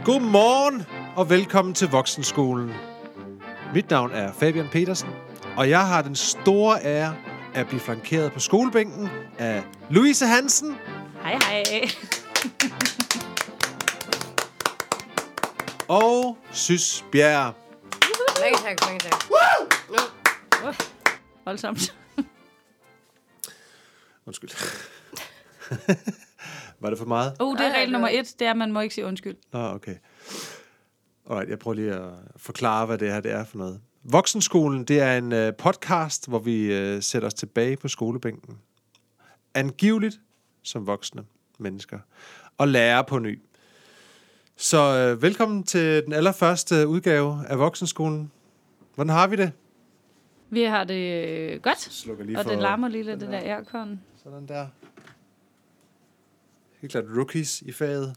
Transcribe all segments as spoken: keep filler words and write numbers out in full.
Godmorgen og velkommen til Voksenskolen. Mit navn er Fabian Petersen, og jeg har den store ære at blive flankeret på skolebænken af Louise Hansen. Hej hej. Og Sys Bjerg. Mange tak, mange tak. Uh, voldsomt. Undskyld. Var det for meget? Oh, det er regel nummer et, det er, at man må ikke sige undskyld. Nå, okay. Alright, jeg prøver lige at forklare, hvad det her det er for noget. Voksenskolen, det er en uh, podcast, hvor vi uh, sætter os tilbage på skolebænken. Angiveligt som voksne mennesker. Og lærer på ny. Så uh, velkommen til den allerførste udgave af Voksenskolen. Hvordan har vi det? Vi har det øh, godt, Slukker lige og for det larmer lige lidt, den det der der. aircon. Sådan der. Helt klart rookies i faget.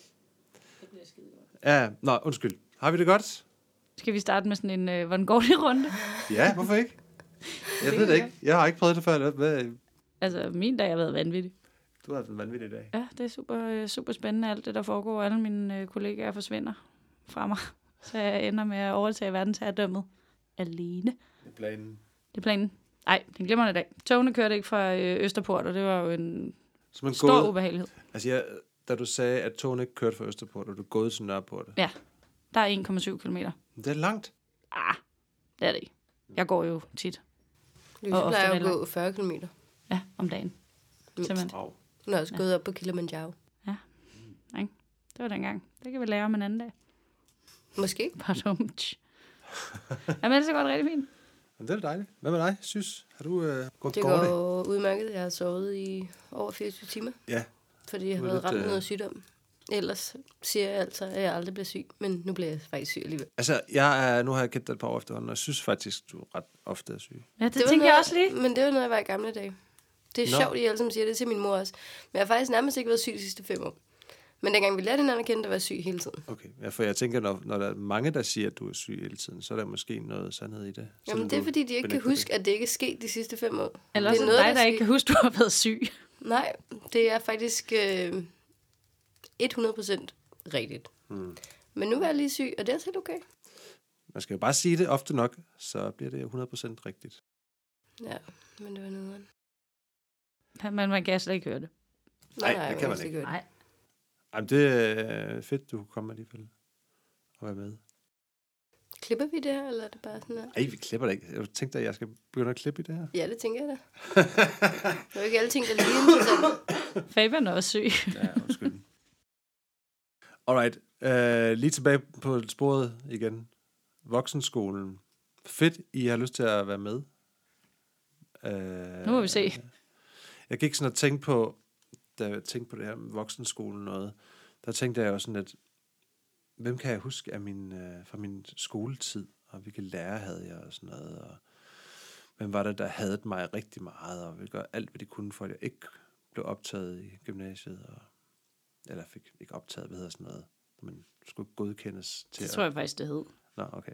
Ja, nå, undskyld. Har vi det godt? Skal vi starte med sådan en, øh, hvordan går det runde? Ja, hvorfor ikke? Jeg ved det ikke. Jeg har ikke prøvet det før. Hvad- Hvad? Altså, min dag har været vanvittig. Du har haft en vanvittig dag. Ja, det er super, øh, super spændende, alt det, der foregår. Alle mine øh, kollegaer forsvinder fra mig. Så jeg ender med at overtage verdensherredømmet alene. Det er planen. Det er planen. Nej, det er en glimrende dag. Togene kørte ikke fra øh, Østerport, og det var jo en Så man stor gået, ubehagelighed. altså jeg, da du sagde, at togen ikke kørte fra Østerport, og du gået til Nørreport. Ja, der er en komma syv kilometer. Det er langt. Ah, det er det ikke. Jeg går jo tit. Louise Og ofte plejer at vel- gå fyrre kilometer. Ja, om dagen. Simpelthen. Wow. Hun har også gået op på Kilimanjaro. Ikke? Det var dengang. Det kan vi lære om en anden dag. Måske. Bare dumt. Jamen, ellers går det rigtig fint. Men det er dejligt. Hvad med dig, Sys? Har du øh, gået Det går det? går udmærket. Jeg har sovet i over fireogtyve timer. Ja. Fordi jeg har Du er været lidt, ramt af øh, noget sygdom. Ellers siger jeg altså, at jeg aldrig bliver syg. Men nu bliver jeg faktisk syg alligevel. Altså, jeg er, nu har jeg kendt dig et par år efterhånden, og jeg synes faktisk, du ret ofte er syg. Ja, det, det var tænker jeg noget, også lige. Men det var noget, jeg var i gamle dage. Det er Nå. sjovt, I alle sammen siger det til min mor også. Men jeg har faktisk nærmest ikke været syg de sidste fem år. Men dengang vi lærte hinanden at kende, der var syg hele tiden. Okay, ja, for jeg tænker, når, når der er mange, der siger, at du er syg hele tiden, så er der måske noget sandhed i det. Jamen, det er fordi, de ikke kan benægter huske, at det ikke er sket de sidste fem år. Eller det så er er noget, dig, der der ikke kan huske, du har været syg. Nej, det er faktisk øh, hundrede procent rigtigt. Hmm. Men nu er jeg lige syg, og det er helt okay. Man skal jo bare sige det ofte nok, så bliver det hundrede procent rigtigt. Ja, men det var noget. Men man kan slet ikke høre det. Nej, nej, det jeg kan har man ikke. gjort det. Nej. Jamen, det er fedt, du kunne komme alligevel og være med. Klipper vi det her, eller er det bare sådan her? Ej, vi klipper det ikke. Jeg tænkte, at jeg skal begynde at klippe i det her. Ja, det tænker jeg da. Det er jo ikke alle ting, der er lige interessant. Fabian er også syg. Ja, undskyld. Alright, uh, lige tilbage på sporet igen. Voksenskolen. Fedt, I har lyst til at være med. Uh, Nu må vi se. Jeg gik sådan og tænkte på, da jeg tænkte på det her med voksenskolen noget, der tænkte jeg jo sådan, at hvem kan jeg huske af min, uh, fra min skoletid, og hvilke lærer havde jeg og sådan noget, og hvem var det, der havde mig rigtig meget, og ville gøre alt, hvad de kunne, for at jeg ikke blev optaget i gymnasiet, og, eller fik ikke optaget, hvad hedder sådan noget, men skulle godkendes til Det tror jeg faktisk, det hed. Nå, okay.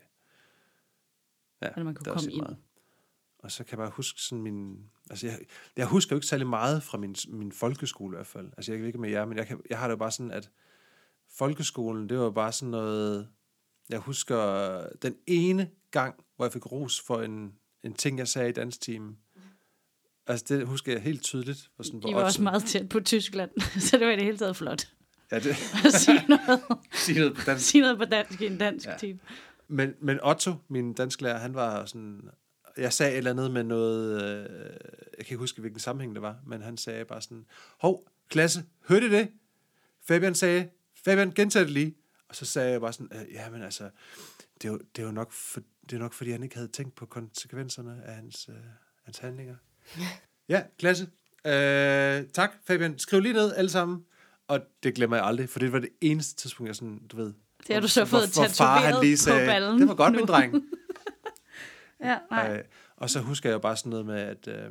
Ja, Eller man kunne det er også komme helt ind. Og så kan jeg bare huske sådan min... Altså, jeg, jeg husker jo ikke særlig meget fra min, min folkeskole i hvert fald. Altså, jeg ved ikke med jer, men jeg, kan, jeg har det jo bare sådan, at folkeskolen, det var bare sådan noget... Jeg husker den ene gang, hvor jeg fik ros for en, en ting, jeg sagde i danstimen. Altså, det husker jeg helt tydeligt. Var sådan på I var også ottende. meget tæt på Tyskland, så det var i det hele taget flot. Ja, det... At sige noget, Sige noget på dansk. sige noget på dansk i en dansk Ja. ja. time. Men, men Otto, min dansklærer, han var sådan... Jeg sagde et eller andet med noget... Øh, jeg kan ikke huske, hvilken sammenhæng det var, men han sagde bare sådan... Hov, klasse, hørte I det? Fabian sagde... Fabian, gentag det lige. Og så sagde jeg bare sådan... Øh, ja, men altså... Det er, jo, det, er jo nok for, det er nok, fordi han ikke havde tænkt på konsekvenserne af hans, øh, hans handlinger. Ja, klasse. Øh, tak, Fabian. Skriv lige ned alle sammen. Og det glemmer jeg aldrig, for det var det eneste tidspunkt, jeg sådan, du ved... Det har du så hvor- fået hvor far, han lige tatoveret på ballen. Det var godt, min dreng. Ja, nej. Øh, og så husker jeg jo bare sådan noget med at øh,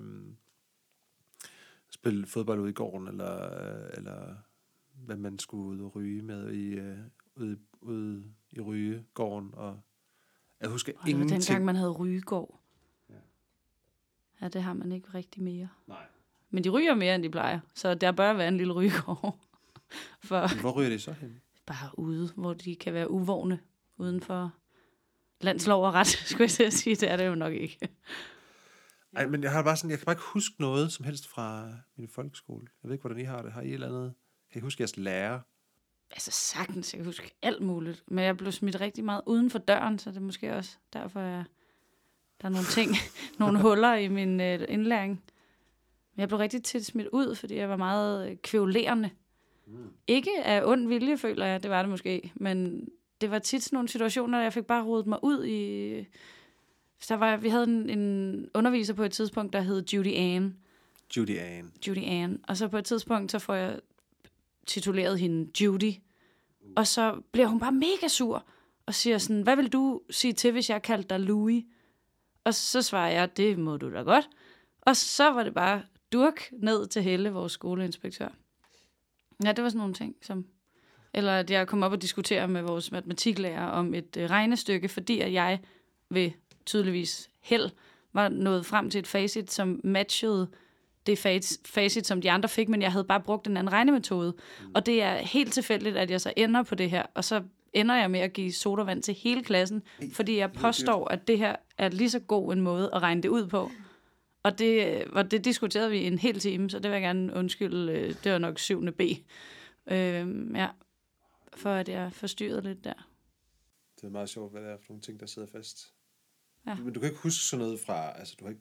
spille fodbold ude i gården, eller, øh, eller hvad man skulle ud og ryge med i, øh, ude, ude i rygegården. Og jeg husker Og det var ingenting. dengang, man havde rygegård. Ja. Ja, det har man ikke rigtig mere. Nej. Men de ryger mere, end de plejer. Så der bør være en lille rygegård. For Hvor ryger det så hen? bare ude, hvor de kan være uvågne uden for landslov og ret, skulle jeg til at sige. Det er det jo nok ikke. Ej, men jeg har bare sådan, jeg kan bare ikke huske noget som helst fra min folkeskole. Jeg ved ikke, hvordan I har det. Har I et eller andet? Kan I huske jeres lærer? Altså sagtens, jeg kan huske alt muligt. Men jeg blev smidt rigtig meget uden for døren, så det er måske også derfor, jeg, der er nogle ting, nogle huller i min øh, indlæring. Men jeg blev rigtig tit smidt ud, fordi jeg var meget øh, kvævlerende. Mm. Ikke af ond vilje, føler jeg, det var det måske. Men det var tit sådan nogle situationer, jeg fik bare rodet mig ud i... Der var, vi havde en, en underviser på et tidspunkt, der hed Judy Ann. Judy Ann. Judy Ann. Og så på et tidspunkt, så får jeg tituleret hende Judy. Og så bliver hun bare mega sur og siger sådan, hvad vil du sige til, hvis jeg kaldte dig Louis? Og så svarer jeg, det må du da godt. Og så var det bare durk ned til Helle, vores skoleinspektør. Ja, det var sådan nogle ting, som... Eller at jeg kom op og diskutere med vores matematiklærer om et øh, regnestykke, fordi at jeg ved tydeligvis held var nået frem til et facit, som matchede det facit, som de andre fik, men jeg havde bare brugt en anden regnemetode. Mm. Og det er helt tilfældigt, at jeg så ender på det her, og så ender jeg med at give sodavand til hele klassen, fordi jeg påstår, at det her er lige så god en måde at regne det ud på. Og det, og det diskuterede vi en hel time, så det vil jeg gerne undskylde. Det var nok syvende B. Øhm, ja, for at jeg forstyrrede lidt der. Det er meget sjovt, hvad det er for nogle ting, der sidder fast. Ja. Men du kan ikke huske sådan noget fra, altså du har ikke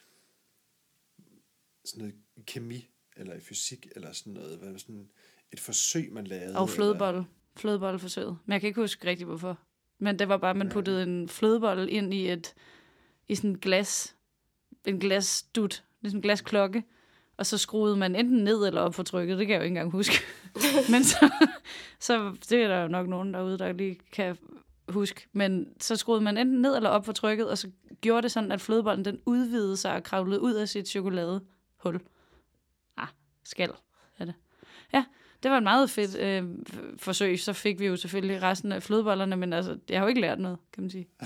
sådan noget i kemi, eller i fysik, eller sådan noget, hvad sådan et forsøg, man lavede. Og flødebolle. Flødebolleforsøget. Men jeg kan ikke huske rigtig, hvorfor. Men det var bare, at man puttede en flødebolle ind i et i sådan en glas, en glasdut, ligesom en glasklokke, og så skruede man enten ned eller op for trykket. Det kan jeg jo ikke engang huske. Men så, så det er der jo nok nogen derude, der lige kan huske. Men så skruede man enten ned eller op for trykket, og så gjorde det sådan, at flødebollen den udvidede sig og kravlede ud af sit chokoladehul. Ah, skal er det. Ja, det var et meget fedt øh, forsøg. Så fik vi jo selvfølgelig resten af flødebollerne, men altså, jeg har jo ikke lært noget, kan man sige.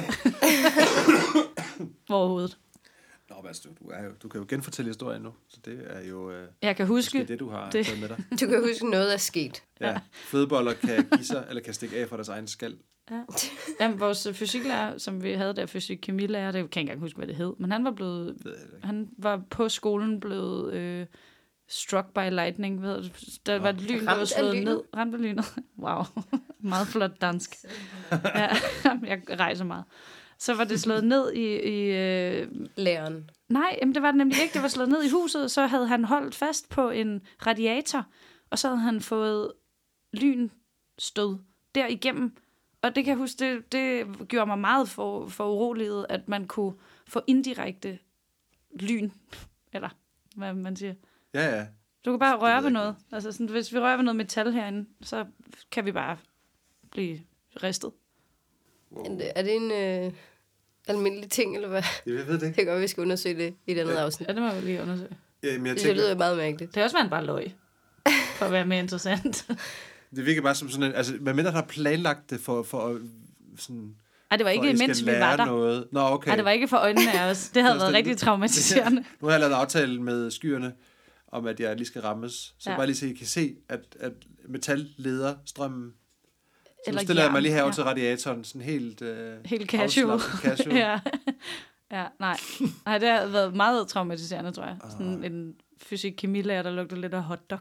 Overhovedet. Nå, men altså, du, er jo, du kan jo genfortælle historien nu, så det er jo øh, jeg kan huske det, du har det. taget med dig. Du kan huske, noget er sket. Ja, flødeboller kan give sig, eller kan stikke af fra deres egen skal. Ja. Jamen, vores fysiklærer, som vi havde der, fysik-kemilærer, det kan jeg ikke engang huske, hvad det hed, men han var blevet, han var på skolen blevet øh, struck by lightning, ved du? Der var et lyn, der var slået ned. Ramt af lynet. Wow, meget flot dansk. Ja, jeg rejser meget. Så var det slået ned i... i øh... Læreren. Nej, jamen, det var det nemlig ikke. Det var slået ned i huset, så havde han holdt fast på en radiator, og så havde han fået lynstød derigennem. Og det kan jeg huske, det, det gjorde mig meget for, for uroliget, at man kunne få indirekte lyn, eller hvad man siger. Ja, ja. Du kan bare røre ved noget. Altså sådan, hvis vi rører ved noget metal herinde, så kan vi bare blive ristet. Wow. Er det en øh, almindelig ting, eller hvad? Jeg ved det ikke. Det kan godt, vi skal undersøge det i et andet Ja. afsnit. Ja, det må vi lige undersøge. Ja, men jeg Det tænker, lyder meget mærkeligt. Det er også, man bare løg, for at være mere interessant. det virker bare som sådan en, altså, hvad mindre der har planlagt det for, for at sådan... Ej, det var ikke, mens vi var der. Noget. Nå, okay. Ej, det var ikke for øjnene af os. Det havde været rigtig traumatiserende. Nu har jeg lavet en aftale med skyerne, om at jeg lige skal rammes. Så Ja. bare lige så I kan se, at, at metal leder strømmen. Så Eller nu stiller jeg mig jern, lige herover ja. til radiatoren, sådan helt, øh, Helt casual. afslappet casual. ja. ja, nej. Nej, det har været meget traumatiserende, tror jeg. Sådan en fysik-kemilærer, der lugter lidt af hotdog.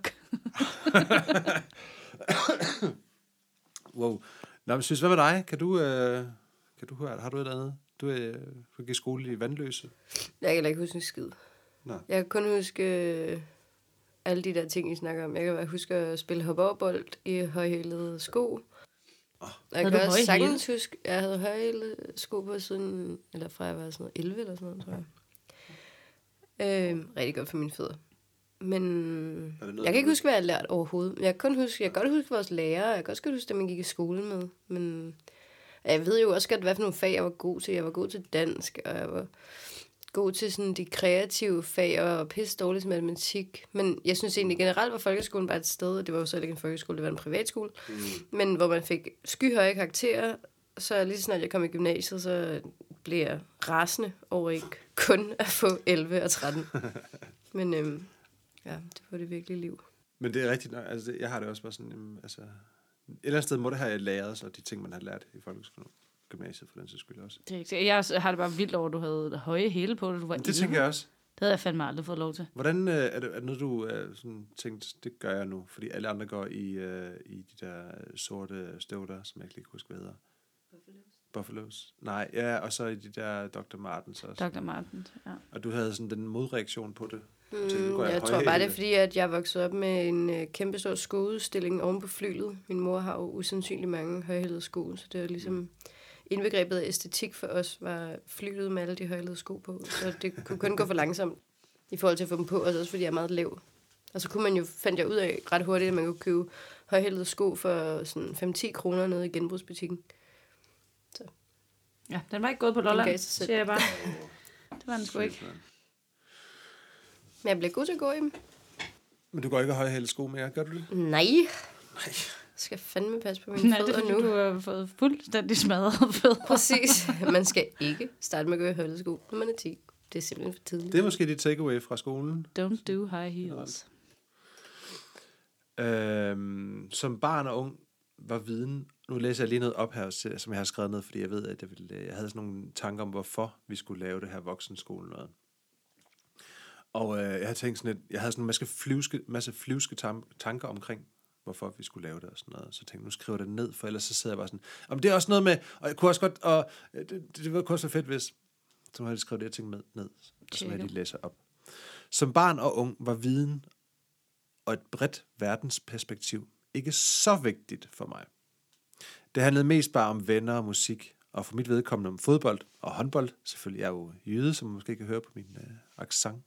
Wow. Nå, men synes, hvad med dig? Kan du, øh, kan du høre, har du et eller andet? Du øh, gik i skole i Vandløse. Jeg kan heller ikke huske en skid. Nå. Jeg kan kun huske øh, alle de der ting, I snakker om. Jeg kan bare huske at spille hop-over-bold i højhælede sko. Oh. Og jeg Havde kan du også høje sagtens huske, at jeg havde højhælede sko på siden, eller fra jeg var sådan noget elleve eller sådan noget, tror jeg. Øh, rigtig godt for mine fødder. Men jeg kan ikke huske, hvad jeg har lært overhovedet. Jeg kan kun huske, jeg kan godt huske vores lærere. Jeg kan også godt huske, at man gik i skole med. Men jeg ved jo også godt, hvad for nogle fag jeg var god til. Jeg var god til dansk, og jeg var god til sådan de kreative fag, og var pisse dårlig til matematik. Men jeg synes egentlig generelt var folkeskolen bare et sted, og det var jo så ikke en folkeskole, det var en privatskole. Mm. Men hvor man fik skyhøje karakterer, så lige så snart jeg kom i gymnasiet, så blev jeg rasende over ikke kun at få elleve og tretten. Men øhm, ja, det var det virkelige liv. Men det er rigtigt nok. Altså, det, jeg har det også bare sådan, jamen, altså, eller andet sted må det have læret sig, de ting, man har lært i folkeskolen. Gymnasiet for den sags skyld også. Det er ikke, jeg har det bare vildt over, at du havde høje hæle på, da du var Det tænker jeg også. Det havde jeg fandme aldrig fået lov til. Hvordan øh, er, det, er det noget, du øh, sådan tænkt, det gør jeg nu? Fordi alle andre går i, øh, i de der sorte støvler, som jeg ikke lige kan huske, hvad hedder. Buffalos. Buffalos. Nej, ja, og så i de der doktor Martens også. doktor Martens, ja. Og du havde sådan den modreaktion på det? Mm, tænkte, jeg, jeg tror bare, det er fordi, at jeg voksede op med en øh, kæmpe stor skoudstilling oven på flylet. Min mor har jo usandsynligt mange højhælede sko, så det var ligesom indbegrebet af æstetik for os, var flylet med alle de højhælede sko på. Så det kunne kun gå for langsomt i forhold til at få dem på, og også fordi jeg er meget lav. Og så kunne man jo, fandt jeg ud af ret hurtigt, at man kunne købe højhælede sko for sådan fem til ti kroner nede i genbrugsbutikken. Så. Ja, den var ikke gået på Lolland, siger jeg bare. Det var den sgu ikke. Men jeg blev god til at gå i dem. Men du går ikke at højhælede sko mere, gør du det? Nej. Nej. Jeg skal fandme passe på mine Nej, fødder det er, nu. du har fået fuldstændig smadret fødder. Præcis. Man skal ikke starte med at gå i højhælede sko, når man er ti. Det er simpelthen for tidligt. Det er måske dit takeaway fra skolen. Don't do high heels. Øhm, som barn og ung var viden. Nu læser jeg lige noget op her, som jeg har skrevet ned, fordi jeg ved, at jeg, ville, jeg havde sådan nogle tanker om, hvorfor vi skulle lave det her voksenskole noget. Og øh, jeg havde tænkt sådan lidt, jeg havde sådan en masse flyvske, masse flyvske tanker omkring, hvorfor vi skulle lave det og sådan noget. Så jeg tænkte, nu skriver jeg det ned, for ellers så sidder jeg bare sådan, om det er også noget med, og jeg kunne også godt, og det, det, det var også fedt, hvis, så må jeg skrevet det, jeg tænkte med ned, så må jeg lige læse op. Som barn og ung var viden og et bredt verdensperspektiv ikke så vigtigt for mig. Det handlede mest bare om venner og musik, og for mit vedkommende om fodbold og håndbold. Selvfølgelig, jeg er jo jyde, som man måske kan høre på min øh, accent.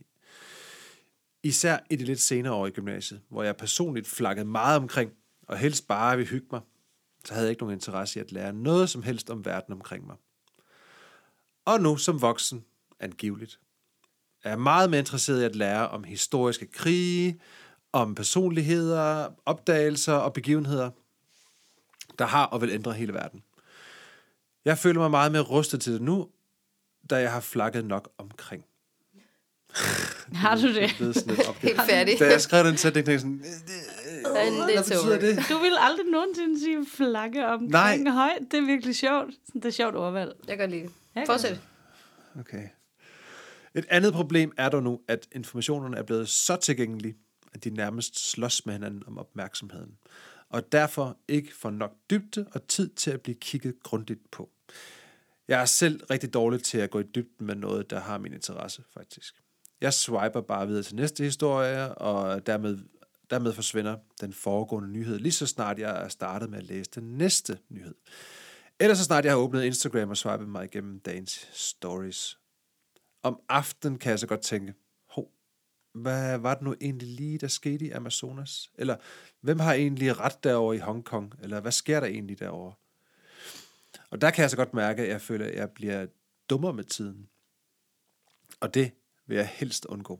Især i det lidt senere år i gymnasiet, hvor jeg personligt flakkede meget omkring, og helst bare ville hygge mig, så havde jeg ikke nogen interesse i at lære noget som helst om verden omkring mig. Og nu som voksen, angiveligt, er jeg meget mere interesseret i at lære om historiske krige, om personligheder, opdagelser og begivenheder, der har og vil ændre hele verden. Jeg føler mig meget mere rustet til det nu, da jeg har flakket nok omkring. Har du det? det Helt færdig. Da jeg skrev den sætning, tænkte jeg sådan, hvad betyder det? Du vil aldrig nogensinde sige flakke omkring højt. Det er virkelig sjovt. Det er sjovt overvalg. Jeg kan lide det. Fortsæt. Okay. Et andet problem er dog nu, at informationerne er blevet så tilgængelige, at de nærmest slås med hinanden om opmærksomheden, og derfor ikke får nok dybde og tid til at blive kigget grundigt på. Jeg er selv rigtig dårlig til at gå i dybden med noget, der har min interesse, faktisk. Jeg swiper bare videre til næste historie, og dermed, dermed forsvinder den foregående nyhed, lige så snart jeg er startet med at læse den næste nyhed. Eller så snart jeg har åbnet Instagram og swipet mig igennem dagens stories. Om aftenen kan jeg så godt tænke, hov, hvad var det nu egentlig lige, der skete i Amazonas? Eller hvem har egentlig ret derovre i Hongkong? Eller hvad sker der egentlig derovre? Og der kan jeg så godt mærke, at jeg føler, at jeg bliver dummere med tiden. Og det vil jeg helst undgå.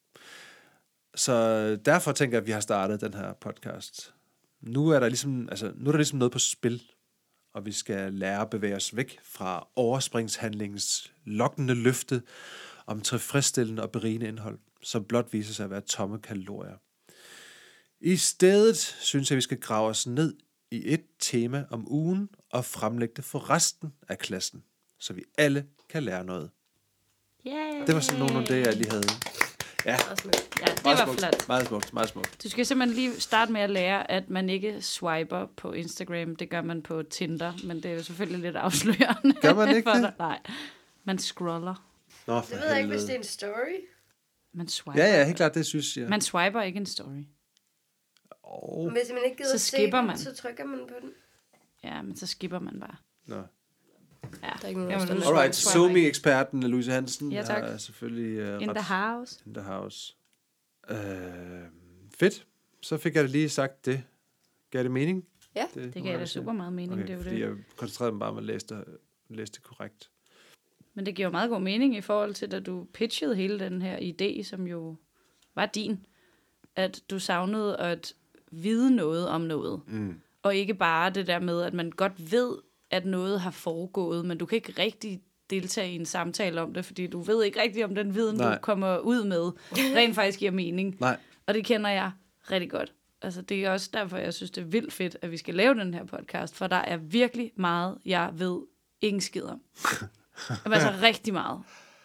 Så derfor tænker jeg, at vi har startet den her podcast. Nu er der ligesom, altså, nu er der ligesom noget på spil, og vi skal lære at bevæge os væk fra overspringshandlingens lokkende løfte om tilfredsstillende og berigende indhold, som blot viser sig at være tomme kalorier. I stedet synes jeg, at vi skal grave os ned i et tema om ugen og fremlægge det for resten af klassen, så vi alle kan lære noget. Yay. Det var sådan nogle af det, jeg lige havde. Ja, ja det meget var smukt, flot. Meget smukt, meget smukt. Du skal simpelthen lige starte med at lære, at man ikke swiper på Instagram. Det gør man på Tinder, men det er jo selvfølgelig lidt afslørende. Gør man ikke det? Nej, man scroller. Nå, det ved jeg ikke, hvis det er en story. Man swiper. Ja, ja, helt klart, det synes jeg. Man swiper ikke en story. Oh. Hvis man ikke gider så at se skipper den, man. så trykker man på den. Ja, men så skipper man bare. Nå. Ja. Der er ikke nogen, ja, alright, Zoom-eksperten Louise Hansen ja, tak. er selvfølgelig uh, in ret the house. In the house. Uh, fedt. Så fik jeg det lige sagt det. Gav det mening? Ja, det, det gav da super meget mening. Okay, det er jo fordi det. jeg koncentrerede mig bare om at læse det, læse det korrekt. Men det giver jo meget god mening i forhold til, at du pitchede hele den her idé, som jo var din. At du savnede at vide noget om noget. Mm. Og ikke bare det der med, at man godt ved, at noget har foregået, men du kan ikke rigtig deltage i en samtale om det, fordi du ved ikke rigtig, om den viden, Nej. du kommer ud med, rent faktisk giver mening. Nej. Og det kender jeg rigtig godt. altså det er også derfor, jeg synes, det er vildt fedt, at vi skal lave den her podcast, for der er virkelig meget, jeg ved ingen skid om. Altså rigtig meget.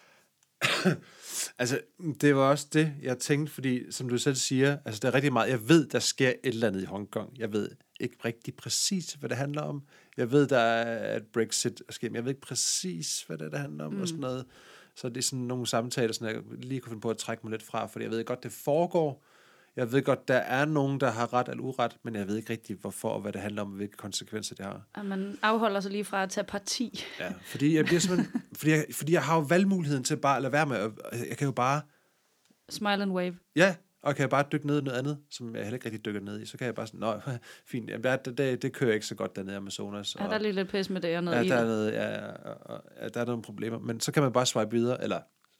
Altså, det var også det, jeg tænkte, fordi, som du selv siger, altså, der er rigtig meget. Jeg ved, der sker et eller andet i Hongkong. Jeg ved ikke rigtig præcis, hvad det handler om. Jeg ved, der er et Brexit sker, men jeg ved ikke præcis, hvad det, der handler om, mm. og sådan noget. Så det er sådan nogle samtaler, som jeg lige kunne finde på at trække mig lidt fra, fordi jeg ved godt, det foregår. Jeg ved godt, der er nogen, der har ret eller uret, men jeg ved ikke rigtig, hvorfor og hvad det handler om, og hvilke konsekvenser det har. At man afholder sig lige fra at tage parti. Ja, fordi jeg bliver simpelthen, fordi jeg, fordi jeg har jo valgmuligheden til bare at lade være med, at, jeg kan jo bare... Smile and wave. Ja, og kan jeg bare dykke ned i noget andet, som jeg heller ikke rigtig dykker ned i, så kan jeg bare sådan, nå, fint, jamen, det, det, det kører ikke så godt dernede i Amazonas. Og, ja, der er lige lidt pis med det og noget ja, i der er det. noget, ja, og, ja, der er nogle problemer, men så kan man bare swipe videre, eller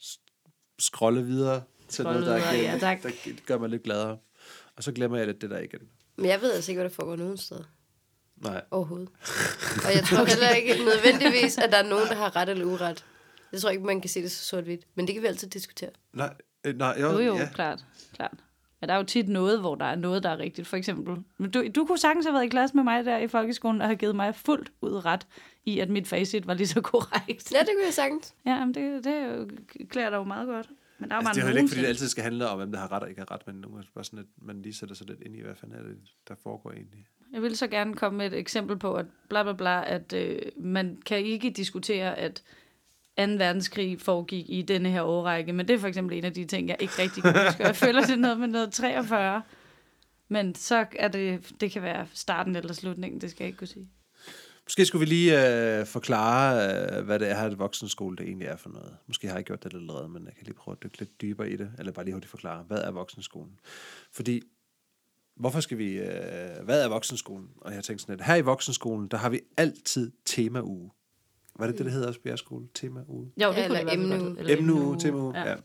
scrolle videre til Scrolle noget, der, videre, der, ja, der, der gør mig lidt gladere. Og så glemmer jeg lidt det der igen. Men jeg ved altså ikke, hvad der foregår nogen steder. Nej. Overhovedet. Og jeg tror heller ikke nødvendigvis, at der er nogen, der har ret eller uret. Jeg tror ikke, man kan se det så sort-hvidt. Men det kan vi altid diskutere. Nej, øh, nej jo, Jo, jo, ja. klart. klart. Men der er jo tit noget, hvor der er noget, der er rigtigt. For eksempel, men du, du kunne sagtens have været i klasse med mig der i folkeskolen, og have givet mig fuldt ud ret i, at mit facit var lige så korrekt. Ja, det kunne jeg sagtens. Ja, men det, det er jo, klæder dig jo meget godt. Men der er jo Altså, det er jo mange ikke, fordi det ting. altid skal handle om, hvem der har ret og ikke har ret, men nogle gange bare sådan, at man lige sætter sig lidt ind i, hvad fanden er det, der foregår egentlig. Jeg vil så gerne komme med et eksempel på, at bla bla bla, at øh, man kan ikke diskutere, at anden verdenskrig foregik i denne her årrække, men det er for eksempel en af de ting, jeg ikke rigtig kan huske. Jeg føler, det er noget med noget treogfyrre. Men så er det, det kan være starten eller slutningen, det skal jeg ikke kunne sige. Måske skulle vi lige øh, forklare, øh, hvad det er her, at voksenskole det egentlig er for noget. Måske har jeg gjort det allerede, men jeg kan lige prøve at dykke lidt dybere i det, eller bare lige hurtigt forklare, hvad er voksenskolen? Fordi, hvorfor skal vi, øh, hvad er voksenskolen? Og jeg tænkte sådan lidt, her i voksenskolen, der har vi altid temauge. Hvad er det, det, det hedder også på jeres skole? Temauge? Jo, det Ja, kunne eller det være. emneuge. Emneuge, temauge, ja. ja.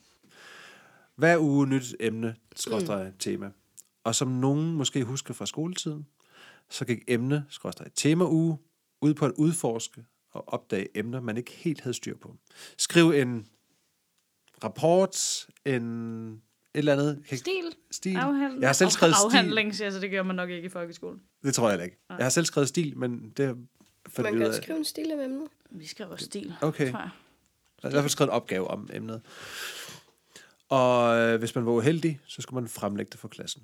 Hver uge nyt emne, skråstreg Mm. tema. Og som nogen måske husker fra skoletiden, så gik emne, skråstreg temauge, ud på at udforske og opdage emner, man ikke helt havde styr på. Skriv en rapport, en et eller andet. Stil. Stil. Afhandling. Jeg har selv skrevet stil. Afhandling, siger, så det gør man nok ikke i folkeskolen. Det tror jeg ikke. Nej. Jeg har selv skrevet stil, men det fandt Man vi kan ud også af. skrive en stil af emnet. Vi skriver stil, Okay. tror jeg. Jeg har i hvert fald skrevet en opgave om emnet. Og øh, hvis man var uheldig, så skulle man fremlægge det for klassen.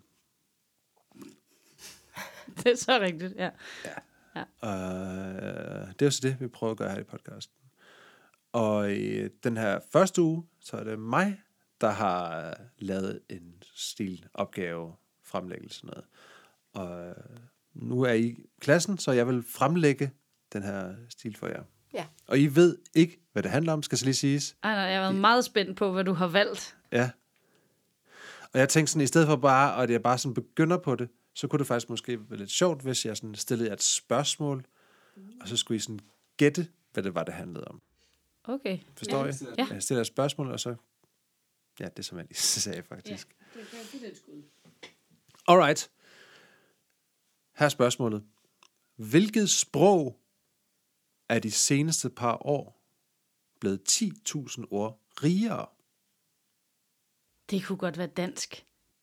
Det er så rigtigt, ja. Uh, det er jo så det, vi prøver at gøre her i podcasten. Og i den her første uge, så er det mig, der har lavet en stilopgave, fremlæggelse noget. Og nu er I klassen, så jeg vil fremlægge den her stil for jer. Ja. Og I ved ikke, hvad det handler om, skal så lige siges. Ej, nej, jeg har været meget spændt på, hvad du har valgt. Ja. Og jeg tænkte sådan, i stedet for bare, at jeg bare sådan begynder på det, så kunne det faktisk måske være lidt sjovt, hvis jeg sådan stillede jer et spørgsmål, og så skulle I sådan gætte, hvad det var, det handlede om. Okay. Forstår ja. I? Ja. Jeg stiller et spørgsmål, og så... Ja, det er som jeg lige sagde, faktisk. Ja, det kan jeg give det et skud. Alright. Her er spørgsmålet. Hvilket sprog er de seneste par år blevet ti tusind ord rigere? Det kunne godt være dansk.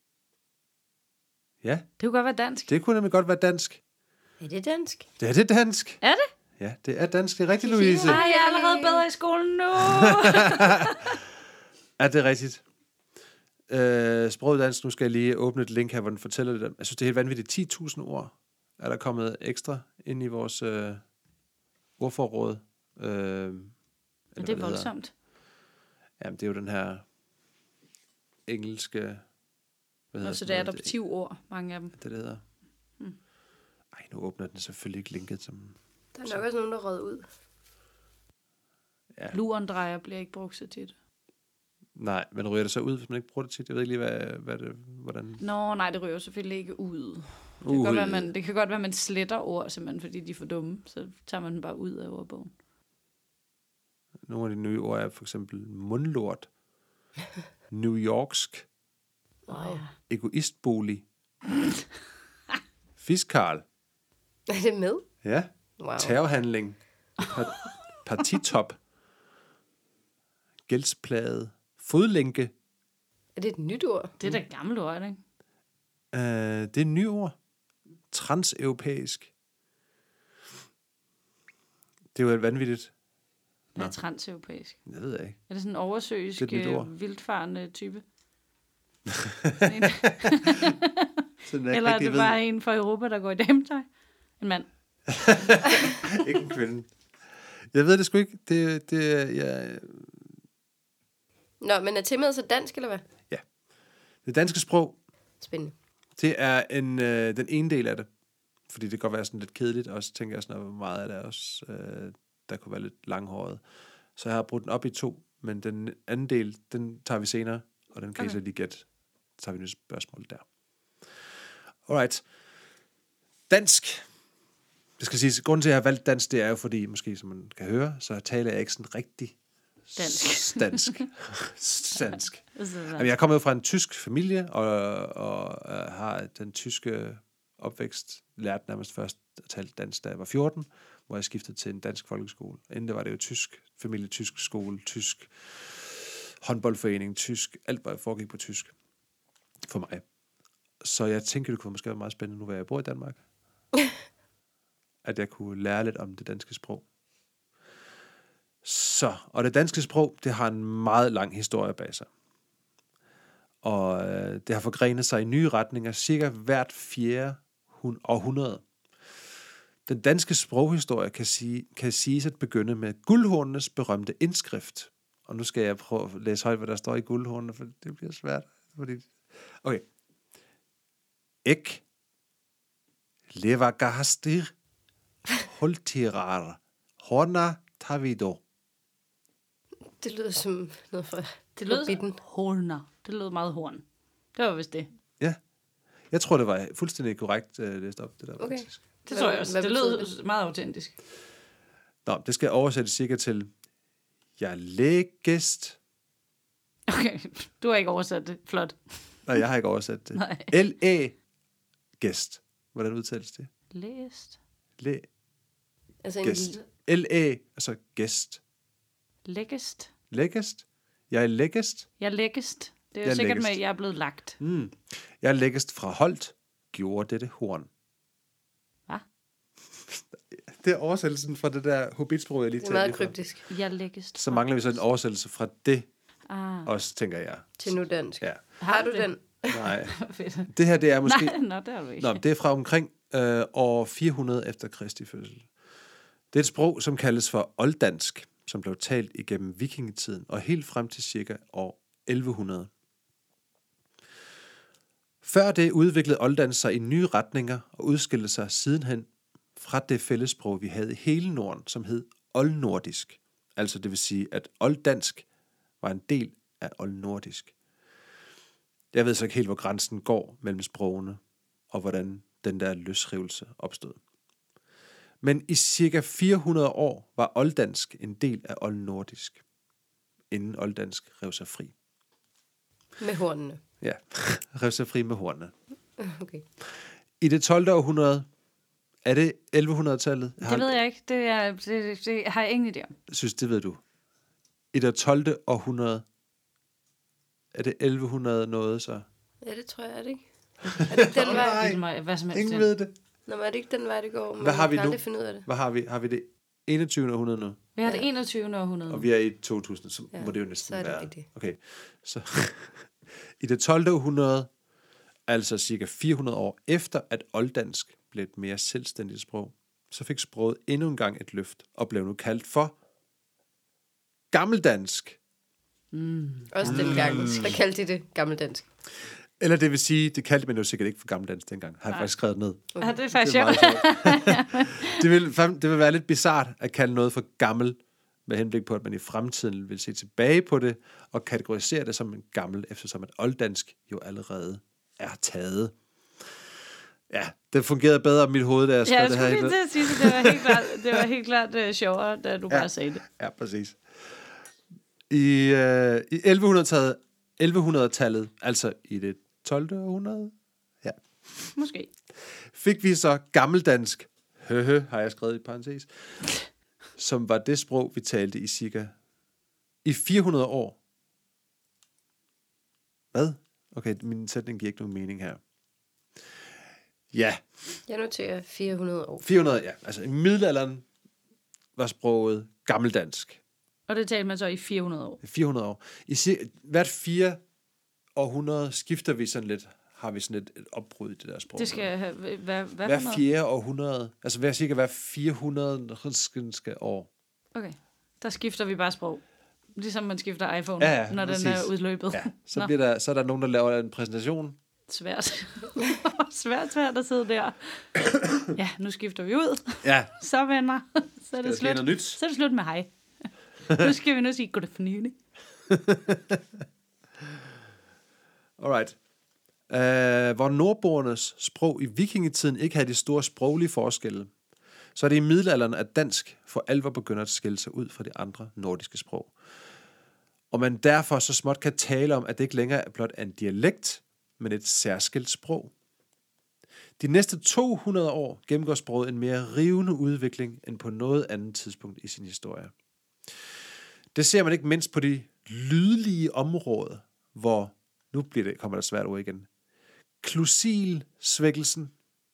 Ja, Det kunne godt være dansk. det kunne nemlig godt være dansk. Er det dansk? Det er det dansk. Er det? Ja, det er dansk. Det er rigtigt, Louise. Ej, jeg er allerede bedre i skolen nu. Er det rigtigt? Øh, sproget dansk, nu skal jeg lige åbne et link her, hvor den fortæller det. Jeg synes, det er helt vanvittigt. ti tusind ord er der kommet ekstra ind i vores øh, ordforråd. Øh, eller Men hvad det er hedder. voldsomt. Jamen, det er jo den her engelske... Hvad hedder Og så sådan det er noget? adoptivord, mange af dem. Det, det hedder. Hmm. Ej, nu åbner den selvfølgelig ikke linket som... Der er nok også nogen, der rød ud. Ja. Lurendrejer bliver ikke brugt så tit. Nej, men ryger det så ud, hvis man ikke bruger det tit? Jeg ved ikke lige, hvad, hvad det, hvordan... Nå, nej, det ryger jo selvfølgelig ikke ud. Det kan, Uh, godt være, man, det kan godt være, man sletter ord, simpelthen fordi de er for dumme. Så tager man dem bare ud af ordbogen. Nogle af de nye ord er for eksempel mundlort, New Yorksk, Wow. egoistbolig, fiskal, Er det med? ja, Wow. terrorhandling, par- partitop, gældsplade, fodlænke. Er det et nyt ord? Det er da et gammelt ord, ikke? Uh, det er en ny ord. Transeuropæisk. Det er jo vanvittigt. Hvad er transeuropæisk? Jeg ved jeg ikke. Er det sådan en oversøisk, Det er et nyt ord. vildfarende type? Sådan en. Sådan, jeg Eller er ikke det ved. bare en fra Europa, der går i dametøj? En mand. Ikke en kvinde. Jeg ved det sgu ikke. Det, det, jeg, Nå, men er temaet så dansk, eller hvad? det danske sprog, Spændende. det er en, øh, den ene del af det. Fordi det kan godt være sådan lidt kedeligt, og så tænker jeg sådan, hvor meget af det er også, øh, der kunne være lidt langhåret. Så jeg har brugt den op i to, men den anden del, den tager vi senere, og den kan okay. I så lige gætte. Så tager vi et spørgsmål der. Alright. Dansk. Det skal siges, grunden til, at jeg har valgt dansk, det er jo fordi, måske som man kan høre, så taler jeg ikke sådan rigtig Dansk. dansk. dansk. Jamen, jeg kommer jo fra en tysk familie, og, og uh, har den tyske opvækst lært nærmest først at tale dansk, da jeg var fjorten, hvor jeg skiftede til en dansk folkeskole. Inden det var det jo tysk familie, tysk skole, tysk håndboldforening, tysk, alt hvad jeg foregik på tysk for mig. Så jeg tænker, det kunne måske være meget spændende nu, hvor jeg bor i Danmark. At jeg kunne lære lidt om det danske sprog. Så, og det danske sprog, det har en meget lang historie bag sig. Og øh, det har forgrenet sig i nye retninger cirka hvert fjerde hun- århundrede. Den danske sproghistorie kan, sige, kan siges at begynde med guldhornenes berømte indskrift. Og nu skal jeg prøve at læse højt, hvad der står i guldhornene, for det bliver svært. Fordi... Okay. Ek levagastir holtirar horna tavido. Det lyder som noget fra Det lød Hobbiten. horner. Det lød meget horn. Det var vist det. Ja. Jeg tror, det var fuldstændig korrekt uh, læst op, det der. Okay. Faktisk. Det Hvad- tror jeg også. hvad Det betyder lød meget autentisk. Nå, det skal oversættes cirka til jeg lægest. Okay, du har ikke oversat det. Flot. Nej, jeg har ikke oversat det. Nej. L-A-gest. Hvordan udtales det? Læst. Læ Altså en gæst. L-A, altså gæst. Læggest. Læggest. Jeg er læggest. Jeg er læggest. Det er jo Jeg er sikkert læggest. med, at jeg er blevet lagt. Mm. Jeg er læggest fra Holt. Gjorde dette horn. Hvad? Det er oversættelsen fra det der hobbitsprog, jeg lige Det er meget talte lige kryptisk. Jeg er læggest. fra. Så mangler vi så en oversættelse fra det Ah, også, tænker jeg. Til nu dansk. Ja. Har du den? Nej. fedt. Det her, det er måske... Nej, nå, det er du ikke. Nå, det er fra omkring øh, år fire hundrede efter Kristi fødsel. Det er et sprog, som kaldes for olddansk, som blev talt igennem vikingetiden og helt frem til cirka år elleve hundrede. Før det udviklede olddansk sig i nye retninger og udskilte sig sidenhen fra det fællessprog, vi havde i hele Norden, som hed oldnordisk. Altså det vil sige, at olddansk var en del af oldnordisk. Jeg ved så ikke helt, hvor grænsen går mellem sprogene, og hvordan den der løsrivelse opstod. Men i cirka fire hundrede år var olddansk en del af oldnordisk, inden olddansk rev sig fri. Med hornene. Ja, rev sig fri med hornene. Okay. I det tolvte århundrede, er det elleve hundrede-tallet? Det ved jeg ikke. Det, er, det, det har jeg ingen idé om. Jeg synes, det ved du. I det tolvte århundrede, er det elleve hundrede noget så? Ja, det tror jeg, er det ikke? Er det ikke den vej? Det er mig- Hvad som helst. Ingen ved det. Nå, men er det ikke den vej, det går? Man Hvad har vi kan nu? aldrig finde ud af det. Hvad har vi? Har vi det enogtyvende århundrede nu? Vi har det enogtyvende århundrede. Og vi er i to tusind, så Ja, må det jo næsten så er det være. rigtigt. Okay, så i det tolvte århundrede, altså cirka fire hundrede år efter, at olddansk blev et mere selvstændigt sprog, så fik sproget endnu en gang et løft, og blev nu kaldt for gammeldansk. Også dengang, der kaldte de det gammeldansk. Eller det vil sige, det kaldte man jo sikkert ikke for gammeldansk dengang. Har jeg faktisk skrevet ned. Ja, det er faktisk Det er sjovt. meget sjovt. det, vil, fam- det vil være lidt bizart at kalde noget for gammel, med henblik på, at man i fremtiden vil se tilbage på det, og kategorisere det som en gammel, eftersom at olddansk jo allerede er taget. Ja, det fungerede bedre i mit hoved, da jeg skrev Ja, jeg det her. skulle lige til at sige, så det var helt klart, det var helt klart uh, sjovere, da du Ja. bare sagde det. Ja, præcis. I, øh, i elleve hundrede-tallet, elleve hundrede-tallet, altså i det tolvte århundrede, ja, Måske. fik vi så gammeldansk, høhø, har jeg skrevet i parentes, som var det sprog, vi talte i cirka i fire hundrede år. Hvad? Okay, min sætning giver ikke nogen mening her. Ja. Jeg noterer fire hundrede år. fire hundrede, ja. Altså i middelalderen var sproget gammeldansk. Og det talte man så i fire hundrede år. fire hundrede år. I cir- hvert fire århundrede skifter vi sådan lidt, har vi sådan et, et opbrud i det der sprog. Det skal have... Hvad, hvad hver for noget? fjerde århundrede, altså hver cirka hver fire hundrede år. Okay, der skifter vi bare sprog. Ligesom man skifter iPhone, Ja, ja, når præcis. den er udløbet. Ja, så, Nå. bliver der, så er der nogen, der laver en præsentation. Svært. svært, svært at sidde der. Ja, nu skifter vi ud. Ja, Så venner. Så er det der sker slut. noget nyt. Så er det slut med hej. Nu skal vi nu sige god afternoon. Alright. Uh, hvor nordboernes sprog i vikingetiden ikke havde de store sproglige forskelle, så er det i middelalderen, at dansk for alvor begynder at skille sig ud fra de andre nordiske sprog. Og man derfor så småt kan tale om, at det ikke længere er blot en dialekt, men et særskilt sprog. De næste to hundrede år gennemgår sproget en mere rivende udvikling end på noget andet tidspunkt i sin historie. Det ser man ikke mindst på de lydlige områder, hvor, nu bliver det, kommer der svært ord igen, klusilsvækkelsen.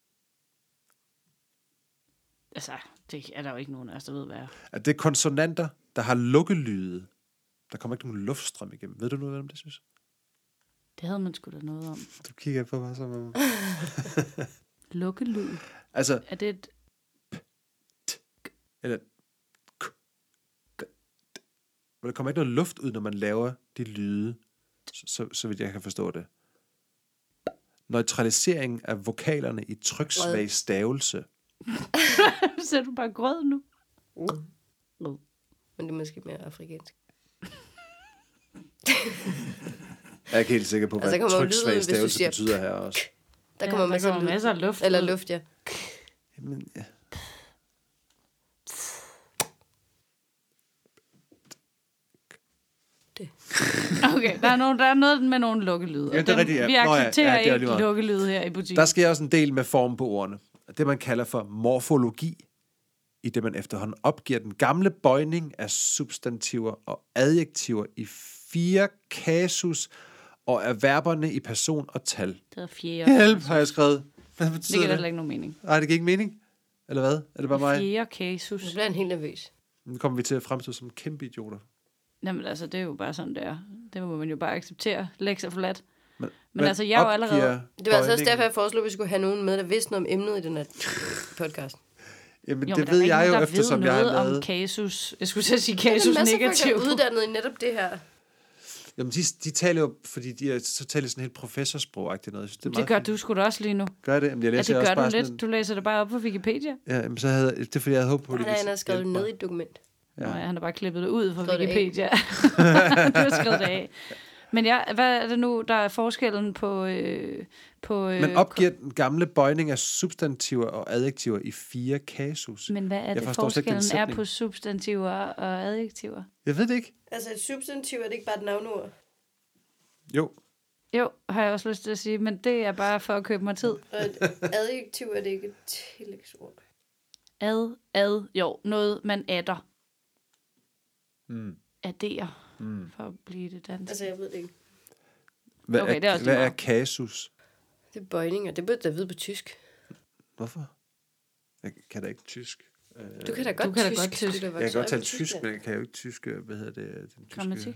Altså, det er der jo ikke nogen af os, der ved, hvad er. At det er konsonanter, der har lukkelyde. Der kommer ikke nogen luftstrøm igennem. Ved du noget om det, synes? Det havde man sgu da noget om. Du kigger på mig som om... Lukkelyd. Altså... Er det et... Eller... Men der kommer ikke noget luft ud, når man laver de lyde, så, så vidt jeg kan forstå det. Neutralisering af vokalerne i tryksvag stavelse. Så er du bare grød nu? Mm. Mm. Men det er måske mere afrikansk. Jeg er ikke helt sikker på, hvad altså, tryksvag lyden, stavelse siger, betyder her også. Der Ja, kommer, der masser, kommer lyd. masser af luft. Eller ud. luft, ja. Jamen, ja. Okay, der er, nogen, der er noget med nogle lukkelyde. Ja, det er rigtigt, ja. Vi Nå ja, accepterer ja, det er lige ikke meget. lukkelyde her i butikken. Der sker også en del med form på ordene. Det, man kalder for morfologi, i det man efterhånden opgiver den gamle bøjning af substantiver og adjektiver i fire kasus og er verberne i person og tal. Det er fjerde. Hjælp, har jeg skrevet. Hvad Det betyder giver det? heller ikke nogen mening. Nej, det giver ikke mening. Eller hvad? Er det bare mig? Fjerde kasus. Nu bliver han helt nervøs. Nu kommer vi til at fremstå som kæmpe idioter. Jamen altså, det er jo bare sådan, det er. Det må man jo bare acceptere. Læg sig forladt. Men, Men altså, jeg er jo allerede- Det var altså også derfor, jeg foreslog, at vi skulle have nogen med, der vidste noget om emnet i den her podcast. Jamen, Jo, det men der ved er ikke jeg jo, nogen, der eftersom ved jeg har noget lavet... om kasus. Jeg skulle til at sige Der er kasus en masse folk, negativ. der er uddannet i netop det her. Jamen, de, de taler jo, fordi de er, så taler sådan helt professorsprog-agtigt noget. Jeg synes, det, er Det meget gør fint. du sgu da også lige nu. Gør det? Jamen, jeg Ja, læser det også gør bare du sådan lidt. en- Du læser det bare op på Wikipedia. Ja, jamen, så havde, det er fordi, jeg havde håbet på, at Nej, de han har skrevet det ned i et dokument. Ja. Nå, ja, han har bare klippet det ud fra Skrevet det af. Wikipedia. Du har skrevet det af. Men ja, hvad er det nu, der er forskellen på... Øh, på øh, Man opgiver den gamle bøjning af substantiver og adjektiver i fire kasus. Men hvad er Jeg det, forstår slet ikke den forskellen er sætning. på substantiver og adjektiver? Jeg ved det ikke. Altså et substantiv er det ikke bare et navnord? Jo. Jo, har jeg også lyst til at sige, men det er bare for at købe mig tid. Og et adjektiv er det ikke et tillægsord? Ad, ad, jo, noget man adder. Mm. Adderer, Mm. for at blive det dansk. Altså, jeg ved det ikke. Hvad, Okay, er, det er også hvad lige er meget. kasus? Det er bøjninger. Det burde jeg vide på tysk. Hvorfor? Jeg kan da ikke tysk. Øh, Du kan da godt Du kan da tysk. godt tysk. Du er da Jeg vokset kan godt op tale i tysk, Tyskland. men jeg kan jo ikke tysk, øh, hvad hedder det? Den tyske... Grammatik.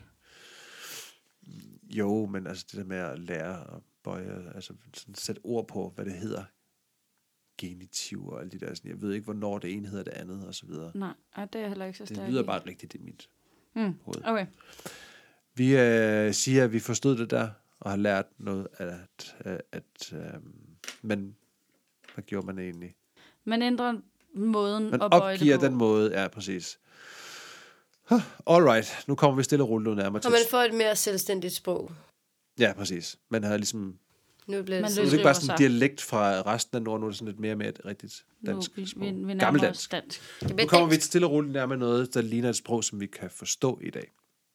Jo, men altså det der med at lære at bøje, altså sådan sætte ord på, hvad det hedder. Genitiv og alt det der. Sådan, jeg ved ikke, hvornår det ene hedder det andet, og så videre. Nej, ej, det er jeg heller ikke så stærk Det lyder i. bare rigtigt i mit Mm, hoved. okay. Vi øh, siger, at vi forstod det der, og har lært noget af at, at, at øh, men hvad gjorde man egentlig? Man ændrer måden Man at bøje opgiver det på. den måde, ja, præcis. Huh, alright, nu kommer vi stille og roligt nærmere Og til. man får et mere selvstændigt sprog. Ja, præcis. Man har ligesom, Nu bliver Man det nu er sådan. det ikke bare løsriver sådan en sig. dialekt fra resten af Norden, nu er det sådan lidt mere med et rigtigt dansk nu, vi, sprog. vi, vi nærmer os Gammeldansk. dansk. Det Nu bliver kommer vi dansk. stille og roligt nærmere noget, der ligner et sprog, som vi kan forstå i dag.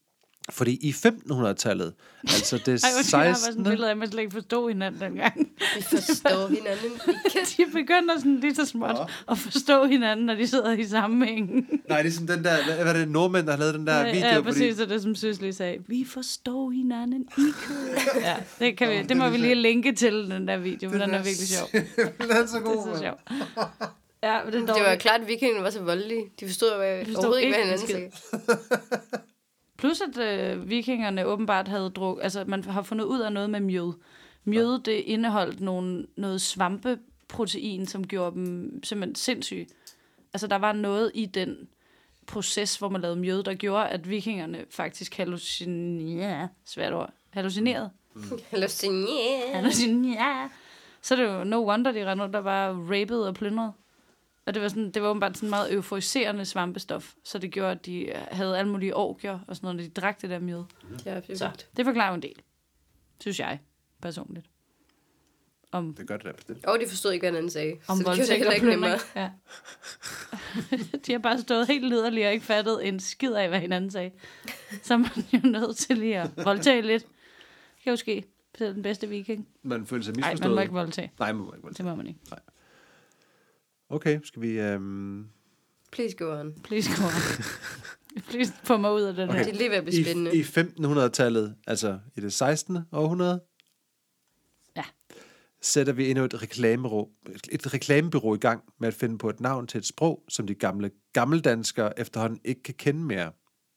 Fordi i femtenhundredetallet, altså det Ej, okay, jeg har bare sådan et sekstende billede af, at man slet ikke forstod hinanden dengang. Vi forstår hinanden ikke. De begynder sådan lige så småt Ja. at forstå hinanden, når de sidder i sammenhæng. Nej, det er sådan den der, hvad er det, nordmænd, der har lavet den der Ja, video? ja, fordi- præcis, det er det, som Søsli sagde. Vi forstår hinanden ikke. Ja, det, kan vi, Nå, det den må er vi så- lige linke til, den der video, for den, Den den er er virkelig sjov. Den er så god. Det er så mand. sjov. Ja, men det er Det var dårligt. klart, at vikingerne var så voldelige. De forstod, hvad, forstod overhovedet ikke, hvad ikke hinanden en sagde. Plus at øh, vikingerne åbenbart havde druk, altså man har fundet ud af noget med mjød. Mjød, det indeholdt nogle, noget svampeprotein, som gjorde dem simpelthen sindssyge. Altså der var noget i den proces, hvor man lavede mjød, der gjorde, at vikingerne faktisk hallucinerede, svært ord, hallucinerede. Hallucinere. Hallucinerede. Så er det jo no wonder, de rendte rundt, der var raped og plyndret. Og det var, sådan, det var åbenbart sådan meget euforiserende svampestof, så det gjorde, at de havde alle mulige orgier og sådan noget, når de drak det der mjød. Ja, Så det forklarer jo en del, synes jeg personligt. Om, Det gør det da bestemt. Og de forstod ikke, hvad hinanden sagde. om så det gjorde det voldtægt heller og ikke nemmere. plyndring. Ja. De har bare stået helt liderlige og ikke fattet en skid af, hvad hinanden sagde. Så er man jo nødt til lige at voldtage lidt. Det kan jo ske. Selv den bedste viking. Man føler sig Nej, misforstået. man må ikke voldtage. Nej, man må ikke Det voldtage. må man ikke. Okay, skal vi... Øhm... Please go on. Please go on. Please få mig ud af den Okay. her. Det er lige ved at blive spændende. I, I femtenhundredetallet, altså i det sekstende århundrede, Ja. sætter vi endnu et reklamebureau, et reklamebureau i gang med at finde på et navn til et sprog, som de gamle gammeldanskere efterhånden ikke kan kende mere.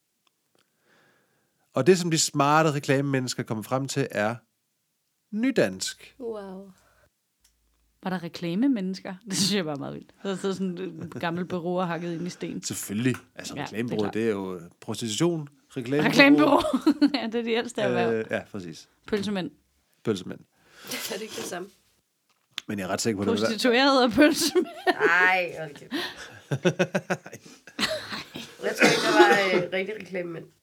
Og det, som de smarte reklamemennesker kommer frem til, er nydansk. Wow. Var der reklamemennesker? Det synes jeg var meget vildt. Der sidder sådan et gammelt bureau hakket ind i sten. Selvfølgelig. Altså Ja, reklamebureau, det det, er det er jo prostitution. Reklamebureau. Reklamebureau. Ja, det er de ældste erhverv. Øh, ja, præcis. Pølsemænd. Pølsemænd. Er det ikke det samme? Men jeg er ret sikker på, at det var Prostitueret og pølsemænd. Nej, hold kæft. Jeg tror ikke, der var øh, rigtig reklame, men...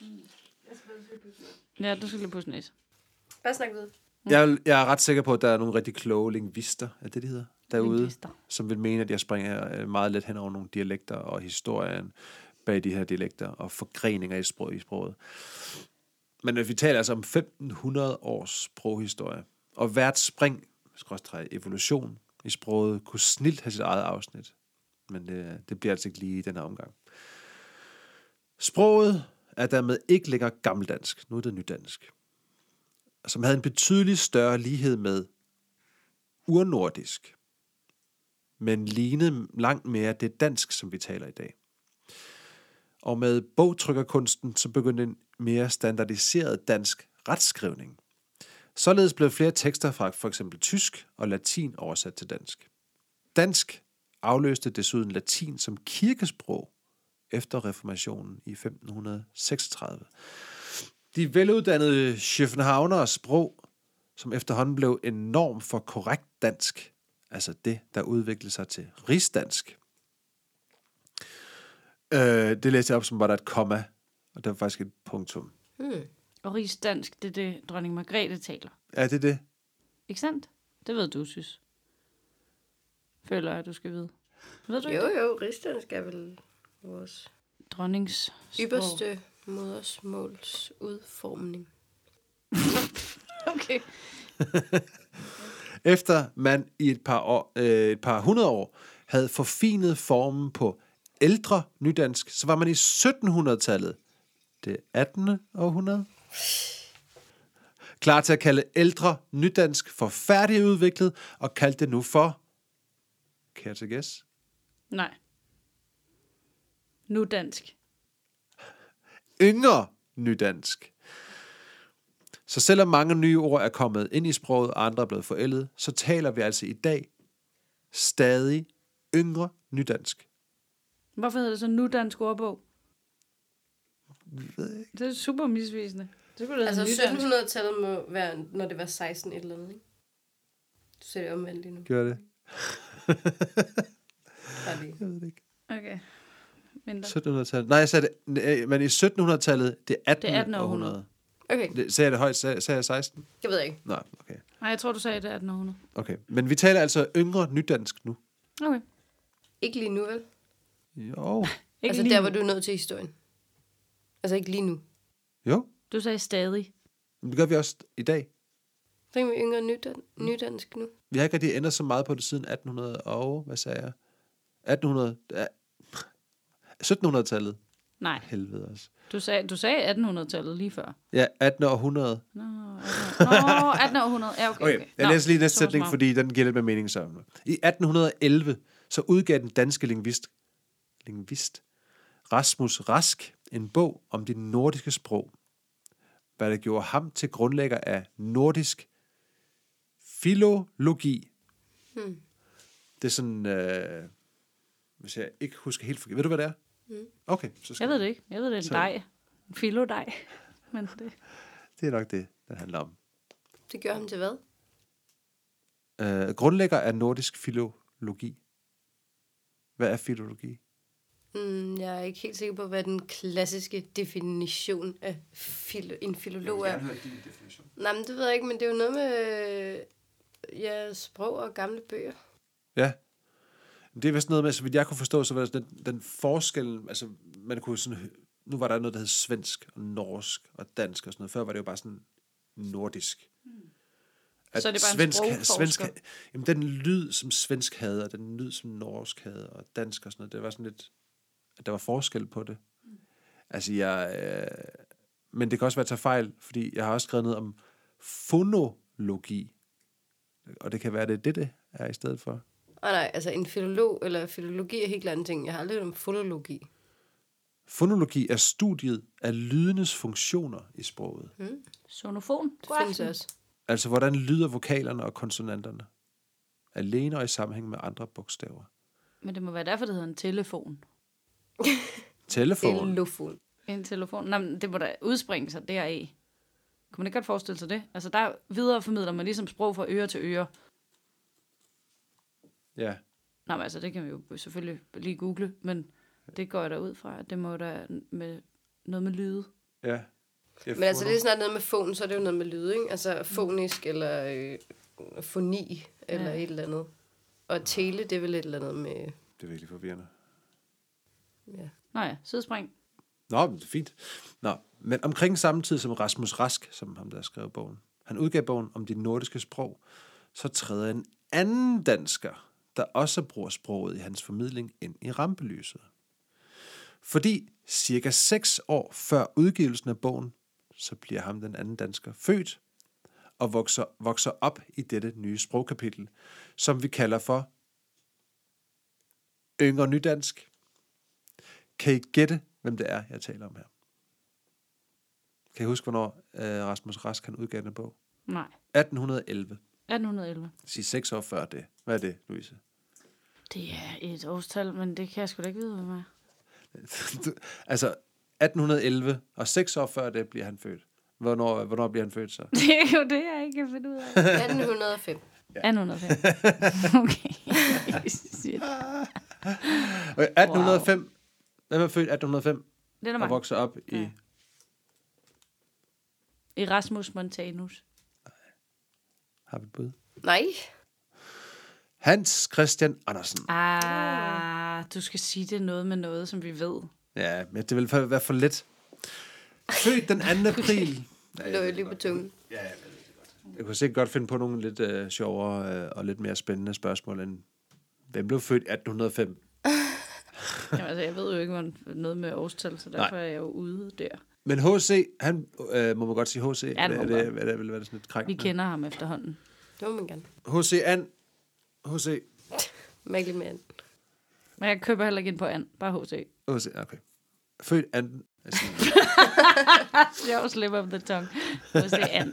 Ja, du skal lige pusse næse. Bare snak videre. Jeg, jeg er ret sikker på, at der er nogle rigtig kloge lingvister, er det, de hedder, derude, Lingvister. som vil mene, at jeg springer øh, meget let hen over nogle dialekter og historien bag de her dialekter og forgreninger i, sprog, i sproget. Men vi taler altså om femten hundrede års sproghistorie, og hvert spring, skråstreg evolution i sproget, kunne snilt have sit eget afsnit. Men det, det bliver altså ikke lige i den her omgang. Sproget er dermed ikke længere gammeldansk, nu er det nydansk, som havde en betydelig større lighed med urnordisk, men lignede langt mere det dansk, som vi taler i dag. Og med bogtrykkerkunsten, så begyndte en mere standardiseret dansk retskrivning. Således blev flere tekster fra for eksempel tysk og latin oversat til dansk. Dansk afløste desuden latin som kirkesprog efter reformationen i femten seksogtredive. De veluddannede Københavneres sprog, som efterhånden blev en norm for korrekt dansk, altså det, der udviklede sig til rigsdansk. Øh, det læste jeg op, som var der et komma, og der var faktisk et punktum. Hmm. Og rigsdansk, det er det, dronning Margrethe taler. Er det det? Ikke sandt? Det ved du, synes. Føler jeg, du skal vide. Ved du ikke? Jo, jo, rigsdansk er vel vores Dronnings sprog. ypperste modersmåls udformning. Okay. Efter man i et par, år, øh, et par hundrede år havde forfinet formen på ældre nydansk, så var man i syttenhundredetallet, det attende århundrede, klar til at kalde ældre nydansk for færdigudviklet, og kaldte det nu for, care to guess, Nej. Nu dansk. yngre nydansk. Så selvom mange nye ord er kommet ind i sproget, og andre er blevet forældet, så taler vi altså i dag stadig yngre nydansk. Hvorfor hedder det så nu dansk ordbog? Det er super misvisende. Det skulle da Altså hedde nydansk. syttenhundredetallet må være, når det var seksten et eller andet, ikke? Du ser det omvendt lige nu. Gør det? Bare lige. Jeg ved det ikke. Okay. Mindre. syttenhundredetallet. Nej, jeg sagde det, men i syttenhundredetallet, det attende Det attende århundrede. århundrede. Okay, Det, sagde jeg det højt? Sagde, sagde jeg seksten? det ved jeg ikke. Nej, okay. Nej, jeg tror, du sagde det atten hundrede. Okay, men vi taler altså yngre nydansk nu. Okay. Ikke lige nu, vel? Jo. Ikke Altså lige der, nu. hvor du er nået til historien. Altså ikke lige nu. Jo. Du sagde stadig. Men det gør vi også i dag. Så kan vi yngre nydan- nydansk nu. Vi har ikke rigtig ændret så meget på det siden atten hundrede og... Hvad sagde jeg? atten hundrede... Ja, syttenhundrede-tallet. Nej, Helvede også. du sagde, du sagde attenhundrede-tallet lige før. Ja, attende århundrede. Nå, attende århundrede. Ja, okay. Okay, okay. jeg Nå, læser lige næste så sætning, smart. fordi den giver lidt med mening sammen. I atten elleve så udgav den danske lingvist, lingvist Rasmus Rask en bog om de nordiske sprog, hvad der gjorde ham til grundlægger af nordisk filologi. Hmm. Det er sådan, øh, hvis jeg ikke husker helt forkert. Ved du, hvad det er? Mm. Okay, så skal Jeg ved det ikke. Jeg ved, det er en Så- dej. En filodej. Men det... det er nok det, den handler om. Det gør ham til hvad? Øh, grundlægger af nordisk filologi. Hvad er filologi? Mm, jeg er ikke helt sikker på, hvad den klassiske definition af filo- en filolog er. Nej, men det ved jeg ikke, men det er jo noget med øh, ja, sprog og gamle bøger. Ja. Det er vist noget med, så vidt jeg kunne forstå, så var der den, den forskel, altså man kunne sådan, hø- nu var der noget, der hed svensk og norsk og dansk og sådan noget. Før var det jo bare sådan nordisk. At Så er det bare en sprogforsker? svensk, jamen den lyd, som svensk havde, og den lyd, som norsk havde, og dansk og sådan noget, det var sådan lidt, at der var forskel på det. Mm. Altså jeg, øh, men det kan også være at tage fejl, fordi jeg har også skrevet noget om fonologi, og det kan være, det er det, det er i stedet for. Og nej, altså en filolog eller filologi er helt anden ting. Jeg har aldrig hørt om fonologi. Fonologi er studiet af lydenes funktioner i sproget. Mm. Sonofon. Det findes også. Altså, hvordan lyder vokalerne og konsonanterne? Alene og i sammenhæng med andre bogstaver. Men det må være derfor, det hedder en telefon. Telefon. Telefon. En telefon. Nå, men det må da udspringe sig deraf. Kan man ikke godt forestille sig det? Altså, der videreformidler man ligesom sprog fra øre til øre. Ja. Nå, men altså, det kan vi jo selvfølgelig lige google, men det går jeg da ud fra, at det må da med noget med lyde. Ja. Men altså, det er snart noget med fon, så er det jo noget med lyd, ikke? Altså, fonisk eller øh, foni eller Ja. et eller andet. Og tele, det er vel et eller andet med... Det er virkelig forvirrende. Ja. Nå ja, sidespring. Nå, men det er fint. Nå, men omkring samme tid som Rasmus Rask, som ham der skrev bogen, han udgav bogen om de nordiske sprog, så træder en anden dansker, der også bruger sproget i hans formidling, ind i rampelyset. Fordi cirka seks år før udgivelsen af bogen, så bliver ham den anden dansker født og vokser, vokser op i dette nye sprogkapitel, som vi kalder for Yngre Nydansk. Kan I gætte, hvem det er, jeg taler om her? Kan I huske, hvornår øh, Rasmus Rask han udgav den bog? Nej, atten elleve. atten elleve. Sig seks år før det. Hvad er det, Louise? Det er et årstal, men det kan jeg sgu da ikke vide, hvad med. Altså, atten elleve, og seks år før det bliver han født. Hvornår, hvornår bliver han født så? Det er jo det, jeg ikke kan finde ud af. atten hundrede og fem. atten hundrede og fem. Okay. Shit. Okay, atten fem. Wow. Hvem er født atten hundrede og fem Det er der og mange. vokser op i... Ja. Erasmus Montanus. Har vi et bud? Nej. Hans Christian Andersen. Ah, du skal sige det noget med noget, som vi ved. Ja, men det vil for- være for let. Født den anden april. Det lå jo lige på tungen. Ja, jeg ved det godt. Jeg kunne sikkert godt finde på nogle lidt øh, sjovere øh, og lidt mere spændende spørgsmål end, hvem blev født atten hundrede og fem? Jamen, altså, jeg ved jo ikke hvad- noget med årstal, så derfor Nej. er jeg jo ude der. Men H C, han øh, må man godt sige H C. Ja, det må er man det, godt. er det, vil være sådan lidt Vi krænkende. kender ham efterhånden. Det må man gerne. H C And. H C. Mærkelig mand. Men jeg køber heller ikke ind på and. Bare H C. H C, okay. Født anden. Altså, Jeg slip of the tongue. H C and.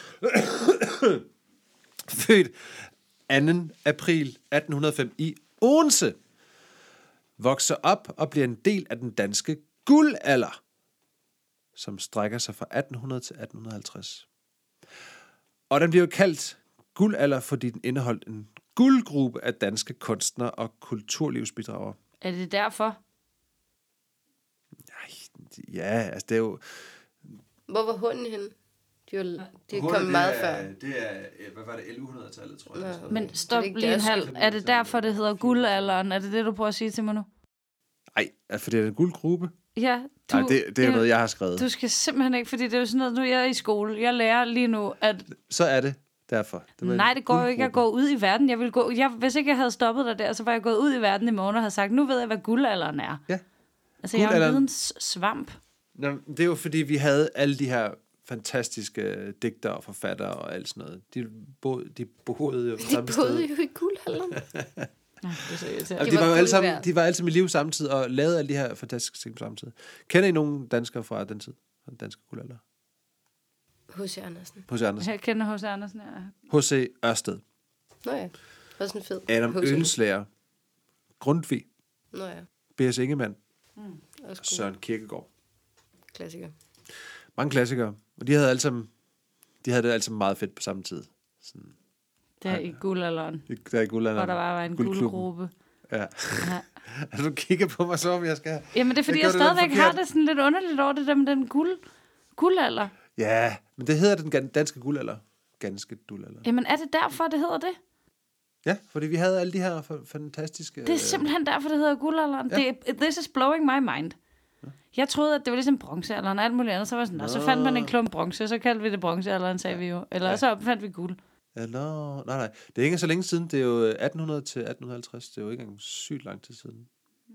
født anden april atten hundrede og fem i Odense. Vokser op og bliver en del af den danske guldalder, som strækker sig fra atten hundrede til atten halvtreds. Og den bliver jo kaldt guldalder, fordi den indeholdt en guldgruppe af danske kunstnere og kulturlivsbidragere. Er det derfor? Ja, altså det er jo... Hvor var hunden henne? De, var, de kom meget før. Det er, hvad var det, elleve hundrede-tallet, tror jeg. Nå. Men stop ikke lige en deres halv. skyld. Er det derfor, det hedder guldalderen? Er det det, du prøver at sige til mig nu? Nej, for det er en guldgruppe. Ja, du, Nej, det, det er jo noget, jeg har skrevet. Du skal simpelthen ikke, fordi det er jo sådan noget, nu er jeg i skole. Jeg lærer lige nu, at... Så er det derfor. Det Nej, det går jo ikke at gå ud i verden. Jeg vil gå, jeg, hvis ikke jeg havde stoppet dig der, så var jeg gået ud i verden i morgen og havde sagt, nu ved jeg, hvad guldalderen er. Ja. Altså, jeg er en videnssvamp. Nå, det er jo fordi, vi havde alle de her fantastiske digtere og forfattere og alt sådan noget. De boede, de boede jo samme sted. De boede jo i guldalderen. Nej, det er så irriterende. Altså, de, var jo alle sammen, de var alle sammen i liv samtidig og lavede alle de her fantastiske ting på samme tid. Kender I nogen danskere fra den tid? Fra den danske guldalder? H C Andersen. H C Andersen. Jeg kender H C Andersen, ja. H C Ørsted. Nå ja, også en fed. Adam Oehlenschläger. Grundtvig. Nå ja. B S Ingemann. Mm. Søren Kierkegaard. Klassiker. Mange klassikere. Og de havde alle sammen, de havde det alle sammen meget fedt på samme tid. Sådan. Der i guldalderen. Der i guldalderen. Hvor der var, var en guldgruppe. Ja. ja. Altså, du kigger på mig så, om jeg skal... Jamen, det er fordi, jeg, jeg stadigvæk har det sådan lidt underligt over det der med den guld, guldalder. Ja, men det hedder den danske guldalder. Ganske guldalder. Jamen, er det derfor, det hedder det? Ja, fordi vi havde alle de her fantastiske... Det er simpelthen derfor, det hedder guldalderen. Ja. Det, this is blowing my mind. Ja. Jeg troede, at det var ligesom bronzealderen og alt muligt andet. Så var sådan, og så fandt man en klump bronze, så kaldte vi det bronzealderen, sagde ja. vi jo. Eller ja. så opfandt vi guld. Ja, no, nej, nej. Det er ikke så længe siden. Det er jo atten hundrede til atten halvtreds. Det er jo ikke engang sygt lang tid siden.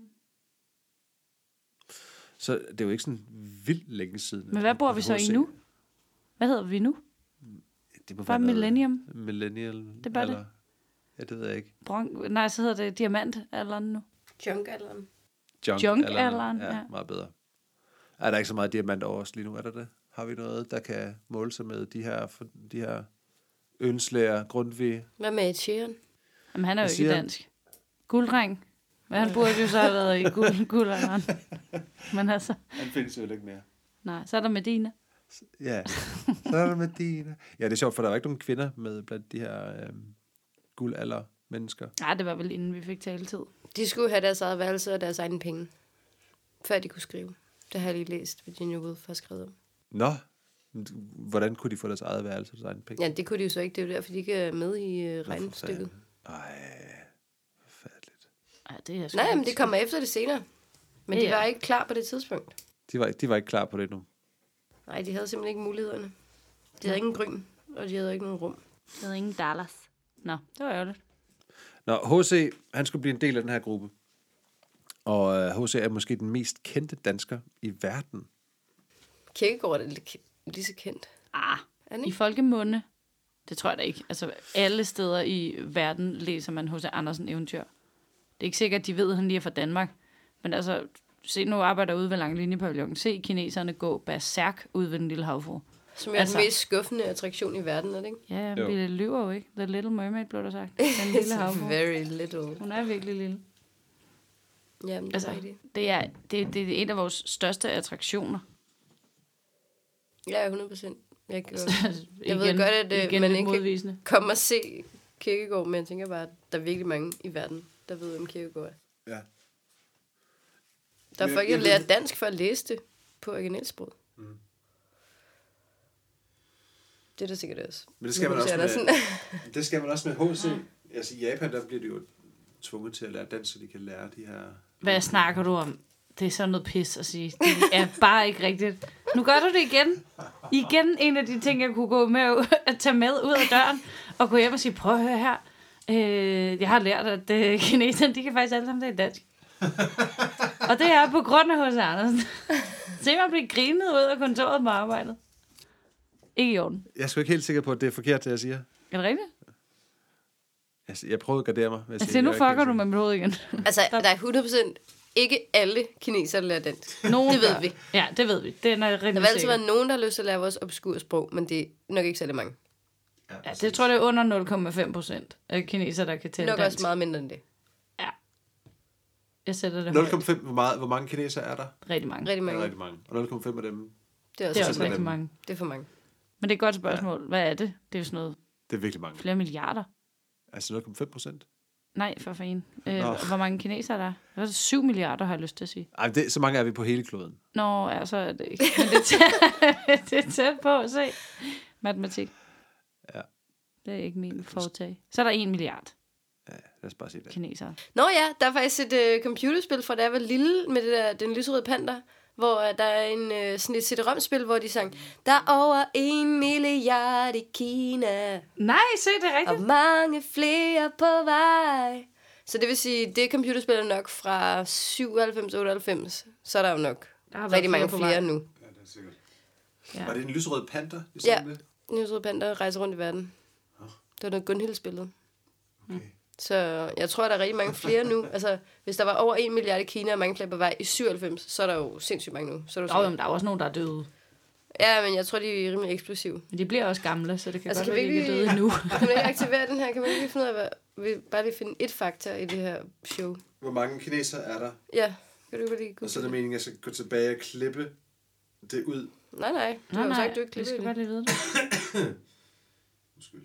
Så det er jo ikke sådan vildt længe siden. Men hvad bor vi så i nu? Hvad hedder vi nu? Det må bare millennium. Millennial. Det er bare eller, det. Ja, det ved jeg ikke. Bron- nej, så hedder det diamantalderen nu. Junkalderen. Junkalderen, ja, ja. Meget bedre. Er der ikke så meget diamant over os lige nu? Er der det? Har vi noget, der kan måle sig med de her, de her Oehlenschläger, Grundtvig? Hvad med Ed Sheeran? Jamen, han er jo ikke dansk. Gulddreng. Men han burde jo så have været i guld, guldalderen. Men altså... Han findes jo ikke mere. Nej, så er der Medina. Ja, så er der Medina. Ja, det er sjovt, for der var ikke nogen kvinder med blandt de her øhm, guldalder mennesker. Nej, det var vel inden vi fik taletid. De skulle have deres eget værelse og deres egne penge, før de kunne skrive. Det har jeg lige læst, Virginia Woolf har skrevet om. Nå, hvordan kunne de få deres eget værelse og deres egne penge? Ja, det kunne de jo så ikke. Det er jo derfor, de ikke er med i uh, regnestykket. Ej, forfærdeligt. Ej, det er Nej, men det kommer efter det senere. Men ja, de var ikke klar på det tidspunkt. De var, de var ikke klar på det nu. Nej, de havde simpelthen ikke mulighederne. De havde ingen gryn, og de havde ikke nogen rum. De havde ingen dollars. Nå, det var ærgerligt. Nå, H C, han skulle blive en del af den her gruppe. Og H C er måske den mest kendte dansker i verden. Kierkegaard er lidt lige så kendt. Ah, i folkemunde, det tror jeg da ikke. Altså, alle steder i verden læser man H C Andersen eventyr. Det er ikke sikkert, at de ved, at han lige er fra Danmark. Men altså, se nu arbejder ude ved Langlinjepavillonen. Se kineserne gå berserk ude ved den lille havfru. Som er altså, den mest skuffende attraktion i verden, er det ikke? Ja, ja, vi lyver jo ikke. The Little Mermaid, blev der sagt. Den lille havfru. Very little. Hun er virkelig lille. Jamen, det, altså, er det. Det er, det, det er en af vores største attraktioner. Ja, hundrede procent. Jeg, jeg igen, ved godt, at uh, man ikke modvisende. Kan komme og se Kierkegaard, men jeg tænker bare, at der er virkelig mange i verden, der ved, om Kierkegaard er. Ja. Der er folk, der lærer dansk for at læse det på originalsproget. Mm. Det er der sikkert også. Men det skal man også med, det skal man også med H C. Altså i Japan, der bliver de jo tvunget til at lære dansk, så de kan lære de her... Hvad snakker du om? Det er sådan noget pis at sige. Det er bare ikke rigtigt. Nu gør du det igen. Igen en af de ting, jeg kunne gå med at tage med ud af døren, og gå hjem og sige, prøv at høre her. Øh, jeg har lært, at øh, kineserne, de kan faktisk alle sammen det i dansk. Og det er på grund af H C Andersen. Se mig blive grinet ud af kontoret med arbejdet. Ikke i orden. Jeg er sgu ikke helt sikker på, at det er forkert, det jeg siger. Er det rigtigt? Altså, jeg prøvede at gardere mig. Altså, sige, nu fucker du med mit hoved igen. Altså, der er hundrede procent ikke alle kinesere, der lærer dansk. Nogen, det ved vi. Ja, det ved vi. Det er der vil altid være nogen, der har lyst til at lære vores obskure sprog, men det er nok ikke særlig mange. Ja, ja det tror jeg er under nul komma fem procent af kinesere, der kan tale nok dansk. Nok også meget mindre end det. Ja. Jeg sætter det nul komma fem, hvor, meget, hvor mange kinesere er der? Rigtig mange. Rigtig mange. Ja, rigtig mange. Og nul komma fem af dem... Det er også, det er også rigtig mange. Det er for mange. Men det er et godt spørgsmål. Ja. Hvad er det? Det er jo sådan noget... Det er virkelig mange. Flere milliarder. Altså nul komma fem procent? Nej, for fanden. Øh, hvor mange kinesere der er? Det er syv milliarder, har jeg lyst til at sige. Ej, det, så mange er vi på hele kloden. Nå, ja, så er det ikke. Men det er tæt, det er tæt på at se. Matematik. Ja. Det er ikke min foretag. Så er der en milliard. Ja, lad os bare sige det. Kinesere. Nå ja, der er faktisk et uh, computerspil fra da jeg var lille med det der, den lyserøde panda, hvor der er en, øh, sådan et C D-rom-spil, hvor de sang, der er over en milliard i Kina. Nej, se, det er rigtigt. Og mange flere på vej. Så det vil sige, det computerspil er nok fra syvoghalvfems otteoghalvfems. Så er der jo nok der rigtig mange flere, flere nu. Ja, det er sikkert. Ja. Var det en lysrød panter? Ja, en lysrød panter rejser rundt i verden. Oh. Det var noget Gunhild-spillet. Okay. Så jeg tror, der er rigtig mange flere nu. Altså, hvis der var over en milliard i Kina, og mange flere på vej i syvoghalvfems, så er der jo sindssygt mange nu. Så er der, Jo, jamen, der er også nogen, der er døde. Ja, men jeg tror, de er rimelig eksplosive. Men de bliver også gamle, så det kan altså, godt kan være, vi de ikke er døde endnu. Kan man ikke aktivere den her? Kan man ikke lige finde ud af, hvad... Vi bare lige finde et faktor i det her show. Hvor mange kinesere er der? Ja, kan du ikke lige gå. Og så er det meningen, at jeg skal gå tilbage og klippe det ud. Nej, nej. Du Nej, har jo nej, sagt, du ikke vi klippe skal det. godt lige vide det. Undskyld.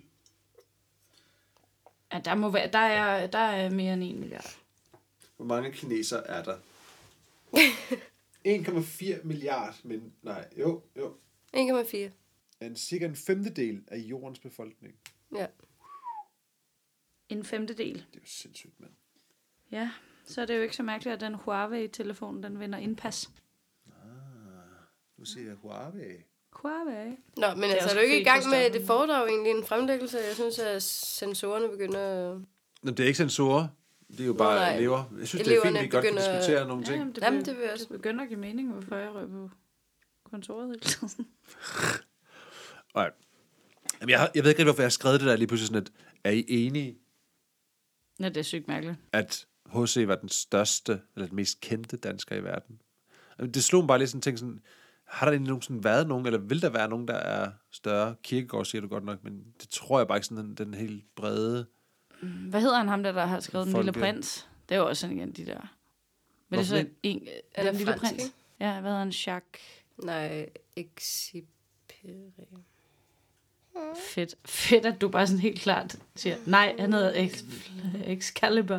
Ja, der, må være, der, er, der er mere end en milliard. Hvor mange kinesere er der? en komma fire milliard, men nej, jo, jo. en komma fire. En cirka en femtedel af jordens befolkning. Ja. En femtedel. Det er jo sindssygt, mand. Ja, så er det jo ikke så mærkeligt, at den Huawei-telefon, den vinder indpas. Ah, nu siger jeg Huawei. Huawei. Nå, men er altså, er også du ikke i fedt gang for med starten. det foredrag egentlig, en fremlæggelse? Jeg synes, at sensorerne begynder at... Nå, det er ikke sensorer. Det er jo bare nej. elever. Jeg synes, Eleverne det er fint, vi godt kan begynder- diskutere nogle Ja, ting. jamen, det, Jamen, be- det vil jeg også. det begynder at give mening, hvorfor jeg røg på kontoret hele tiden. Nej. Jamen, jeg, har- jeg ved ikke rigtig, hvorfor jeg har skrevet det der lige pludselig sådan, at er I enige, Ja, det er sygt mærkeligt. at H C var den største, eller den mest kendte dansker i verden? Jamen, det slog mig bare lidt sådan ting sådan, har der egentlig nogensinde været nogen, eller vil der være nogen, der er større? Kierkegaard siger du godt nok, men det tror jeg bare ikke sådan den, den helt brede. Hvad hedder han ham der, der har skrevet Den Folke. Lille Prins? Det er jo også sådan en af de der. Men det er Hvorfor så en, Er Den det Lille fransk, Prins. ikke? Ja, hvad hedder han? Jacques. Nej, Exupéry. Fedt. Fedt, at du bare sådan helt klart siger, nej, han hedder Ex- Excalibur.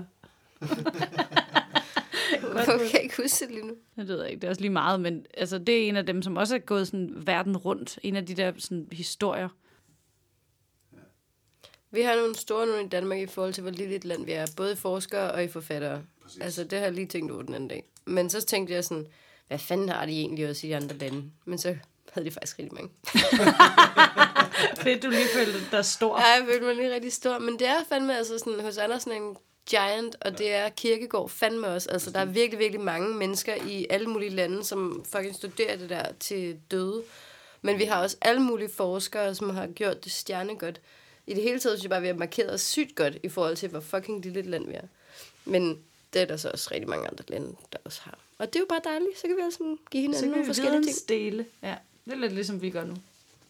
Hvorfor kan jeg ikke huske det lige nu? Det ved jeg ikke, det er også lige meget, men altså, det er en af dem, som også er gået sådan verden rundt. En af de der sådan, historier. Vi har nogle store nogle i Danmark i forhold til, hvor lille et land vi er. Både i forskere og i forfattere. Præcis. Altså, det har jeg lige tænkt over den anden dag. Men så tænkte jeg sådan, hvad fanden har de egentlig også i de andre lande? Men så havde de faktisk rigtig mange. Fedt, du lige følte, der er stor. Ja, jeg følte mig lige rigtig stor. Men det er fandme, altså sådan, hos Andersen er en giant, og det er Kierkegaard fandme også. Altså, der er virkelig, virkelig mange mennesker i alle mulige lande, som fucking studerer det der til døde. Men vi har også alle mulige forskere, som har gjort det stjernegodt. I det hele taget synes jeg bare, vi har markeret os sygt godt i forhold til, hvor fucking lille et land vi er. Men det er der så også rigtig mange andre lande, der også har. Og det er jo bare dejligt. Så kan vi også give hinanden Så kan nogle vi forskellige ting. vidensdele. Ja, det er lidt ligesom vi gør nu.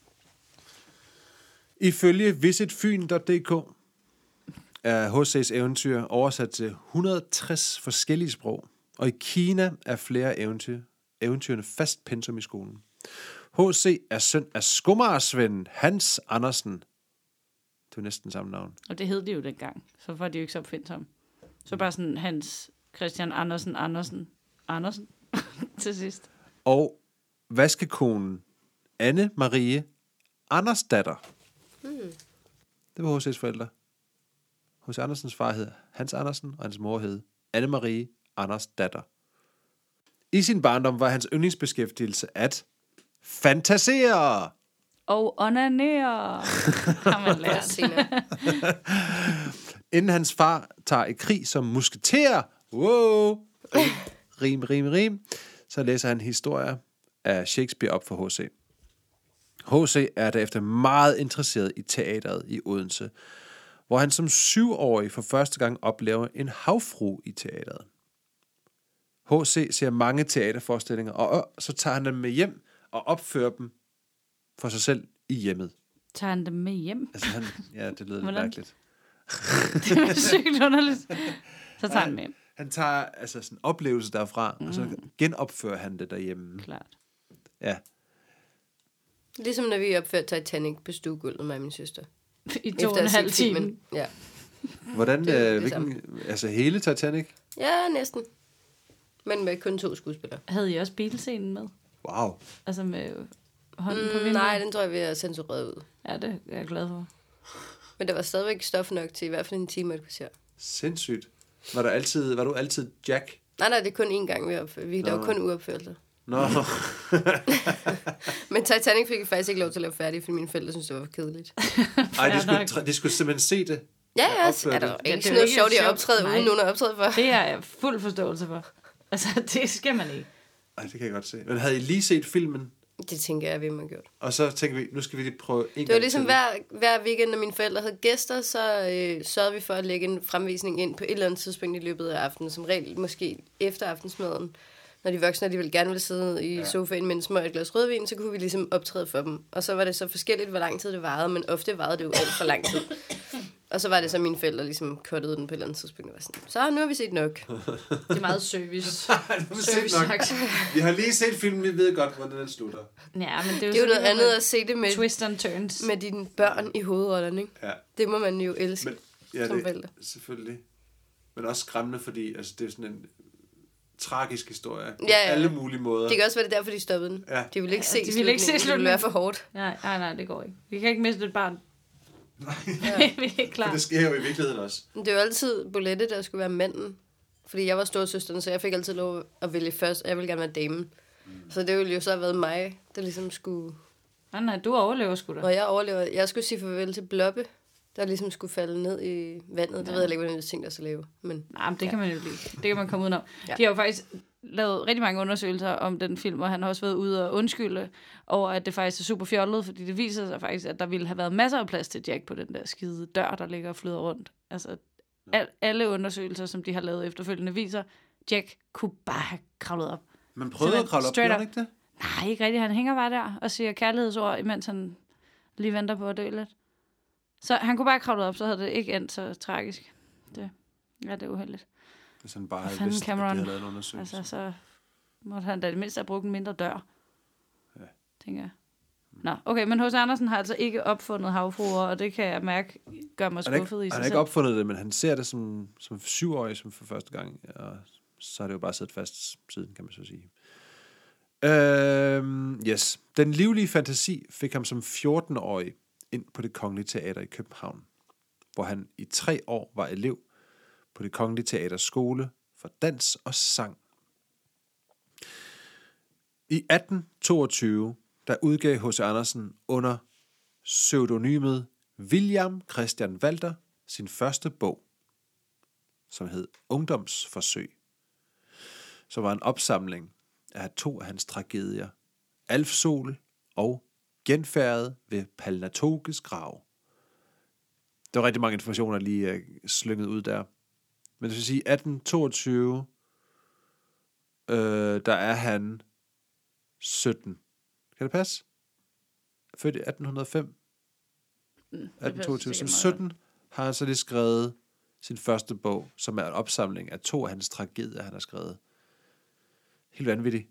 Ifølge visitfyn punktum d k er H C's eventyr oversat til et hundrede og tres forskellige sprog, og i Kina er flere eventyr, eventyrene fast pensum i skolen. H C er søn af skomagersvenden Hans Andersen. Det er næsten samme navn. Og det hed de jo dengang, så var de jo ikke så opfindsomme. Så bare sådan Hans Christian Andersen Andersen Andersen til sidst. Og vaskekonen Anne Marie Andersdatter. Hmm. Det var H C's forældre. H C Andersens far hed Hans Andersen, og hans mor hed Anne Marie Andersdatter. I sin barndom var hans yndlingsbeskæftigelse at fantasere. Og onanere, har man lært. Senere. Inden hans far tager i krig som musketer, wow, rim, rim, rim, så læser han historier af Shakespeare op for H C. H C er derefter meget interesseret i teateret i Odense, hvor han som syvårig for første gang oplever en havfrue i teateret. H C ser mange teaterforestillinger, og så tager han dem med hjem og opfører dem for sig selv i hjemmet. Tager han dem med hjem? Altså han, ja, det lyder lidt Hvordan? mærkeligt. Det er sygt underligt. Så tager han med hjem. Han tager altså sådan en oplevelse derfra, mm. og så genopfører han det derhjemme. Klart. Ja. Ligesom når vi opførte Titanic på stuegulvet med min søster. I to Efter og en at halv se time. filmen. Ja. Hvordan, Det er øh, det hvilken, altså hele Titanic? ja, næsten. Men med kun to skuespillere. Havde I også bilscenen med? Wow. Altså med hånden på Mm, vinduet? nej, den tror jeg, vi har censureret ud. Ja, det er jeg glad for. Men der var stadigvæk stof nok til i hvert fald en time og et kvarter. Sindssygt. Var, der altid, var du altid Jack? Nej, nej, det er kun én gang, vi har opført. Vi laver Nå. kun uopførelser. Nå. Men Titanic fik jeg faktisk ikke lov til at lave færdig, fordi mine forældre synes det var for kedeligt. Ej, de skulle, de skulle simpelthen se det. Ja, ja, er der ikke sådan noget sjovt i at optræde, uden nogen at optræde for? Det har jeg fuld forståelse for. Altså, det skal man ikke. Ej, det kan jeg godt se. Men havde I lige set filmen? Det tænker jeg, vi må have gjort. Og så tænker vi, nu skal vi lige prøve en gang. Det var ligesom hver, hver weekend, når mine forældre havde gæster, så øh, sørgede vi for at lægge en fremvisning ind på et eller andet tidspunkt i løbet af aftenen, som regel måske efter aftensmaden. Når de voksne, de ville gerne ville sidde i ja. sofaen med en smøg et glas rødvin, så kunne vi ligesom optræde for dem. Og så var det så forskelligt, hvor lang tid det varede, men ofte varede det jo alt for lang tid. Og så var det så, mine forældre ligesom cuttede den på et eller andet tidspunkt. Og var sådan, så nu har vi set nok. Det er meget service. service nok. Vi har lige set filmen, vi ved godt, hvordan den slutter. Ja, men det er jo, det er jo noget andet at se det med, twist and turns. med dine børn i hovedrollerne, ikke? Ja. Det må man jo elske men, ja, som det, forældre. Selvfølgelig. Men også skræmmende, fordi altså, det er sådan en tragisk historie. På ja, ja. alle mulige måder. Det kan også være det derfor, de stoppede den. Ja. De ville ikke se ja, de ville ikke se slutningen. Det ville være for hårdt. Nej, nej, nej, det går ikke. Vi kan ikke miste et barn. Nej, ja. Vi er klar. For det sker jo i virkeligheden også. Det er jo altid Bolette, der skulle være manden. Fordi jeg var storsøsteren, så jeg fik altid lov at vælge først, og jeg ville gerne være damen. Mm. Så det ville jo så have været mig, der ligesom skulle... Nej, nej, du overlever sgu da. Og jeg overlever. Jeg skulle sige farvel til Bloppe, der ligesom skulle falde ned i vandet. Ja. Det ved jeg ikke, hvordan jeg tænkte os at lave. Men, nej, men det ja. kan man jo lide. Det kan man komme udenom. Ja. De har jo faktisk lavet rigtig mange undersøgelser om den film, og han har også været ude og undskylde over, at det faktisk er super fjollet, fordi det viser sig faktisk, at der ville have været masser af plads til Jack på den der skide dør, der ligger og flyder rundt. Altså, al- alle undersøgelser, som de har lavet efterfølgende, viser, Jack kunne bare have kravlet op. Man prøvede at kravle op, gjorde han ikke det? Nej, ikke rigtigt. Han hænger bare der og siger kærlighedsord, imens han lige venter på at dø lidt. Så han kunne bare kravle op, så havde det ikke endt så tragisk. Det, ja, det er uheldigt. Hvis han bare havde vidst, Cameron, at de havde lavet en undersøgelse. Altså, så måtte han da det mindste have brugt en mindre dør. Ja. Tænker jeg. Nå, okay, men H C. Andersen har altså ikke opfundet havfruer, og det kan jeg mærke, gør mig skuffet i sig selv. Han har ikke opfundet det, men han ser det som, som syvårig som for første gang, og så har det jo bare siddet fast siden, kan man så sige. Øhm, yes. Den livlige fantasi fik ham som fjorten-årig ind på Det Kongelige Teater i København, hvor han i tre år var elev på Det Kongelige Teaters skole for dans og sang. I atten toogtyve, der udgav H C. Andersen under pseudonymet William Christian Walter sin første bog, som hed Ungdomsforsøg, som var en opsamling af to af hans tragedier, Alfsol og Genfærdet ved Palnatoges grav. Der var rigtig mange informationer lige uh, slynget ud der. Men det vil sige, atten toogtyve, øh, der er han sytten. Kan det passe? Født i atten hundrede og fem. Mm, atten toogtyve. Som sytten har han så lige skrevet sin første bog, som er en opsamling af to af hans tragedier, han har skrevet. Helt vanvittigt.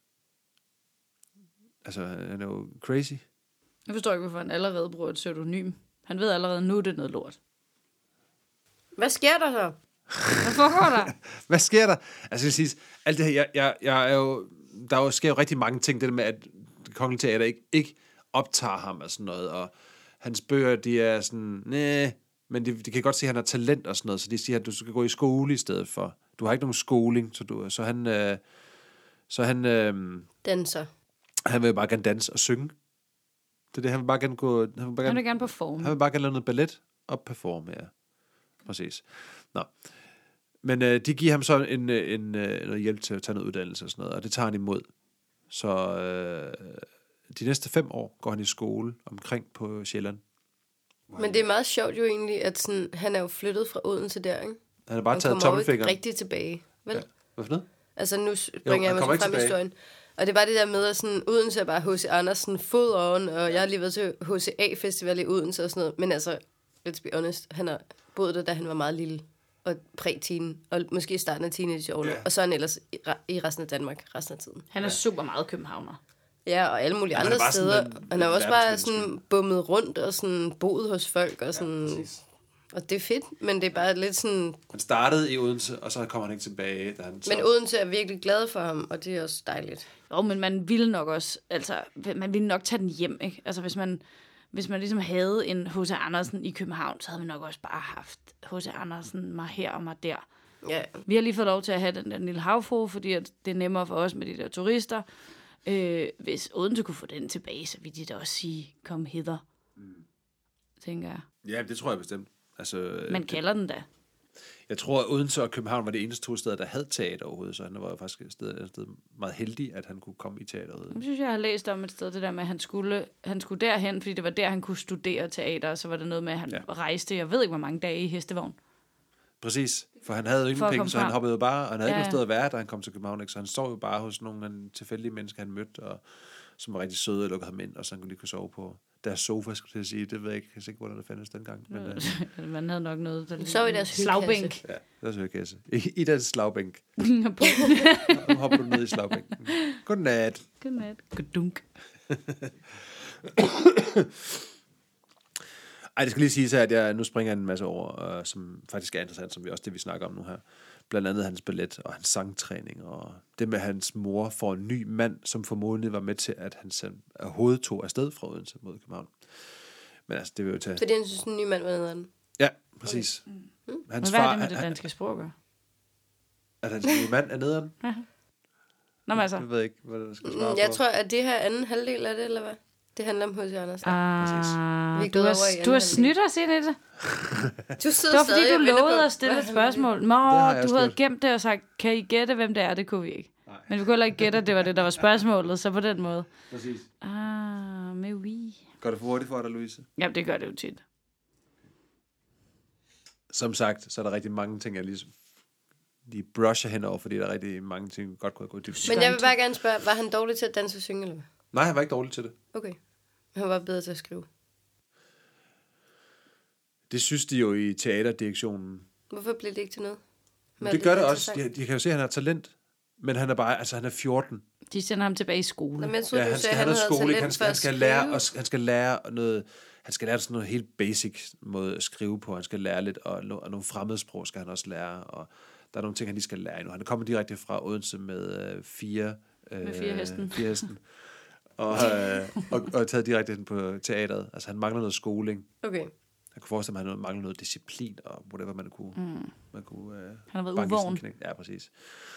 Altså, han er jo crazy. Jeg forstår ikke, hvorfor han allerede bruger et pseudonym. Han ved allerede, nu det er noget lort. Hvad sker der så? Hvad foregår der? Hvad sker der? Altså, jeg sige, alt det her, jeg, jeg, jeg er jo, der jo, sker jo rigtig mange ting, det der med, at Det Kongelige Teater ikke, ikke optager ham og sådan noget, og hans bøger, de er sådan, næh, men de, de kan godt se, at han har talent og sådan noget, så de siger, at du skal gå i skole i stedet for. Du har ikke nogen skoling, så, du, så han, øh, så han, øh, danser. Han vil bare gerne danse og synge. Det er det, han vil bare gerne gå, han vil bare gerne, han vil gerne performe. Han vil bare gerne lave noget ballet og performe, ja. Præcis. Nå. Men øh, de giver ham så en, en, en, noget hjælp til at tage noget uddannelse og sådan noget, og det tager han imod. Så øh, de næste fem år går han i skole omkring på Sjælland. Men det er meget sjovt jo egentlig, at sådan, han er jo flyttet fra Odense der, ikke? Han har bare han taget tommelfingeren. Han kommer jo ikke rigtig tilbage, vel? Ja. Hvorfor noget? Altså nu springer jo, jeg mig frem i historien. Og det var det der med, at sådan, Odense er bare H C. Andersen fod oven, og jeg har lige været til H C A-festival i Odense og sådan noget. Men altså, let's be honest, han har boet der, da han var meget lille, og præ-teen, og måske i starten af teenageårene, yeah. og så er han ellers i, i resten af Danmark, resten af tiden. Han er super meget københavner. Ja, og alle mulige andre steder. Han har også bare sådan bummet rundt og sådan boet hos folk, og sådan... Ja, og det er fedt, men det er bare lidt sådan... Han startede i Odense, og så kommer han ikke tilbage. Da han så... Men Odense er virkelig glad for ham, og det er også dejligt. Jo, men man ville nok også... Altså, man ville nok tage den hjem, ikke? Altså, hvis man, hvis man ligesom havde en H C. Andersen i København, så havde vi nok også bare haft H C. Andersen mig her og mig der. Ja. Vi har lige fået lov til at have den der lille havfru, fordi at det er nemmere for os med de der turister. Øh, hvis Odense kunne få den tilbage, så ville de da også sige, kom hither, mm. tænker jeg. Ja, det tror jeg bestemt. Altså, Man kalder den da. Jeg tror, at Odense og København var det eneste to steder, der havde teater overhovedet, så han var jo faktisk et sted, et sted meget heldig, at han kunne komme i teateret. Jeg synes, jeg har læst om et sted, det der med, at han skulle, han skulle derhen, fordi det var der, han kunne studere teater, og så var det noget med, at han ja. rejste, jeg ved ikke, hvor mange dage i hestevogn. Præcis, for han havde jo ingen penge, så han hoppede jo bare, og han havde ja. ikke noget sted at være, da han kom til København, ikke? Så han sov jo bare hos nogle tilfældige mennesker, han mødte, og som var rigtig søde og lukkede ham ind, og så han kunne lige kunne sove på deres sofa, skulle jeg sige. Det ved jeg ikke, jeg kan ikke, hvordan det fandtes dengang. Men, uh... Man havde nok noget, der så i deres slagbænk. Ja, deres hørekasse. I, i deres slagbænk. Nu hopper du ned i slagbænken. Godnat. Godnat. Godunk. Ej, det skal lige sige så, at jeg nu springer en masse over, uh, som faktisk er interessant, som vi også det, vi snakker om nu her. Blandt andet hans ballet og hans sangtræning, og det med, at hans mor får en ny mand, som formodentlig var med til, at han selv overhovedet tog afsted fra Odense mod København. Men altså, det vil jo tage... Fordi han synes, en ny mand var nederen. Ja, præcis. Okay. Mm. Hans Men hvad far, er det med det danske sprog? At hans nye mand er nederen? Nå, men altså... Jeg ved ikke, hvad det skal svare Jeg på. tror, at det her anden halvdel af det, eller hvad? Det handler om H C Andersen. Ah, du har, du har snydt os ind i det. Du det var fordi, du lovede at stille et spørgsmål. Nå, du havde gemt det og sagt, kan I gætte, hvem det er? Det kunne vi ikke. Nej. Men vi kunne heller ikke gætte, at det var det, der var spørgsmålet. Så på den måde. Præcis. Ah, med oui. Går det for hurtigt for dig, Louise? Ja, det gør det jo tit. Som sagt, så er der rigtig mange ting, jeg lige, lige brusher henover, fordi der er rigtig mange ting, vi godt kunne have gået dybt. Men jeg vil bare gerne spørge, var han dårlig til at danse og synge, eller hvad? Nej, han var ikke dårlig til det. Okay. Han var bedre til at skrive. Det synes de jo i teaterdirektionen. Hvorfor blev det ikke til noget? Det, det gør det også. De, de kan jo se, at han har talent. Men han er bare, altså han er fjorten. De sender ham tilbage i skole. Nå, men troede, ja, han skal have noget skole. Han skal, han skal lære, og han skal lære noget. Han skal lære sådan noget helt basic måde at skrive på. Han skal lære lidt, og, og nogle fremmedsprog skal han også lære. Og der er nogle ting, han lige skal lære endnu. Han er kommet direkte fra Odense med øh, fire... Øh, med fire hesten. Fire hesten. og, øh, og, og taget direkte ind på teateret. Altså han mangler noget skoling. Okay. Jeg kunne forestille mig, at han mangler noget disciplin, og whatever man kunne... Mm. Man kunne øh, han har været uvågen. Ja, præcis.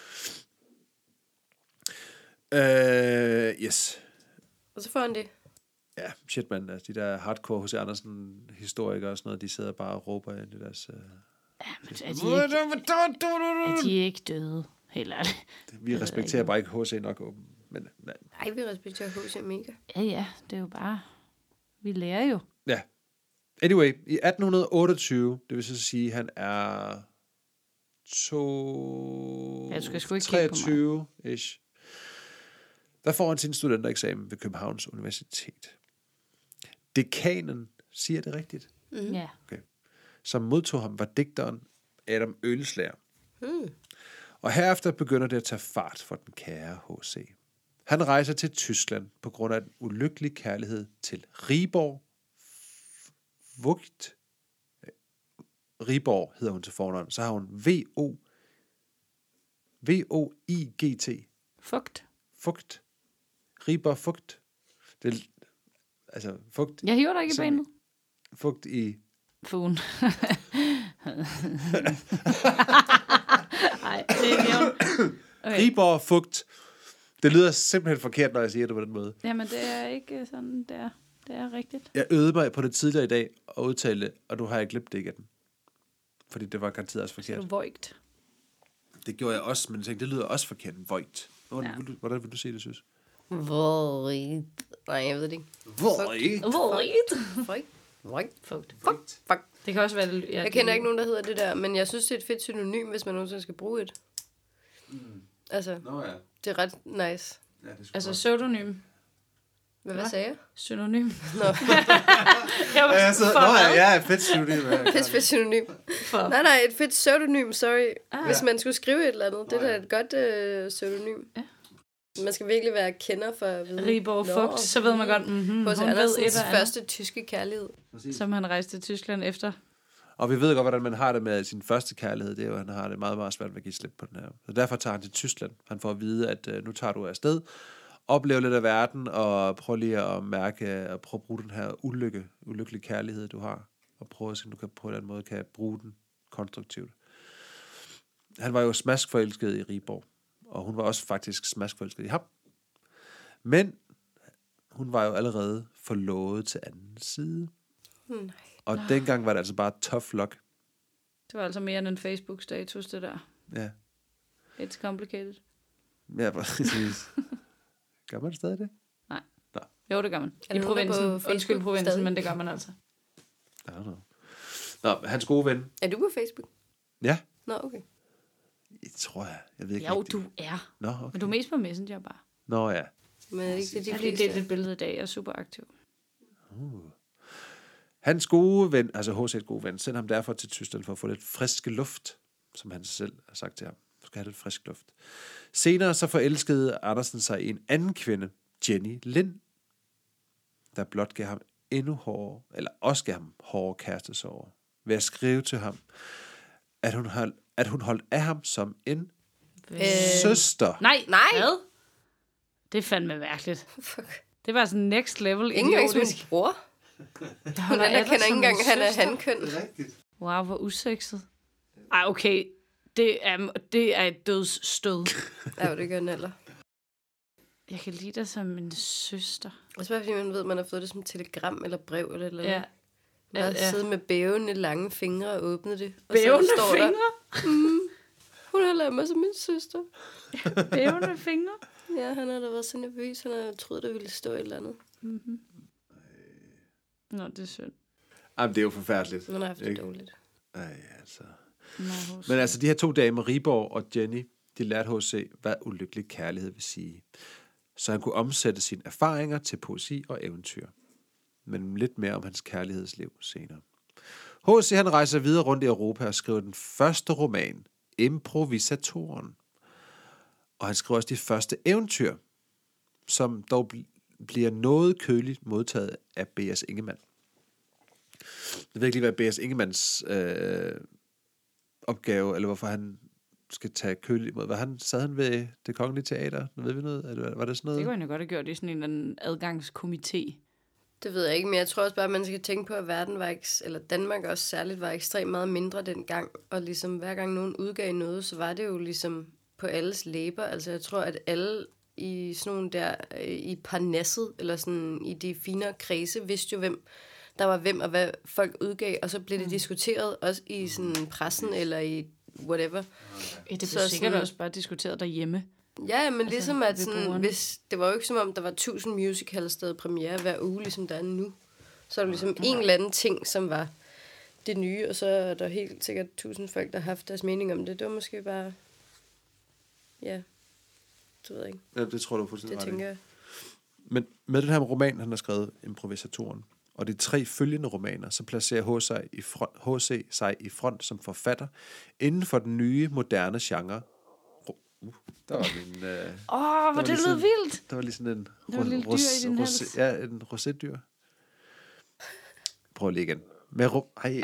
Uh, yes. Og så får han det. Ja, shit man, altså, de der hardcore H C Andersen historikere og sådan noget, de sidder bare og råber ind i deres... Uh, ja, men er de, ikke, er de ikke døde, helt ærligt? Vi respekterer bare ikke H C nok, men... Nej, Ej, vi respekterer H C mega. Ja, ja, det er jo bare... Vi lærer jo. Ja. Anyway, i atten otteogtyve, det vil så sige, at han er... To... Jeg skal sgu ikke treogtyve-ish. Der får han sin studentereksamen ved Københavns Universitet. Dekanen, siger det rigtigt? Mm. Ja. Okay. Som modtog ham var digteren Adam Oehlenschläger. Mm. Og herefter begynder det at tage fart for den kære H C. Han rejser til Tyskland på grund af en ulykkelig kærlighed til Riborg Vogt. Riborg hedder hun til fornavn. Så har hun V O V O I G T. Fugt. Fugt. Riber Fugt. Det er, altså, fugt. Jeg hiver dig ikke i benet. Fugt i... Fugen. Nej, det er nævnt. Okay. Riber Fugt. Det lyder simpelthen forkert, når jeg siger det på den måde. Jamen, det er ikke sådan, det er. Det er rigtigt. Jeg øvede mig på det tidligere i dag og udtale det, og nu har jeg glemt det igen. Fordi det var garanteret også forkert. Så du voigt. Det gjorde jeg også, men jeg tænkte, det lyder også forkert. Voigt. Hvordan, ja. vil, du, hvordan vil du se det, synes? Voigt. Nej, jeg ved det ikke. Voigt. Voigt. Voigt. Voigt. Fugt. Fugt. Fugt. Det kan også være... Det, ja, jeg kender ikke nogen, der hedder det der, men jeg synes, det er et fedt synonym, hvis man nogensinde skal bruge et. Mm. Altså, Nå ja. Det er ret nice. Ja, det altså pseudonym. Hvad, hvad sagde jeg? Synonym. Nå. jeg var så, Nå ja, ja, et fedt synonym. Fedt, fedt synonym. For. Nej, nej, et fedt pseudonym, sorry. Ah. Hvis man skulle skrive et eller andet. Det er da et godt uh, pseudonym. Ja. Man skal virkelig være kender for at vide. Riborg Fugt, så ved man godt, mm-hmm, H C Andersens første tyske kærlighed. Præcis. Som han rejste til Tyskland efter. Og vi ved godt, hvordan man har det med sin første kærlighed. Det er jo, at han har det meget, meget svært ved at give slip på den her. Så derfor tager han til Tyskland. Han får at vide, at uh, nu tager du afsted. Opleve lidt af verden, og prøv lige at mærke, og prøve at bruge den her ulykke, ulykkelige kærlighed, du har. Og prøve at se, om du kan på en eller anden måde kan bruge den konstruktivt. han var jo smaskforelsket i Rigborg, og hun var også faktisk smaskforelsket i ham. Men hun var jo allerede forlovet til anden side. Nej. Og Nej. dengang var det altså bare tough luck. Det var altså mere end en Facebook-status, det der. Ja. It's complicated. Ja, præcis. Gør man stadig det? Nej. Nå. Jo, det gør man. Er I der provinsen. nogen, der på Undskyld provinsen, stadig? men det gør man altså. I don't know. Nå, hans gode ven. Er du på Facebook? Ja. Nå, okay. Jeg tror jeg. Jeg ved ikke Jo, rigtigt. du er. Nå, okay. Men du er mest på Messenger bare. Nå, ja. Men er det ikke det, de Jeg har lige fleste delt et billede i dag. Jeg er super aktiv. Uh. Hans gode ven, altså H C's gode ven, sendte ham derfor til Tyskland for at få lidt friske luft, som han selv har sagt til ham. Du skal have lidt frisk luft. Senere så forelskede Andersen sig i en anden kvinde, Jenny Lind, der blot gav ham endnu hårdere, eller også gav ham hårde kærestesorger, ved at skrive til ham, at hun, hold, at hun holdt af ham som en Øh. søster. Nej, Nej. Hvad? Det er fandme mærkeligt. Fuck. Det var sådan next level Ingen gang som min idiotisk. bror. Jeg Hun holder af dig anerkender som ikke engang, en at han er søster. hankøn. Rigtigt. Wow, hvor usekset. Ej, okay. Det er, det er et dødsstød. Ja, det gør Naller. Jeg kan lide dig som en søster. Og så bare fordi man ved, at man har fået det som telegram eller brev eller eller Ja. Man har Ja. siddet med bævende lange fingre og åbnet det. Og Bævende så står fingre? Der, mm, hun har lavet mig som min søster. Bævende fingre? Ja, han har da været så nervøs. Han har troet, der ville stå et eller andet. Mm-hmm. Nå, det er synd. Jamen, det er jo forfærdeligt. Han har haft det Ikke? dårligt. Ej, altså. Nå, Men altså, de her to damer, Rigborg og Jenny, de lærte H C, hvad ulykkelig kærlighed vil sige. Så han kunne omsætte sine erfaringer til poesi og eventyr. Men lidt mere om hans kærlighedsliv senere. H C han rejser videre rundt i Europa og skriver den første roman, Improvisatoren. Og han skriver også de første eventyr, som dog bl- bliver noget køligt modtaget af B S. Ingemann. Jeg ved ikke lige, hvad B S. Ingemanns øh, opgave, eller hvorfor han skal tage køligt imod. Var han, sad han ved Det Kongelige Teater? Nu ved vi noget. Er det, var det sådan noget? Det kunne han jo godt have gjort i sådan en eller anden adgangskomité. Det ved jeg ikke, men jeg tror også bare, at man skal tænke på, at verden var, eks- eller Danmark også særligt, var ekstremt meget mindre dengang. Og ligesom hver gang nogen udgav noget, så var det jo ligesom på alles læber. Altså jeg tror, at alle i sådan nogle der, øh, i parnasset, eller sådan i de finere kredse, vidste jo, hvem der var hvem, og hvad folk udgav. Og så blev det diskuteret også i sådan pressen, eller i whatever. Ja, det Så blev sikkert sådan- også bare diskuteret derhjemme. Ja, men Altså, ligesom at ved sådan, brugerne. hvis, det var jo ikke som om, der var tusind musicals stadig premiere hver uge, ligesom der er nu. Så er der ligesom en eller anden ting, som var det nye, og så er der helt sikkert tusind folk, der har haft deres mening om det. Det var måske bare, ja, det ved jeg ikke. Ja, det tror du fuldstændig Det ret i. tænker jeg. Men med den her roman, han har skrevet, Improvisatoren, og de tre følgende romaner, så placerer H C i front, H C sig i front som forfatter inden for den nye, moderne genre. Uh, der var min... Øh, Åh, oh, var hvor det lige lød sådan- vildt. der var lige sådan en... Der var et lille dyr i din ros- hals. Ja, en rosetdyr. Prøv lige igen. Med ro... Ej.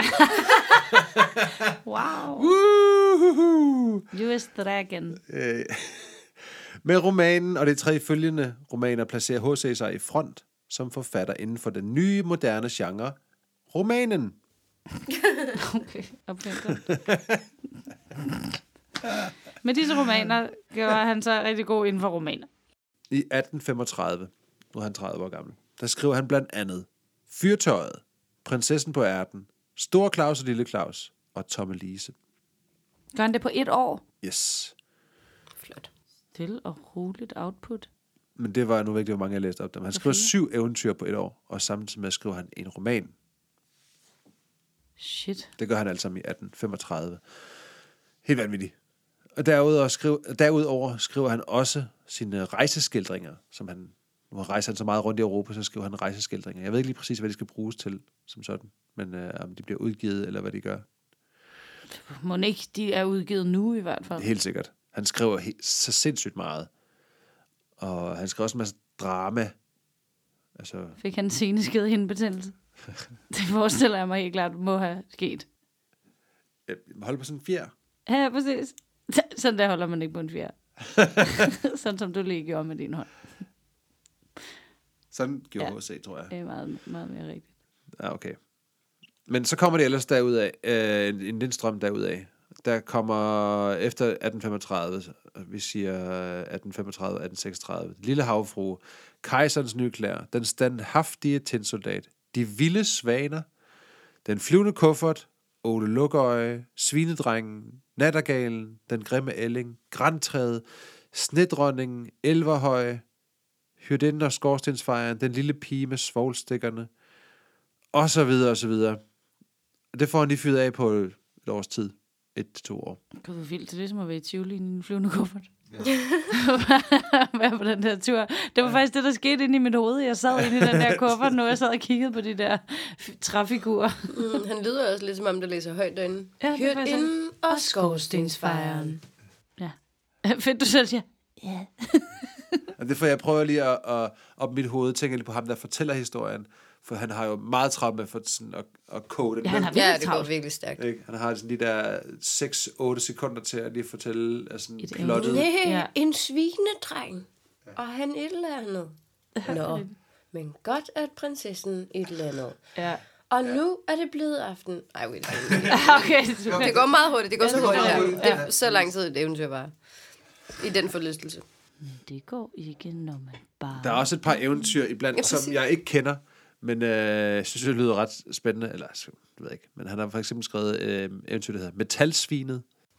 Wow. Woohoo! U S Dragon. Øh, Med romanen og de tre følgende romaner placerer H C sig i front som forfatter inden for den nye, moderne genre, romanen. Okay, opfældet. Med disse romaner gjorde han så rigtig god inden for romaner. I atten femogtredive, nu er han tredive år gammel, der skriver han blandt andet Fyrtøjet, Prinsessen på ærten, Stor Claus og Lille Claus og Tomme Lise. Gør han det på et år? Yes. Flot. Til og roligt output. Men det var nu vigtigt, hvor mange jeg læste op dem. Han skriver syv eventyr på et år, og samtidig med skriver han en roman. Shit. Det gør han altså i atten femogtredive. Helt vanvittigt. Og derudover, skriver, derudover skriver han også sine rejseskildringer, som han, nu rejser han så meget rundt i Europa, så skriver han rejseskildringer. Jeg ved ikke lige præcis, hvad de skal bruges til, som sådan, men øh, om de bliver udgivet, eller hvad de gør. Må ikke, de er udgivet nu i hvert fald. Helt sikkert. Han skriver helt, så sindssygt meget. Og han skriver også en masse drama. Altså, Fik han seneskede hindebetændelse? Det forestiller jeg mig helt klart må have sket. øh, hold på sådan en fjer. Ja, præcis. Sådan der holder man ikke på en fjer. Sådan som du lige gjorde med din hånd. Sådan gjorde Ja. H C, tror jeg. Det er meget, meget mere rigtigt. Ja, okay. Men så kommer det ellers derudad, øh, en lindstrøm derudad. der kommer efter atten femogtredive, vi siger atten femogtredive, atten seksogtredive, Lille havfrue, Kejserens nye klæder, Den standhaftige tinsoldat, De vilde svaner, Den flyvende kuffert, Ole Lukøje, Svinedrengen, Nattergalen, Den grimme ælling, Grantræet, Snedronningen, Elverhøj, Hyrdinden og Skorstensfejren, Den lille pige med svovlstikkerne, og så videre, og så videre. Det får han lige fyret af på et års tid. Et til to år. Det var vildt. Det er ligesom at være i Tivoli i en flyvende kuffert. Ja. Være på den der tur. Det var ja. faktisk det, der skete inde i mit hoved. Jeg sad inde i den der kuffert, når jeg sad og kiggede på de der træfigurer. Mm, han lyder også lidt som om, der læser højt derinde. Ja, Hyrdinden og Skorstensfejren. Ja. Fedt, du selv siger. Ja. Og det får jeg prøver lige at, at op mit hoved tænke lidt på ham, der fortæller historien. For han har jo meget travlt med for sådan at, at kode den. Ja, han har ja, det går virkelig stærkt. Ikke? Han har sådan de der seks otte sekunder til at lige fortælle altså plottet. Nej, ja. en svinedreng. Ja. Og han et eller andet. Nå, men godt at prinsessen et eller andet. Ja. Og nu er det blevet aften. Ej, wait. Okay, det går meget hurtigt. Det går så hurtigt her. Det er så lang tid et eventyr bare. I den forlystelse. Det går ikke, når man bare... Der er også et par eventyr iblandt, ja, som jeg ikke kender. Men øh, jeg synes, det lyder ret spændende. Eller, jeg ved ikke. Men han har for eksempel skrevet øh, eventyr, der hedder Metalsvinet.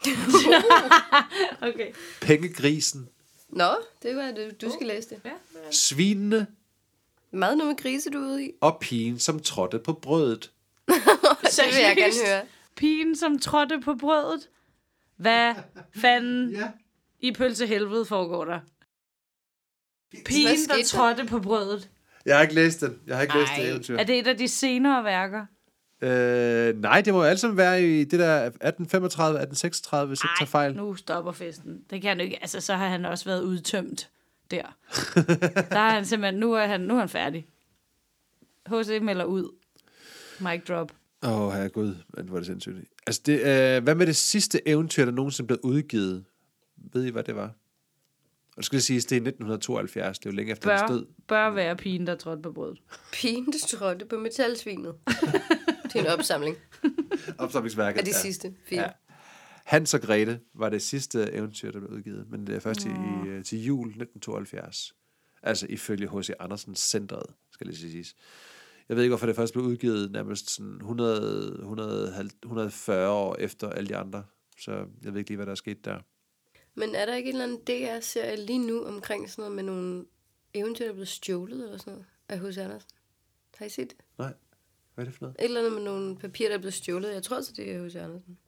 Okay. Pengegrisen. Nå, det var det. Du skal læse det. Ja, ja. Svinene. Meget noget med grise, du er ude i. Og pigen, som trådte på brødet. Det vil jeg gerne høre. Pigen, som trådte på brødet. Hvad fanden ja. i pølsehelvede foregår der? Pigen, der trådte på brødet. Jeg har ikke læst den. Jeg har ikke Ej. læst det eventyr. Er det et af de senere værker? Øh, nej, det må jo alle sammen være i det der atten femogtredive, atten seksogtredive, hvis jeg ikke tager fejl. Nu stopper festen. Det kan han ikke. Altså, så har han også været udtømt der. Der er han simpelthen, nu er han, nu er han færdig. H C melder ud. Mic drop. Åh, oh, herregud, hvor er det sindssygt. Altså, det, øh, hvad med det sidste eventyr, der nogensinde blev udgivet? Ved I, hvad det var? Og det skal sige, det er nitten tooghalvfjerds, det er jo længe efter bør, hans død. Bør være pigen, der trådte på brødet. Pigen, der trådte på metalsvinet. Til en opsamling. Opsamlingsværket, af de ja. sidste fire. Ja. Hans og Grete var det sidste eventyr, der blev udgivet, men det er først mm. i, til jul nitten tooghalvfjerds. Altså ifølge H C Andersens Centret, skal det siges. Jeg ved ikke, hvorfor det først blev udgivet nærmest sådan hundrede, hundrede, hundrede og fyrre år efter alle de andre. Så jeg ved ikke lige, hvad der er sket der. Men er der ikke en eller anden D R-serie lige nu omkring sådan noget med nogle eventyr, der er blevet stjålet eller sådan noget af H C Andersen? Har I set det? Nej. Hvad er det for noget? Et eller andet med nogle papirer, der er blevet stjålet. Jeg tror også, det er H C Andersen.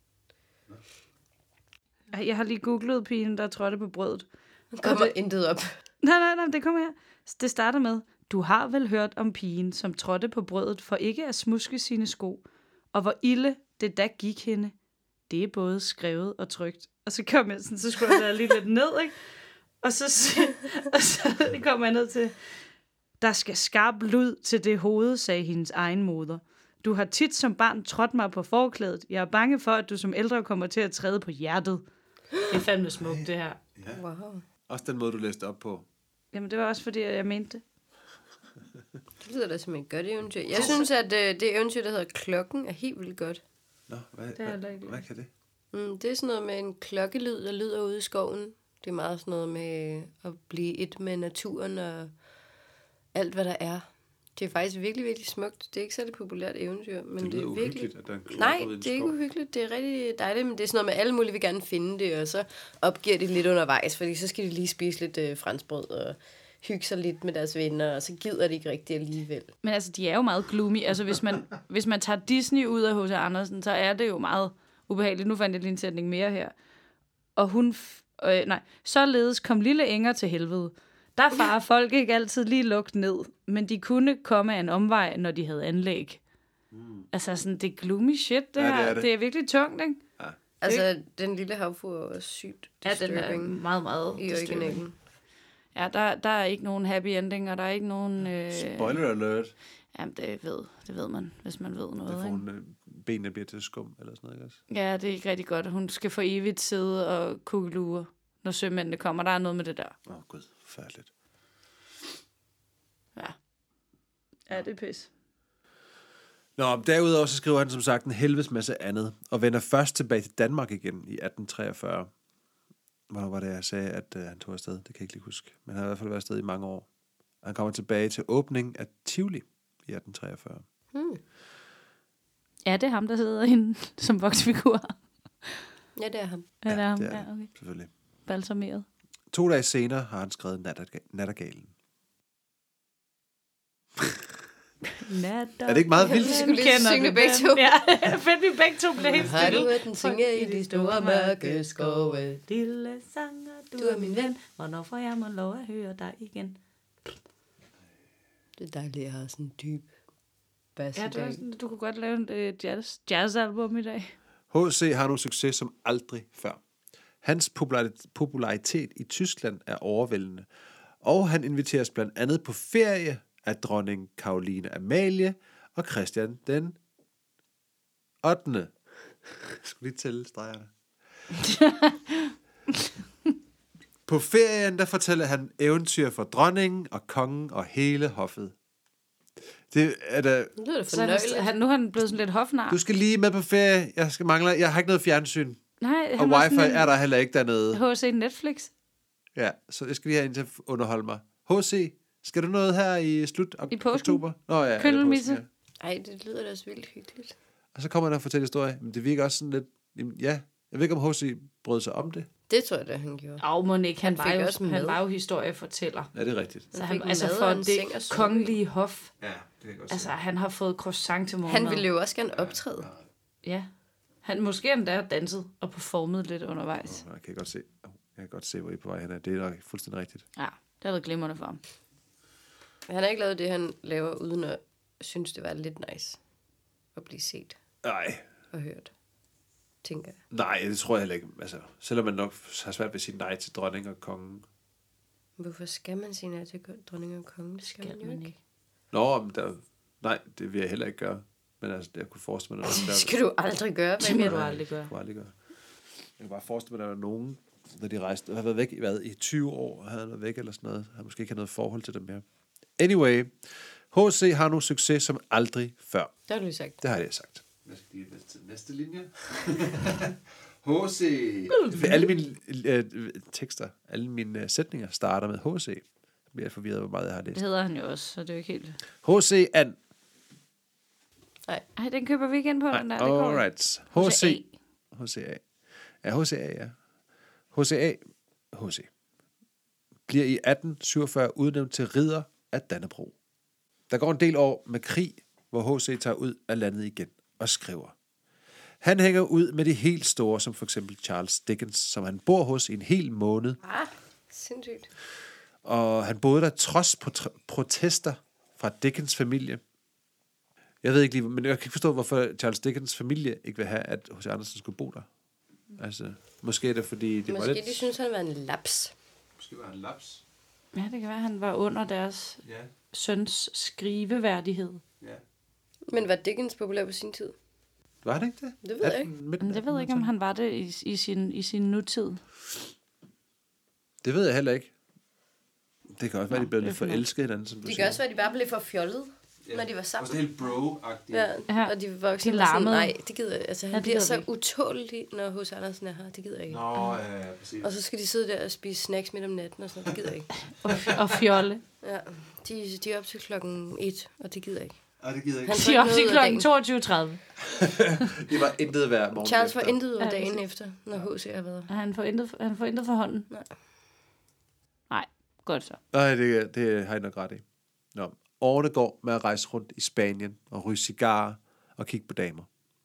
Jeg har lige googlet pigen, der trådte på brødet. Der kommer det... intet op. Nej, nej, nej, det kommer her. Det starter med, du har vel hørt om pigen, som trådte på brødet for ikke at smuske sine sko, og hvor ille det da gik hende. Det er både skrevet og trykt. Og så kom jeg sådan, så skulle jeg lige lidt ned, ikke? Og så, og så kom jeg ned til, der skal skarp lyd til det hoved, sagde hendes egen moder. Du har tit som barn trådt mig på forklædet. Jeg er bange for, at du som ældre kommer til at træde på hjertet. Det er fandme smukt, det her. Ja. Wow. Også den måde, du læste op på. Jamen, det var også, fordi jeg mente det. Det lyder da som et godt eventyr. Jeg synes, at øh, det eventyr, der hedder Klokken, er helt vildt godt. Nå, hvad, det hvad, hvad, hvad kan det? Mm, det er sådan noget med en klokkelyd, der lyder ude i skoven. Det er meget sådan noget med at blive et med naturen og alt, hvad der er. Det er faktisk virkelig, virkelig smukt. Det er ikke særlig populært eventyr, men det, det er virkelig... at der er en klokke Nej, ude i en det er ikke skov. uhyggeligt. Det er rigtig dejligt, men det er sådan noget med, alle mulige vil gerne finde det, og så opgiver de lidt undervejs, fordi så skal de lige spise lidt øh, franskbrød og hygge sig lidt med deres venner, og så gider de ikke rigtigt alligevel. Men altså, de er jo meget gloomy. Altså, hvis man, hvis man tager Disney ud af H C Andersen, så er det jo meget ubehageligt. Nu fandt jeg lige en sætning mere her. Og hun... F- øh, nej. Således kom lille Inger til helvede. Der farer folk ikke altid lige lugt ned, men de kunne komme af en omvej, når de havde anlæg. Mm. Altså, sådan, det er gloomy shit, det ja, her. Det er, det. Det er virkelig tungt, ikke? Ja. Altså, den lille havfru er også sygt disturbing. Ja, den er meget, meget i originalen. Ja, der, der er ikke nogen happy ending, og der er ikke nogen... Øh... Spoiler alert. Jamen, det ved, det ved man, hvis man ved noget. Det får hun, ikke? benene bliver til skum, eller sådan noget, ikke? Ja, det er ikke rigtig godt. Hun skal for evigt sidde og kukkelure, når sømændene kommer. Der er noget med det der. Åh, oh, gud, forfærdeligt. Ja. Ja, det er pis. Nå, derudover så skriver han som sagt en helvedes masse andet, og vender først tilbage til Danmark igen i atten treogfyrre. Hvornår var det, jeg sagde, at uh, han tog afsted? Det kan jeg ikke lige huske. Men han har i hvert fald været afsted i mange år. Han kommer tilbage til åbningen af Tivoli i atten treogfyrre. Hmm. Ja, det er ham, der sidder inde som voksfigur. Ja, det er ham. Ja, det er ham. det er Ja, okay. Selvfølgelig. Balsameret. To dage senere har han skrevet Natter- Nattergalen. Natter. Er det ikke meget vildt? Vi skulle lige synge det begge to. Ja, fedt, vi begge to blev helt Har du stille. hørt den synge i de store mørke skove? Lille sanger, du, Du er min ven. Hvornår får jeg mig lov at høre dig igen? Det er dejligt, at have sådan en dyb bas Ja, i det var dag. sådan, du kunne godt lave et uh, jazz, jazzalbum i dag. H C har nu succes som aldrig før. Hans popularitet, popularitet i Tyskland er overvældende, og han inviteres blandt andet på ferie af dronning Caroline Amalie og Christian den ottende. Jeg skulle lige tælle stregerne. På ferien, der fortæller han eventyr for dronningen og kongen og hele hoffet. Det er da... Det lyder da Så han, fornøjeligt. han, nu er han blevet sådan lidt hofnar. Du skal lige med på ferie. Jeg skal mangle. Jeg har ikke noget fjernsyn. Nej, Og han var wifi sådan er der heller ikke dernede. H C Netflix Ja, så jeg skal lige have en til at underholde mig. H C, skal du noget her i slut ok- I påsken? oktober? Nå ja, Køndelmisse? ja, påsken, ja. Ej, det lyder da også vildt hyggeligt. Og så kommer han og fortæller historie. Men det virker også sådan lidt... jamen, ja, jeg ved ikke, om H C brød sig om det. Det tror jeg da, han gjorde. Af må ikke. Han, Han var fik jo, også han mad. var jo historiefortæller. Ja, det er rigtigt. Så Han han, fik altså mad for og en det seng at sove i. kongelige hof. Ja, det kan jeg godt Altså, han har fået croissant til morgenmad. Han ville jo også gerne optræde. Ja. Han måske endda danset og performet lidt undervejs. Jeg kan godt se, jeg kan godt se, hvor I er på vej hen er. Det er nok fuldstændig rigtigt. Ja, det har været glimrende for ham. Han har ikke lavet det, han laver, uden at synes, det var lidt nice at blive set Nej, og hørt. Tænker jeg. nej, det tror jeg heller ikke. Altså, selvom man nok har svært ved at sige nej til dronning og kongen. Hvorfor skal man sige nej til dronning og konge? Det skal, Skal man jo man ikke. ikke. Nå, men der, nej, det vil jeg heller ikke gøre. Men altså, jeg kunne forestille mig, at der, Det skal du aldrig gøre. Det Hvad vil du mener aldrig gøre. Jeg kunne aldrig gøre. Jeg kan bare forestille mig, at der var nogen, når de rejste, har været væk i, hvad, i tyve år, og havde været væk eller sådan noget, har måske ikke have noget forhold til dem mere. Anyway, H C har nu succes som aldrig før. Det har du lige sagt. Det har jeg sagt. Jeg skal lige til næste linje. H C. Alle mine øh, tekster, alle mine øh, sætninger starter med H C. Så bliver jeg forvirret, hvor meget jeg har Det læst. hedder han jo også, så det er jo ikke helt... H C and. Nej. Ej, den køber vi ikke ind på, den der. Det går ikke. Alright. H C. H C A. Ja, H C A, ja. H C A. H C. Bliver i atten syvogfyrre udnævnt til ridder af Dannebrog. Der går en del år med krig, hvor H C tager ud af landet igen og skriver. Han hænger ud med de helt store, som for eksempel Charles Dickens, som han bor hos i en hel måned. Ah, sindssygt. Og han boede der trods prot- protester fra Dickens familie. Jeg ved ikke lige, men jeg kan ikke forstå, hvorfor Charles Dickens familie ikke vil have, at H C Andersen skulle bo der. Altså, måske er det, fordi det Måske var lidt... de synes, han var en laps. Måske var han laps. Ja, det kan være, at han var under deres Ja, søns skriveværdighed. ja. Men var Dickens populær på sin tid? Var det ikke det? Det ved jeg ikke. Midten Men jeg ved ikke, om han var det i, i, sin, i sin nutid. Det ved jeg heller ikke. Det kan også være, Nå, de blev det er lidt fint. forelskede hinanden, som du Det siger. kan også være, at de bare blev for fjollet, ja. Når de var sammen. Også helt bro-agtigt. Ja, Ja, og de voksne de var sådan, larmede. nej, det gider jeg. Altså, han Ja, ja, det bliver gider så vi ikke. utålelig, når H C Andersen er her. Det gider jeg ikke. Nå, ja, præcis. Og så skal de sidde der og spise snacks midt om natten og sådan noget. Det gider jeg ikke. Og, og fjolle. Ja, de, de er op til klokken et, og det gider jeg ikke. Ej, det gider jeg Han ikke. får De er ikke op til noget ud af klokken dagen. toogtyve tredive. Det var intet værd morgen Charles får efter. intet ud af Ja, dagen præcis. efter, når H C har været. Han får intet, han får intet for hånden. Nej. Nej, godt så. Nej, det, det har jeg nok ret i. Nå. Årene går med at rejse rundt i Spanien og ryge cigarer og kigge på damer.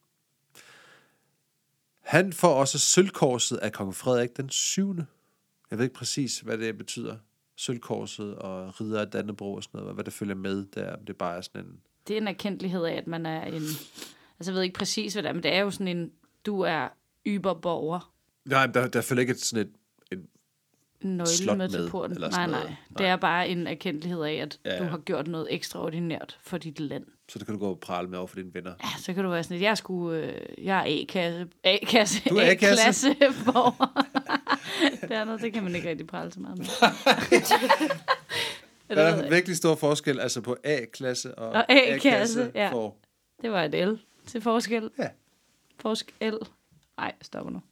Han får også sølvkorset af kong Frederik den syvende. Jeg ved ikke præcis, hvad det betyder. Sølvkorset og ridder af Dannebrog og sådan noget. Hvad det følger med der. Det er bare sådan en... Det er en erkendelighed af, at man er en... Altså, jeg ved ikke præcis, hvad det er, men det er jo sådan en... Du er yberborger. Nej, der, der følger ikke sådan et... En... Nøgle Slot med til med, porten. eller Nej, sådan nej. noget. Det er bare en erkendelighed af, at Ja, du ja. har gjort noget ekstraordinært for dit land. Så det kan du gå og prale med over for dine venner. Ja, så kan du være sådan, at jeg, skulle, øh, jeg er A-kasse, A-kasse, Du er A-kasse? A-klasse-borger. Det er noget, det kan man ikke rigtig prale så meget med. Der er virkelig stor forskel altså på A-klasse og, Og A-kasse, ja. for Det var et L til forskel. Ja. Forskel. Nej, stopper nu.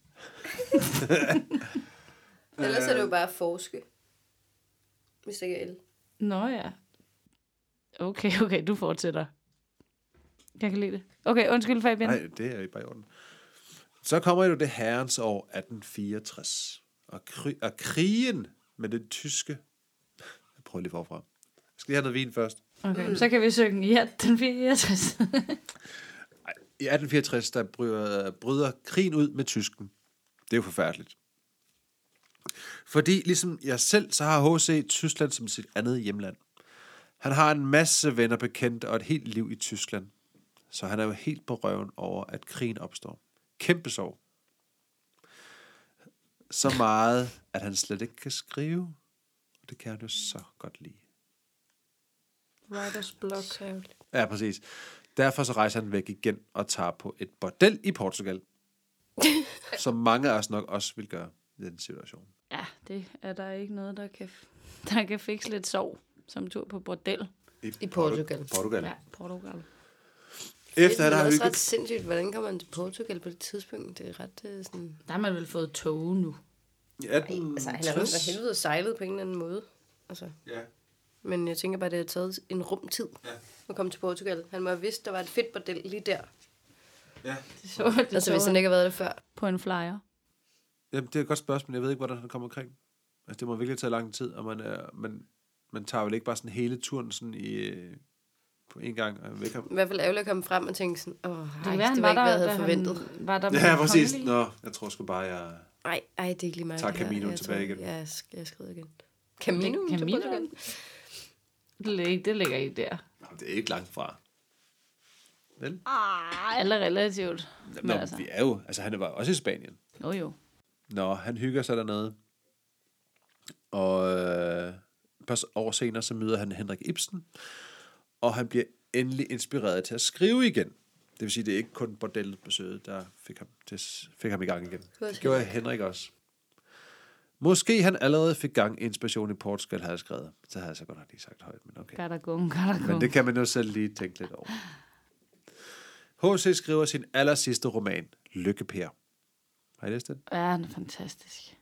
Ellers er det jo bare forske. Hvis det ikke er L. Nå ja. Okay, okay, du fortsætter. Jeg kan lide det. Okay, undskyld Fabian. Nej, det er ikke bare i orden. Så kommer jo det herrens år atten fireogtres. Og, krig, og krigen med den tyske... Jeg prøver lige forfra. Skal jeg have noget vin først? Okay, mm. så kan vi synge i atten fireogtres. I atten fireogtres, der bryder, bryder krigen ud med tysken. Det er jo forfærdeligt. Fordi ligesom jeg selv, så har H C Tyskland som sit andet hjemland. Han har en masse venner bekendte og et helt liv i Tyskland. Så han er jo helt på røven over, at krigen opstår. Kæmpe sorg. Så meget, at han slet ikke kan skrive. Det kan han jo så godt lide. Writer's block. Ja, præcis. Derfor så rejser han væk igen og tager på et bordel i Portugal. Som mange af os nok også vil gøre i den situation. Ja, det er der ikke noget, der kan, der kan fikse lidt sov som tur på bordel. I, I Portugal. Portugal. Ja, Portugal. Efter det han er har også hygget... ret sindssygt. Hvordan kommer man til Portugal på det tidspunkt? Det er ret uh, sådan... Der har man vel fået tog nu. atten Altså, han har jo for helvede sejlet på en eller anden måde. Altså. Ja. Men jeg tænker bare, det har taget en rumtid ja. at komme til Portugal. Han må have vidst, der var et fedt bordel lige der. Ja. Det så, det Altså, så hvis han ikke har været det før. på en flyer. Jamen, det er et godt spørgsmål. Jeg ved ikke, hvordan han kommer omkring. Altså, det må virkelig tage lang tid, og man, er, man, man tager vel ikke bare sådan hele turen sådan i, på en gang. Og væk. I hvert fald ærgerligt at komme frem og tænke sådan, åh, oh, Det, det, være, det han var ikke, der, hvad jeg havde da forventet. Han, var der med Ja, den præcis. kongelige? Nå, jeg tror sgu bare, jeg... Ej, ej, det er ikke lige mig. Tager det her. Caminoen Jeg tilbage tror- igen. Ja, jeg skal jeg skrive igen. Caminoen til Caminoen? Portugal? Det ligger, det ligger ikke der. Nå, det er ikke langt fra. Vel? Ah, eller relativt. Nå, Men altså. vi er jo... Altså, han var også i Spanien. Jo jo. Nå, han hygger sig dernede. Og øh, et par år senere, så møder han Henrik Ibsen. Og han bliver endelig inspireret til at skrive igen. Det vil sige, det er ikke kun bordellet besøget, der fik ham, det fik ham i gang igen. Det gjorde Henrik også. Måske han allerede fik gang i inspiration i Portugal, havde jeg skrevet. Så havde jeg så godt nok lige sagt højt, men okay. Gadagung, gadagung. Men det kan man jo selv lige tænke lidt over. H C skriver sin aller sidste roman, Lykke-Per. Har I læst den? Ja, den er fantastisk.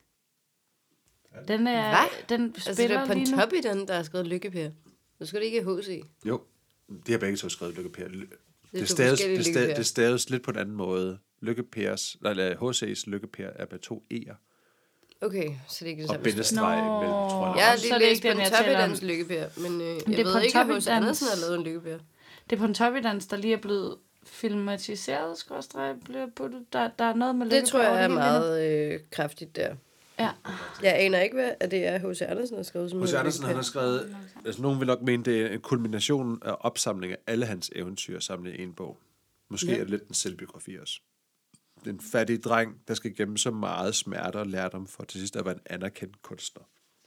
Den er... Hvad? Den Altså, det spiller er lige nu. Pontoppidan, der har skrevet Lykke-Per. Nu skal det ikke H C. Jo, de har begge to skrevet Lykke-Per. Det er Det, to staves, forskellige det, staves, Lykke-Per. det staves lidt på en anden måde. Lykke-Pers, eller H C's Lykke-Per er med to E'er. Okay, så det er ikke det Og samme. bindestreg imellem, tror jeg. Jeg har Så lige er det læst ikke den, jeg taler om. Pontoppidans Lykke-Per, men øh, jeg det er ved ikke, at H C Pontoppidans- Andersen har lavet en Lykke-Per. Det er Pontoppidans, der lige er blevet filmatiseret, skråstreg, bliver puttet. Der, der er noget med Det Lykke tror Per jeg over er det hele meget øh, kraftigt der. nu. Ja. Jeg aner ikke, hvad at det er, H C Andersen har skrevet. Som H C hedder Andersen, han har Lykke-Per. skrevet, altså nogen vil nok mene, det er en kulmination af opsamling af alle hans eventyr samlet i en bog. Måske Ja. er det lidt en selvbiografi også. Den fattige dreng, der skal gemme så meget smerte og lærdom for til sidst at være en anerkendt kunstner.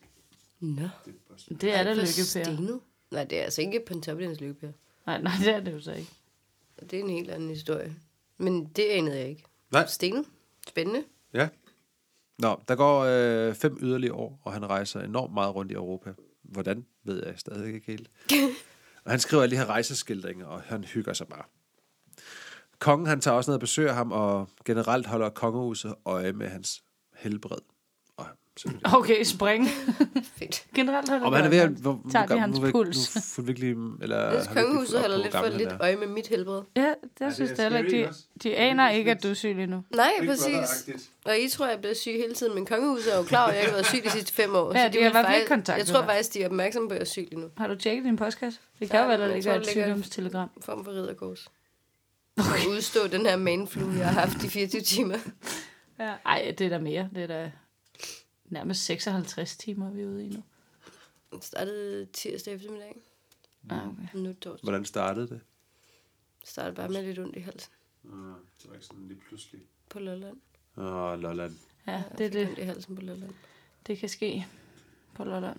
Nå. Det er da Ej, hvor Lykke Per. stenet. Nej, det er altså ikke Pontoppidans Lykke-Per. Nej, nej, det er det jo så ikke. Det er en helt anden historie. Men det anede jeg ikke. Nej. Stenet. Spændende. Ja. Nå, der går øh, fem yderligere år, og han rejser enormt meget rundt i Europa. Hvordan, ved jeg stadig ikke helt. Og han skriver alle de her rejseskildringer, og han hygger sig bare. Kongen, han tager også ned og besøger ham, og generelt holder kongehuset øje med hans helbred. Og selvfølgelig. Okay, spring. Fedt. Generelt har det Om han er ved at... godt. Hvor, hvor, Tager de gammel- hans nu, er vi- puls? Nu fuldt virkelig... Eller, Jeg har vi synes, ikke kongehuset op holder på, lidt hvor for gammel lidt han er. øje med mit helbred. Ja, det det synes er jeg heller ikke. scary De, også. de aner ikke, at du er syg lige nu. Nej, Big præcis. Brother-agtigt. Og I tror, jeg bliver syg hele tiden, men kongehuset er jo klar over, at jeg ikke har været syg de sidste fem år. Ja, så de vil har i hvert fald faktisk- ikke kontakt Jeg med tror dig. faktisk, de er opmærksomme på, at jeg er syg lige nu. Har du tjekket din postkasse? Det kan Nej, jo være, der jeg ligger tror, et der ligger- sygdomstelegram. En form for riddergås. For at udstå den her manflue, jeg har haft i fireogtyve timer. Ja. Ej, det er der mere. Det er der nærmest seksoghalvtreds timer, vi er ude i nu. Det startede tirsdag eftermiddag. Ah, okay. Nu er det torsdag. Hvordan startede det? Det startede bare med lidt ondt i halsen Uh, det var ikke sådan lige pludselig. på Lolland. Åh, oh, Lolland. Ja, Jeg det, er fik det, ondt i halsen på Lolland. det kan ske på Lolland.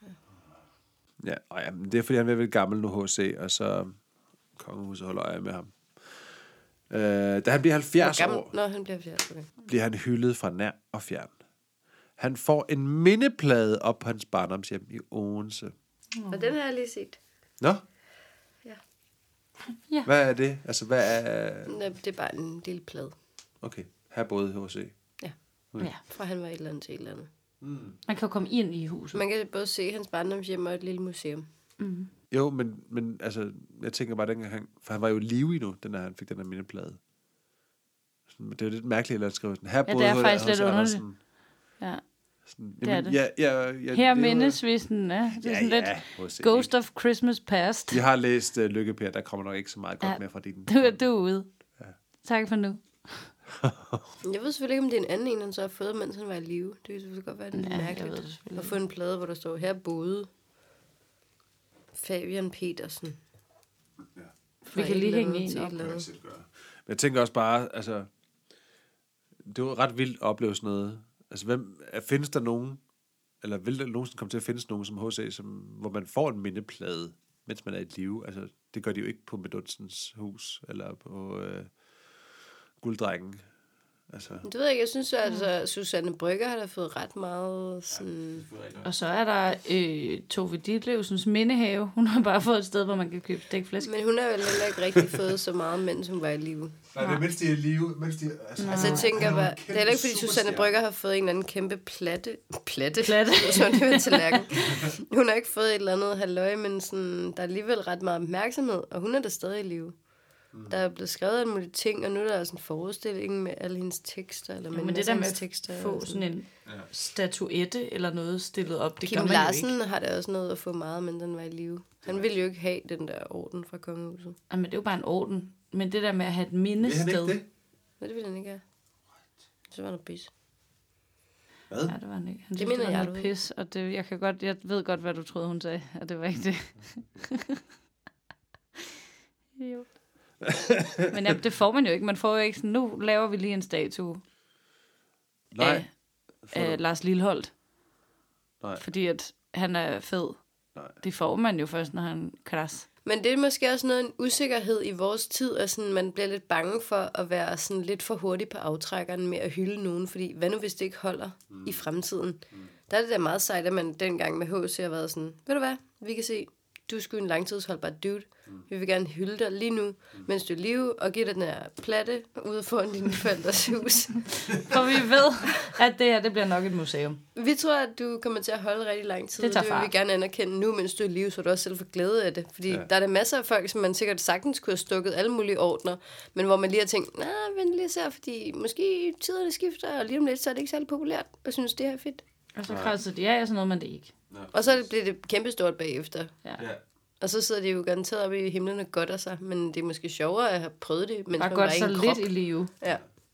Ja, og ja, men det er fordi, han er vel gammel nu, H C, og så kongehuset holder øje med ham. Øh, da han bliver halvfjerds Hvor gammel? år, Nå, han bliver halvfjerds. Okay. bliver han hyldet fra nær og fjern. Han får en mindeplade op på hans barndomshjem i Odense. Og den har jeg lige set. Nå? Ja. Ja. Hvad er det? Altså, hvad er... Det er bare en lille plade. Okay, her boede H C. Ja. Okay. Ja. Fra han var et eller andet til et eller andet. Mm. Man kan jo komme ind i huset. Man kan både se hans barndomshjem og et lille museum. Mm. Jo, men, men altså, jeg tænker bare dengang, han, for han var jo i live endnu, den der, han fik den der mindeplade. Sådan, det er jo lidt mærkeligt at skrive sådan, her Ja, boede det er H C, faktisk lidt og så er der underligt. sådan- Ja. Sådan, Det er jamen, det. Ja, ja, ja, Her det var- mindes vi sådan, ja. Det er Ja, sådan ja, lidt H C. Ghost of Christmas Past. Jeg har læst uh, Lykke Per, der kommer nok ikke så meget godt Ja. med fra din. Du, du er ude. Ja. Tak for nu. Jeg ved selvfølgelig ikke, om det er en anden en, han så har fået, mens han var i live. Det kan selvfølgelig godt være, det er lidt Ja, jeg mærkeligt. ved det selvfølgelig At få en plade, hvor der står, her boede Fabian Petersen. Ja. Fra Vi kan et lige eller hænge andet en til et op. eller Det kan jeg andet. selv gøre. Men jeg tænker også bare, altså, det var ret vildt at opleve sådan noget. Altså, hvem, er, findes der nogen, eller vil der nogensinde komme til at findes nogen som H C, som, hvor man får en mindeplade, mens man er i live? Altså, det gør de jo ikke på Medunsens hus, eller på øh, Gulddrengen. Altså, Det ved jeg ikke. Jeg synes, at altså, Susanne Brygger har da fået ret meget sådan... Og så er der øh, Tove Ditlevsens mindehave. Hun har bare fået et sted, hvor man kan købe stækflæsk. Men hun har vel heller ikke rigtig fået så meget, mens hun var i live. nej, det er mens de er i live, mens de, altså, Altså, jeg tænker, han er hvad, en det er heller ikke, fordi kæmpe Susanne superstjerne. Brygger har fået en eller anden kæmpe platte. Platte? Platte. Så det var tallerken. Hun har ikke fået et eller andet halløj, men sådan, der er alligevel ret meget opmærksomhed, og hun er der stadig i live. Mm. Der er blevet skrevet alle mulige ting, og nu er der altså en forestilling med alle hendes tekster, eller med Men en det masse der med hendes at tekster. få og sådan en Ja. statuette eller noget stillet op, det Kim gør man Larsen jo ikke. har da også noget at få meget, men den var i live. Han ville jo ikke have den der orden fra kongehuset. Jamen, det er jo bare en orden. Men det der med at have et Vil han mindested... ikke det? Nej, det ville han ikke have. Så var noget bis. Hvad? Ja, det var han ikke. Han Det synes, mener det var jeg, noget du ved. pis, og det, jeg, kan godt, jeg ved godt, hvad du troede, hun sagde, og det var ikke det. jo. Men jamen, det får man jo ikke. Man får jo ikke sådan, nu laver vi lige en statue Nej. af, af Lars Lilholt, Nej. fordi at han er fed. Nej. Det får man jo først, når han kras. Men det er måske også noget en usikkerhed i vores tid, at sådan, man bliver lidt bange for at være sådan lidt for hurtig på aftrækkeren med at hylde nogen, fordi hvad nu hvis det ikke holder mm. i fremtiden? Mm. Der er det da meget sejt, at man dengang med H C har været sådan, ved du hvad, vi kan se, du er sgu en langtidsholdbar dude. Mm. Vi vil gerne hylde dig lige nu, mm. mens du er i live, og give dig den her platte ude foran dine forældres hus. For vi ved, at det her, det bliver nok et museum. Vi tror, at du kommer til at holde rigtig lang tid. Det tager det vil fart. vi gerne anerkende nu, mens du er i live, så du også selv får glæde af det. Fordi Ja. ja. der er der masser af folk, som man sikkert sagtens kunne have stukket alle mulige ordner, men hvor man lige har tænkt, nej, vent lige så, fordi måske tiderne skifter, og lige om lidt, så er det ikke særlig populært, og synes, det her er fedt. Og så krasser de af, og sådan noget, men det ikke. Og så bliver det kæmpestort bagefter. Ja. Ja. Og så sidder de jo garanteret oppe i himlen og godter sig, men det er måske sjovere at have prøvet det, mens Bare man godt var i så en lidt krop. i live. Ja.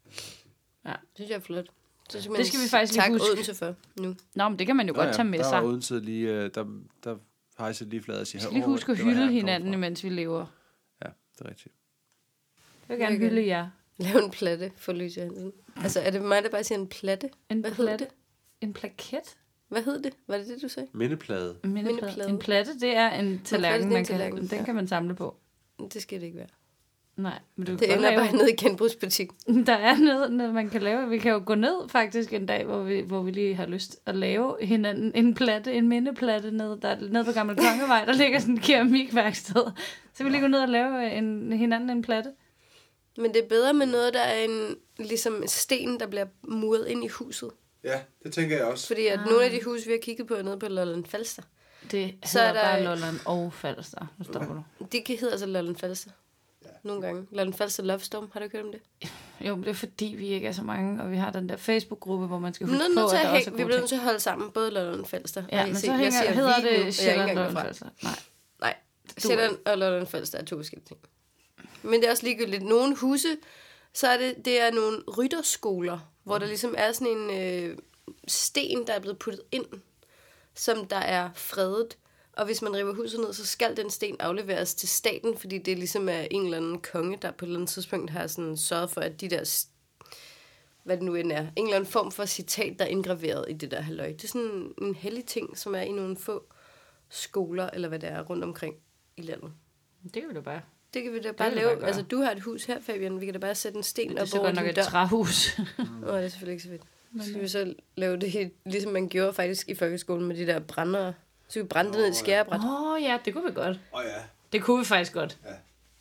Ja. Det synes jeg er flot. Det skal, Det skal vi faktisk lige tak huske. Odense for nu. Nå, men det kan man jo Nå godt ja, tage med der sig. var Odense lige, øh, der, der hejser lige flad og siger, Vi skal lige "Åh, huske at det var her, hylde jeg kom hinanden, fra." imens vi lever. Ja, det er rigtigt. Jeg vil gerne Okay. hylde jer. Lave en platte for Louise Hansen. Altså, er det mig, der bare siger en platte? En Hvad hedder platte. det? En plaket? Hvad hed det? Var det det, du sagde? Mindeplade. En mindeplade. Mindeplade. En platte, det er en tallerken, det er en man kan, tallerken, den ja. kan man samle på. Det skal det ikke være. Nej, men du Det kan godt ender lave... bare ned i genbrugsbutik. Der er noget, noget, man kan lave. Vi kan jo gå ned faktisk en dag, hvor vi, hvor vi lige har lyst at lave hinanden en platte, en mindeplatte ned, der, ned på Gammel Kongevej. Der ligger sådan en keramikværksted. Så vi lige gå ned og lave en, hinanden en platte. Men det er bedre med noget, der er en ligesom sten, der bliver muret ind i huset. Ja, det tænker jeg også. Fordi at Ah. nogle af de huse, vi har kigget på nede på Lolland Falster, Det Så hedder er der- bare Lolland og Falster. Nu stopper du. de hedder altså Lolland Falster. Ja. Nogle gange. Lolland Falster Love Storm, har du hørt om det? Jo, men det er fordi, vi ikke er så mange, og vi har den der Facebook-gruppe, hvor man skal Vi huske er på, nødt til at at der også er hænge, vi gode bliver ting. nødt til at holde sammen, både Lolland Falster. Ja, og men jeg så siger- jeg hænger, siger hedder vi nu, og jeg er det ikke Sjælland engang Lolland derfra. Falster. Nej. Nej, Du- Sjælland og Lolland Falster er to forskellige ting. Men det er også ligegyldigt. Nogle huse, så er det, det er nogle rytterskoler, hvor der ligesom er sådan en øh, sten, der er blevet puttet ind, som der er fredet. Og hvis man river huset ned, så skal den sten afleveres til staten, fordi det ligesom er en eller anden konge, der på et eller andet tidspunkt har sådan sørget for, at de der, s- hvad det nu end er, en eller anden form for citat, der er indgraveret i det der halløj. Det er sådan en hellig ting, som er i nogle få skoler, eller hvad det er, rundt omkring i landet. Det kan vi da bare. Det kan vi da bare kan vi lave. bare gøre. Altså, du har et hus her, Fabian. Vi kan da bare sætte en sten Det er op så over godt nok din et dør. træhus. Åh, det er selvfølgelig ikke så fedt. Så skal vi så lave det helt, ligesom man gjorde faktisk i folkeskolen med de der brændere. Så vi brændte ned i et skærebræt. Åh oh, ja, det kunne vi godt. Åh oh, ja. Det kunne vi faktisk godt. Ja.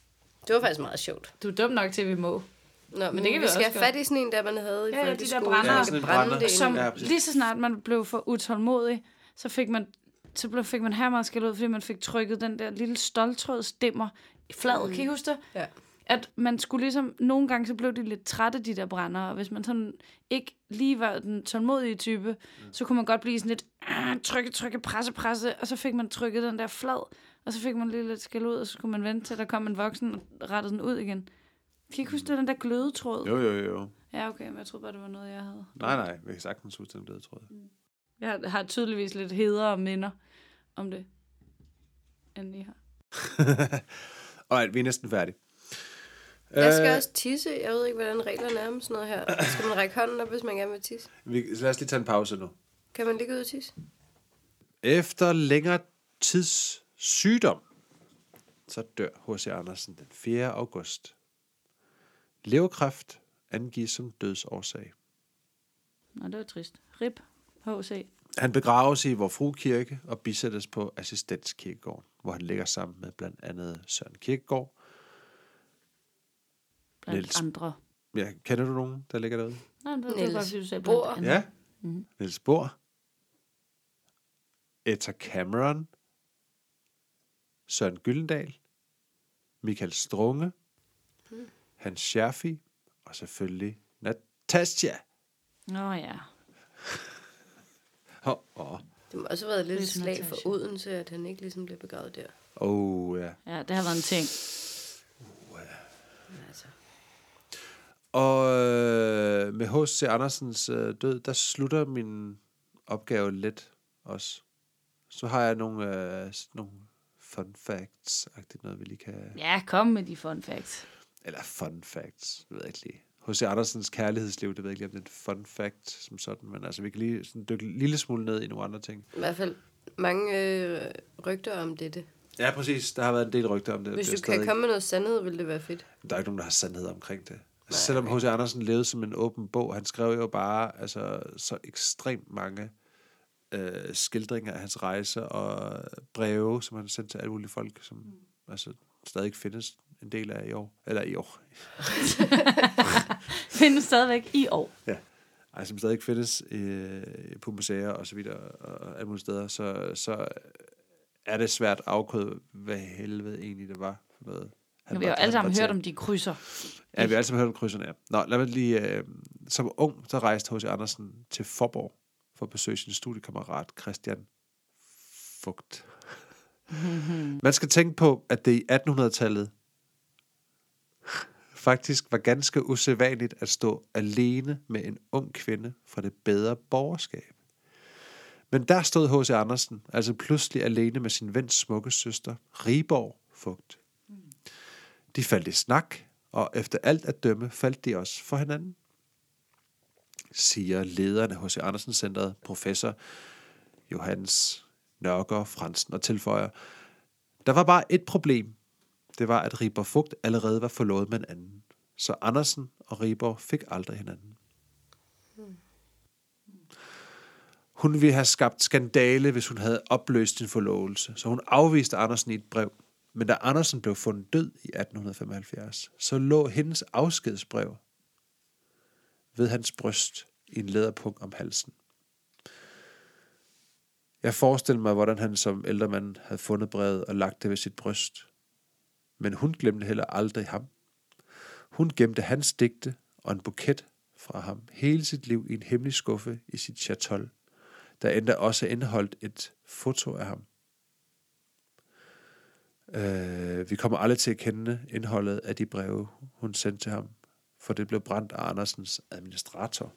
Det var faktisk meget sjovt. Du er dum nok til, at vi må. Nå, men, men det kan vi vi skal også have fat i sådan en, der man havde i ja, folkeskolen. de der brænder. Ja, sådan en brænder. Som Ja, lige så snart man blev for utålmodig, så fik man, så blev, fik man her meget skæld ud, fordi man fik trykket den der lille ståltrådsdimmer flad. Mm. Kan I huske det? Ja. At man skulle ligesom, nogle gange så blev de lidt trætte, de der brænder, og hvis man sådan ikke lige var den tålmodige type, mm. så kunne man godt blive sådan lidt, trykke, trykke, presse, presse, og så fik man trykket den der flad, og så fik man lige lidt skæld ud, og så kunne man vente til, der kom en voksen og rettede den ud igen. Kan I ikke huske det, den der glødetråd? Jo, jo, jo. Ja, okay, men jeg troede bare, det var noget, jeg havde. Nej, nej, vi kan sagtens huske den glødetråd. Mm. Jeg har tydeligvis lidt heder og minder om det, end I har. Alright, vi er næsten færdige. Jeg skal også tisse. Jeg ved ikke, hvordan reglerne er om sådan noget her. Skal man række hånden op, hvis man gerne vil tisse? Vi, så lad os lige tage en pause nu. Kan man ligge ud og tisse? Efter længere tids sygdom, så dør H C Andersen den fjerde august. Leverkræft angives som dødsårsag. Nå, det var trist. Rip, H C. Han begraves i Vor Frue Kirke og bisættes på Assistenskirkegården, hvor han ligger sammen med blandt andet Søren Kierkegaard. Blandt Niels. andre. Ja, kender du nogen, der ligger derude? Nej, det var Niels bare, fordi du sagde Bohr. blandt andre. Ja. Mm-hmm. Niels Bohr. Etta Cameron. Søren Gyldendal. Michael Strunge. Mm. Hans Scherfig. Og selvfølgelig Natasja. Nå ja. Åh, oh, oh. Det må også have været lidt et Ligesom slag Natasha. for Odense, at han ikke ligesom blev begravet der. oh ja. Ja, det har været en ting. Altså. Og øh, med H C Andersens øh, død, der slutter min opgave lidt også. Så har jeg nogle, øh, nogle fun facts-agtigt noget, vi lige kan... Ja, kom med de fun facts. Eller fun facts, det ved jeg ikke lige. H C Andersens kærlighedsliv, det ved jeg ikke lige, om det er en fun fact som sådan, men altså vi kan lige sådan dykke en lille smule ned i nogle andre ting. I hvert fald mange øh, rygter om dette. Ja, præcis. Der har været en del rygter om det. Hvis det du stadig... kan komme med noget sandhed, ville det være fedt. Der er ikke nogen, der har sandhed omkring det. Nej, Selvom okay. H C Andersen levede som en åben bog, han skrev jo bare altså, så ekstremt mange øh, skildringer af hans rejser og breve, som han sendte til alle mulige folk, som mm. altså, stadig ikke findes en del af i år. Eller i år. Findes stadigvæk i år. Ja. Ej, som stadig ikke findes øh, på museer og så videre og alle mulige steder, så, så er det svært at afkode, hvad helvede egentlig det var for noget. Han vi har jo alle sammen hørt om de krydser. Ja, vi har alle sammen hørt om krydserne, ja. Nå, lad mig lige... Øh, som ung, så rejste H C Andersen til Fåborg for at besøge sin studiekammerat Christian Vogt. Mm-hmm. Man skal tænke på, at det i attenhundredetallet faktisk var ganske usædvanligt at stå alene med en ung kvinde fra det bedre borgerskab. Men der stod H C Andersen altså pludselig alene med sin vens smukke søster, Rigborg Vogt. De faldt i snak, og efter alt at dømme faldt de også for hinanden, siger lederen af H C Andersen Centret, professor Johannes Nørgaard Fransen, og tilføjer, der var bare et problem. Det var, at Rigborg Vogt allerede var forlovet med en anden. Så Andersen og Rigborg fik aldrig hinanden. Hun ville have skabt skandale, hvis hun havde opløst sin forlovelse, så hun afviste Andersen i et brev. Men da Andersen blev fundet død i atten femoghalvfjerds, så lå hendes afskedsbrev ved hans bryst i en læderpung om halsen. Jeg forestiller mig, hvordan han som ældre mand havde fundet brevet og lagt det ved sit bryst. Men hun glemte heller aldrig ham. Hun gemte hans digte og en buket fra ham hele sit liv i en hemmelig skuffe i sit chatol, der endda også indeholdt et foto af ham. Uh, vi kommer aldrig til at kende indholdet af de breve, hun sendte til ham, for det blev brændt af Andersens administrator.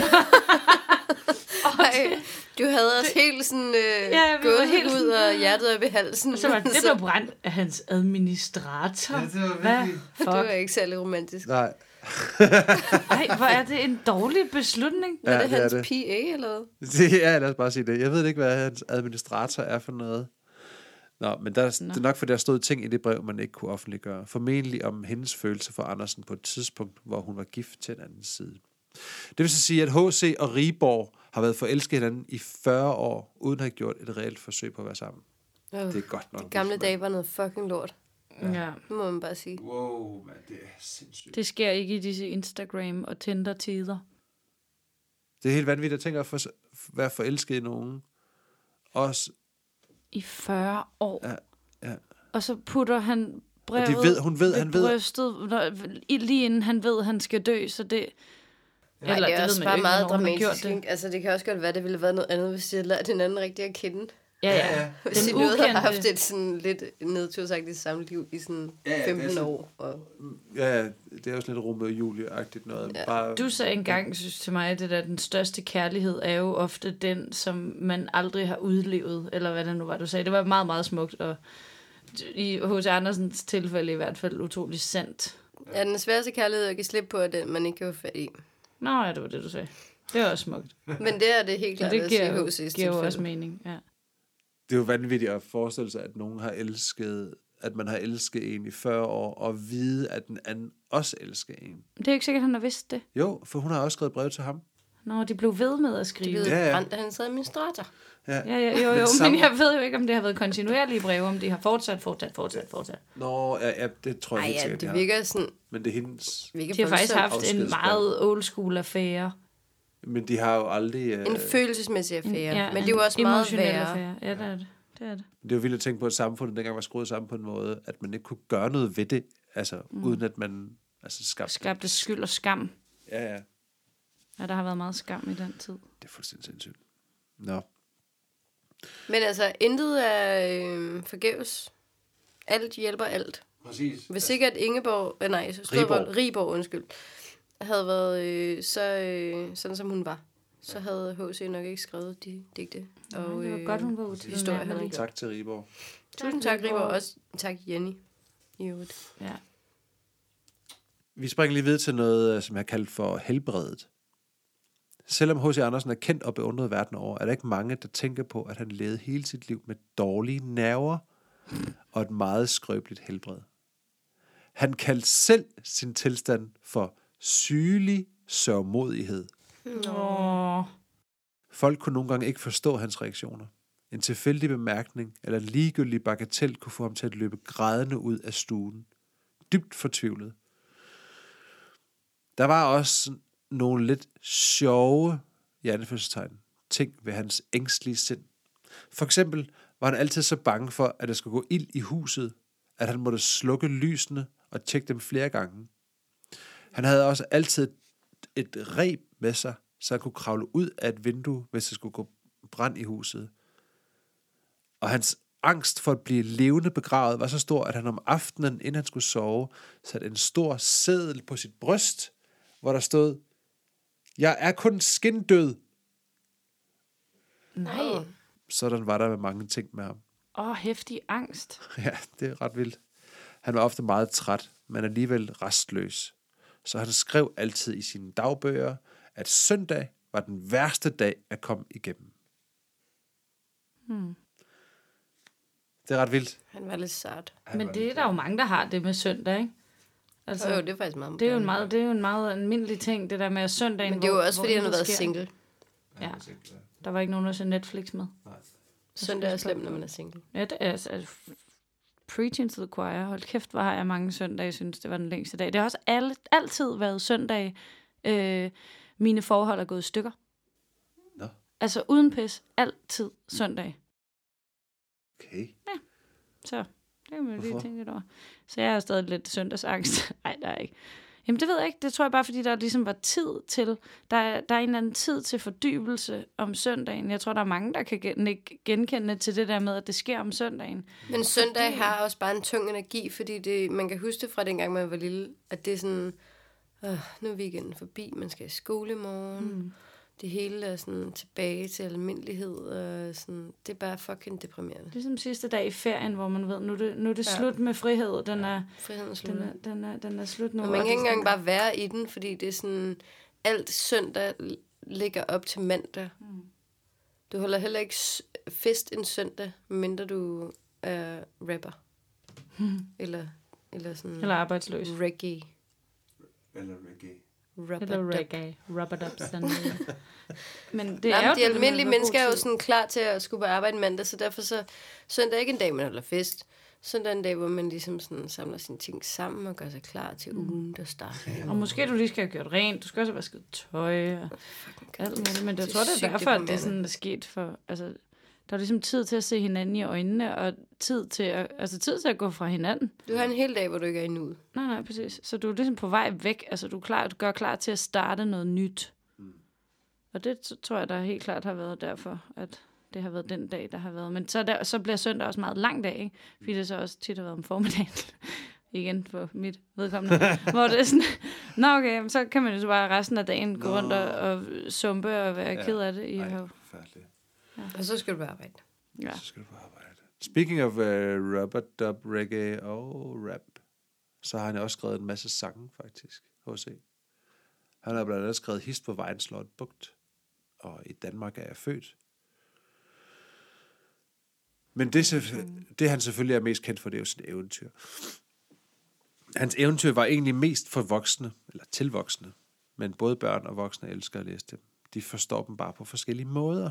Ej, du havde også helt sådan øh, ja, gået helt ud og hjertet op i halsen. Og så var det, det blev brændt af hans administrator. Ja, det var Hvad? virkelig... Det var ikke særlig romantisk. Nej. Ej, hvor er det en dårlig beslutning. Var Ja, det det er hans det. P A eller hvad? Det, ja, lad os bare sige det. Jeg ved ikke, hvad hans administrator er for noget. Nå, men der, Nå. det er nok, for der stod ting i det brev, man ikke kunne offentliggøre. Formentlig om hendes følelse for Andersen på et tidspunkt, hvor hun var gift til en anden side. Det vil så sige, at H C og Rigborg har været forelsket hinanden i fyrre år, uden at have gjort et reelt forsøg på at være sammen. Oh, det er godt nok. de gamle dage var noget fucking lort. Ja. ja. Det må man bare sige. Wow, man, det er sindssygt. Det sker ikke i disse Instagram- og Tinder-tider. Det er helt vanvittigt at tænke at for, være forelsket i nogen. Også I fyrre år. Ja, ja. Og så putter han brevet de ved, hun ved, ved han ved. brystet, når, lige inden han ved, han skal dø, så det... Ja, eller, det er også bare meget dramatisk. Det. Altså, det kan også godt være, det ville have været noget andet, hvis de havde lært hinanden rigtig at kende. Ja, ja. ja. Hvis de nu havde haft et sådan lidt nedtursagtigt samliv i sådan ja, ja, femten sådan, år. Og... Ja, det er også lidt Romeo og Julie-agtigt noget. Ja. Bare... Du sagde engang, synes til mig, at det der, den største kærlighed er jo ofte den, som man aldrig har udlevet, eller hvad det nu var, du sagde. Det var meget, meget smukt, og i H C Andersens tilfælde i hvert fald utroligt sandt. Ja, den sværeste kærlighed at give slip på, er den, man ikke kan få fat i. Nå ja, det var det, du sagde. Det er også smukt. Men det er det helt klart, det giver, at sige H C's giver jo også mening, ja. Det er jo vanvittigt at forestille sig, at nogen har elsket, at man har elsket en i fyrre år, og vide, at den anden også elsker en. Det er ikke sikkert, at han har vidst det. Jo, for hun har også skrevet brev til ham. Nå, de blev ved med at skrive. Det blev ja, ja. brændt, da han sad administrator. Ja, ja, ja jo, jo, men, men jeg ved jo ikke, om det har været kontinuerlige breve, om de har fortsat, fortsat, fortsat, fortsat. Nå, ja, ja det tror jeg Ej, ikke ja, sikkert, det virker sådan... Men det er hendes... De har faktisk haft en meget old school affære. Men de har jo aldrig... Uh... En følelsesmæssig affære, ja, men det er jo også meget værre. Affære. Ja, det er det. Det er det. Det er jo vildt at tænke på, at samfundet dengang var skruet sammen på en måde, at man ikke kunne gøre noget ved det, altså mm. uden at man altså, skabte... Skabte skyld og skam. Ja, ja. Ja, der har været meget skam i den tid. Det er fuldstændig sindssygt. Nå. Men altså, intet er øh, forgæves. Alt hjælper alt. Præcis. Hvis ikke at Ingeborg, øh, nej, Riborg. Riborg, undskyld, havde været øh, så, øh, sådan, som hun var, så havde H C nok ikke skrevet de digte. Og, det var godt, hun var utilstående. Tak til Riborg. Tusind tak, Riborg. Også tak, Jenny. I øvrigt. Ja. Vi springer lige videre til noget, som jeg har kaldt for helbredet. Selvom H C Andersen er kendt og beundret verden over, er der ikke mange, der tænker på, at han levede hele sit liv med dårlige nerver og et meget skrøbeligt helbred. Han kaldte selv sin tilstand for sygelig sørgmodighed. Nå. Folk kunne nogle gange ikke forstå hans reaktioner. En tilfældig bemærkning eller en ligegyldig bagatel kunne få ham til at løbe grædende ud af stuen. Dybt fortvivlet. Der var også nogle lidt sjove, i anførselstegn, ting ved hans ængstlige sind. For eksempel var han altid så bange for, at der skulle gå ild i huset, at han måtte slukke lysene og tjekke dem flere gange. Han havde også altid et reb med sig, så han kunne kravle ud af et vindue, hvis der skulle gå brand i huset. Og hans angst for at blive levende begravet var så stor, at han om aftenen, inden han skulle sove, satte en stor seddel på sit bryst, hvor der stod: "Jeg er kun skindød." Nej. Sådan var der med mange ting med ham. Åh, oh, heftig angst. Ja, det er ret vildt. Han var ofte meget træt, men alligevel restløs. Så han skrev altid i sine dagbøger, at søndag var den værste dag at komme igennem. Hmm. Det er ret vildt. Han var lidt sart. Men det er der jo mange, der har det med søndag, ikke? Altså, jo, det er faktisk meget det er jo en meget, det er jo en meget almindelig ting, det der med søndagen. Men det er jo også, hvor, fordi han har været sker. single. Ja, der var ikke nogen, der så Netflix med. Nej. Søndag er slemt, når man er single. Ja, det er altså, preaching to the choir. Hold kæft, hvor har jeg mange søndage, jeg synes, det var den længste dag. Det har også alle, altid været søndag. Øh, mine forhold er gået i stykker. Nå. Altså uden pis, altid søndag. Okay. Ja, så det kan man lige tænke lidt over. Så jeg har stadig lidt søndagsangst. Nej, der er ikke. Jamen det ved jeg ikke. Det tror jeg bare, fordi der ligesom var tid til. Der er, der er en eller anden tid til fordybelse om søndagen. Jeg tror, der er mange, der kan gen- genkende til det der med, at det sker om søndagen. Men søndag har også bare en tung energi, fordi det, man kan huske det fra dengang, man var lille, at det er sådan, øh, nu er weekenden forbi, man skal i skole i morgen. Mm. Det hele er sådan tilbage til almindelighed. Og sådan, det er bare fucking deprimerende. Ligesom sidste dag i ferien, hvor man ved, nu er det, nu er det ja. slut med frihed. Den er, Friheden er slut. Den er, den er, den er slut nu. Og man kan ikke engang bare være i den, fordi det er sådan, alt søndag ligger op til mandag. Mm. Du holder heller ikke fest en søndag, mindre du er rapper. Mm. Eller, eller sådan... Eller arbejdsløs. Reggae. Eller reggae. Eller reggae. Rubber-dub Sunday. Men det Nej, er jo de det, almindelige man mennesker er jo god tid. sådan klar til at skulle på arbejde mandag, så derfor så søndag er ikke en dag, man holder fest. Søndag er en dag, hvor man ligesom sådan samler sine ting sammen og gør sig klar til mm. ugen, der starter. Og måske du lige skal have gjort rent. Du skal også have vasket tøj og alt muligt. Men jeg tror, det er derfor, at det er sådan, der er sket for... Altså, der er ligesom tid til at se hinanden i øjnene, og tid til at, altså tid til at gå fra hinanden. Du har en hel dag, hvor du ikke er i nuet. Nej, nej, præcis. Så du er ligesom på vej væk. Altså, du, er klar, du gør klar til at starte noget nyt. Mm. Og det så, tror jeg, der helt klart har været derfor, at det har været den dag, der har været. Men så, der, så bliver søndag også meget lang dag, ikke? Fordi det så også tit har været om formiddagen. Igen på mit vedkommende. Hvor det er sådan, nå okay, så kan man jo så bare resten af dagen gå rundt og, og sumpe og være ja. ked af det. I Ej, forfærdeligt. Ja. Og så skal du bare arbejde. Ja. Så skal du på arbejde. Speaking of uh, rubber dub, reggae og rap, så har han også skrevet en masse sange, faktisk, H C. Han har blandt andet skrevet Hist på vejen slår et bugt, og i Danmark er jeg født. Men det, det han selvfølgelig er mest kendt for, det er jo sit eventyr. Hans eventyr var egentlig mest for voksne, eller til voksne, men både børn og voksne elsker at læse dem. De forstår dem bare på forskellige måder.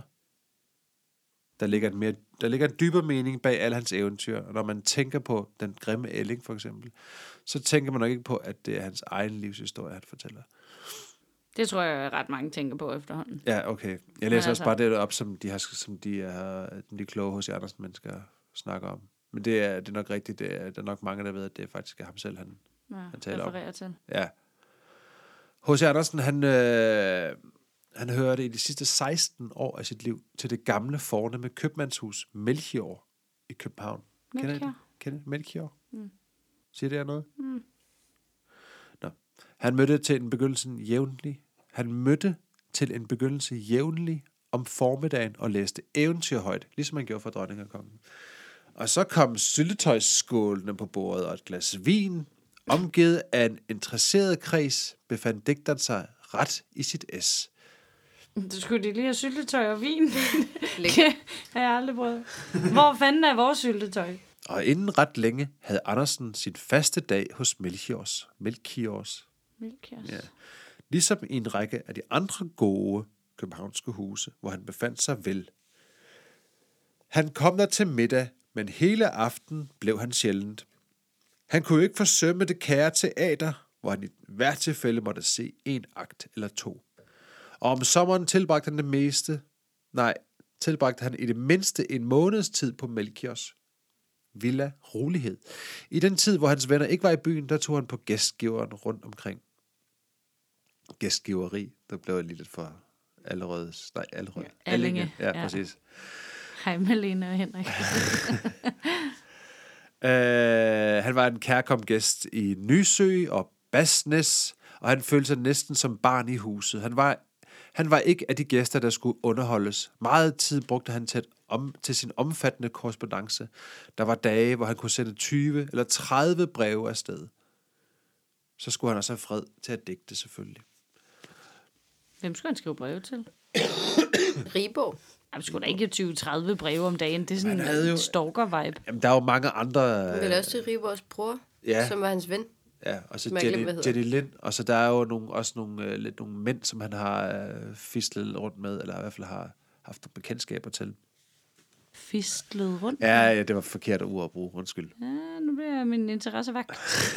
Der ligger, en mere, der ligger en dybere mening bag alle hans eventyr, og når man tænker på Den grimme ælling for eksempel, så tænker man nok ikke på, at det er hans egen livshistorie, han fortæller. Det tror jeg, ret mange tænker på efterhånden. Ja, okay. Jeg læser altså, også bare det op, som de, har, som de, er, de kloge H C Andersen mennesker snakker om. Men det er, det er nok rigtigt. Det er, der er nok mange, der ved, at det faktisk er ham selv, han, ja, han taler om. til. Ja. H C Andersen, han, øh, han hørte i de sidste seksten år af sit liv til det gamle fornemme købmandshus Melchior i København. Melchior? Kender I det? Kender I det? Melchior? Mm. Siger det her noget? Mm. Nå. Han mødte til en begyndelse jævnlig. Han mødte til en begyndelse jævnlig om formiddagen og læste eventyr højt, ligesom han gjorde for dronning og kongen. Og så kom syltetøjsskålene på bordet og et glas vin. Omgivet af en interesseret kreds befandt digteren sig ret i sit es. Du skulle de lige have syltetøj og vin. Det har jeg aldrig prøvet. Hvor fanden er vores syltetøj? Og inden ret længe havde Andersen sin faste dag hos Melchiors. Melchiors. Melchiors. Ja. Ligesom i en række af de andre gode københavnske huse, hvor han befandt sig vel. Han kom der til middag, men hele aften blev han sjældent. Han kunne jo ikke forsømme det kære teater, hvor han i hvert tilfælde måtte se en akt eller to. Og om sommeren tilbragte han det meste, nej, tilbragte han i det mindste en måneds tid på Melchiors villa Rolighed. I den tid, hvor hans venner ikke var i byen, der tog han på gæstgiveren rundt omkring. Gæstgiveri, der blev jeg lige lidt for allerede, nej, allerede. Ja, Allinge. Ja, ja, præcis. Hej Malene og Henrik. uh, han var en kærkom gæst i Nysø og Basnes, og han følte sig næsten som barn i huset. Han var, han var ikke af de gæster, der skulle underholdes. Meget tid brugte han til, om, til sin omfattende korrespondance. Der var dage, hvor han kunne sende tyve eller tredive breve afsted. Så skulle han også have fred til at digte, selvfølgelig. Hvem skulle han skrive breve til? Rigborg. Han skulle da ikke tyve tredive breve om dagen. Det er sådan en jo stalker-vibe. Jamen, der er jo mange andre... Han ville også til Rigborgs bror, ja. som var hans ven. Ja, og så Jenny, Jenny Lind, og så der er jo nogle, også nogle, øh, lidt nogle mænd, som han har øh, fistlet rundt med, eller i hvert fald har haft nogle bekendtskaber til. Fistlet rundt? Ja, ja, det var forkert ord at bruge, undskyld. Ja, nu bliver min interesse vagt.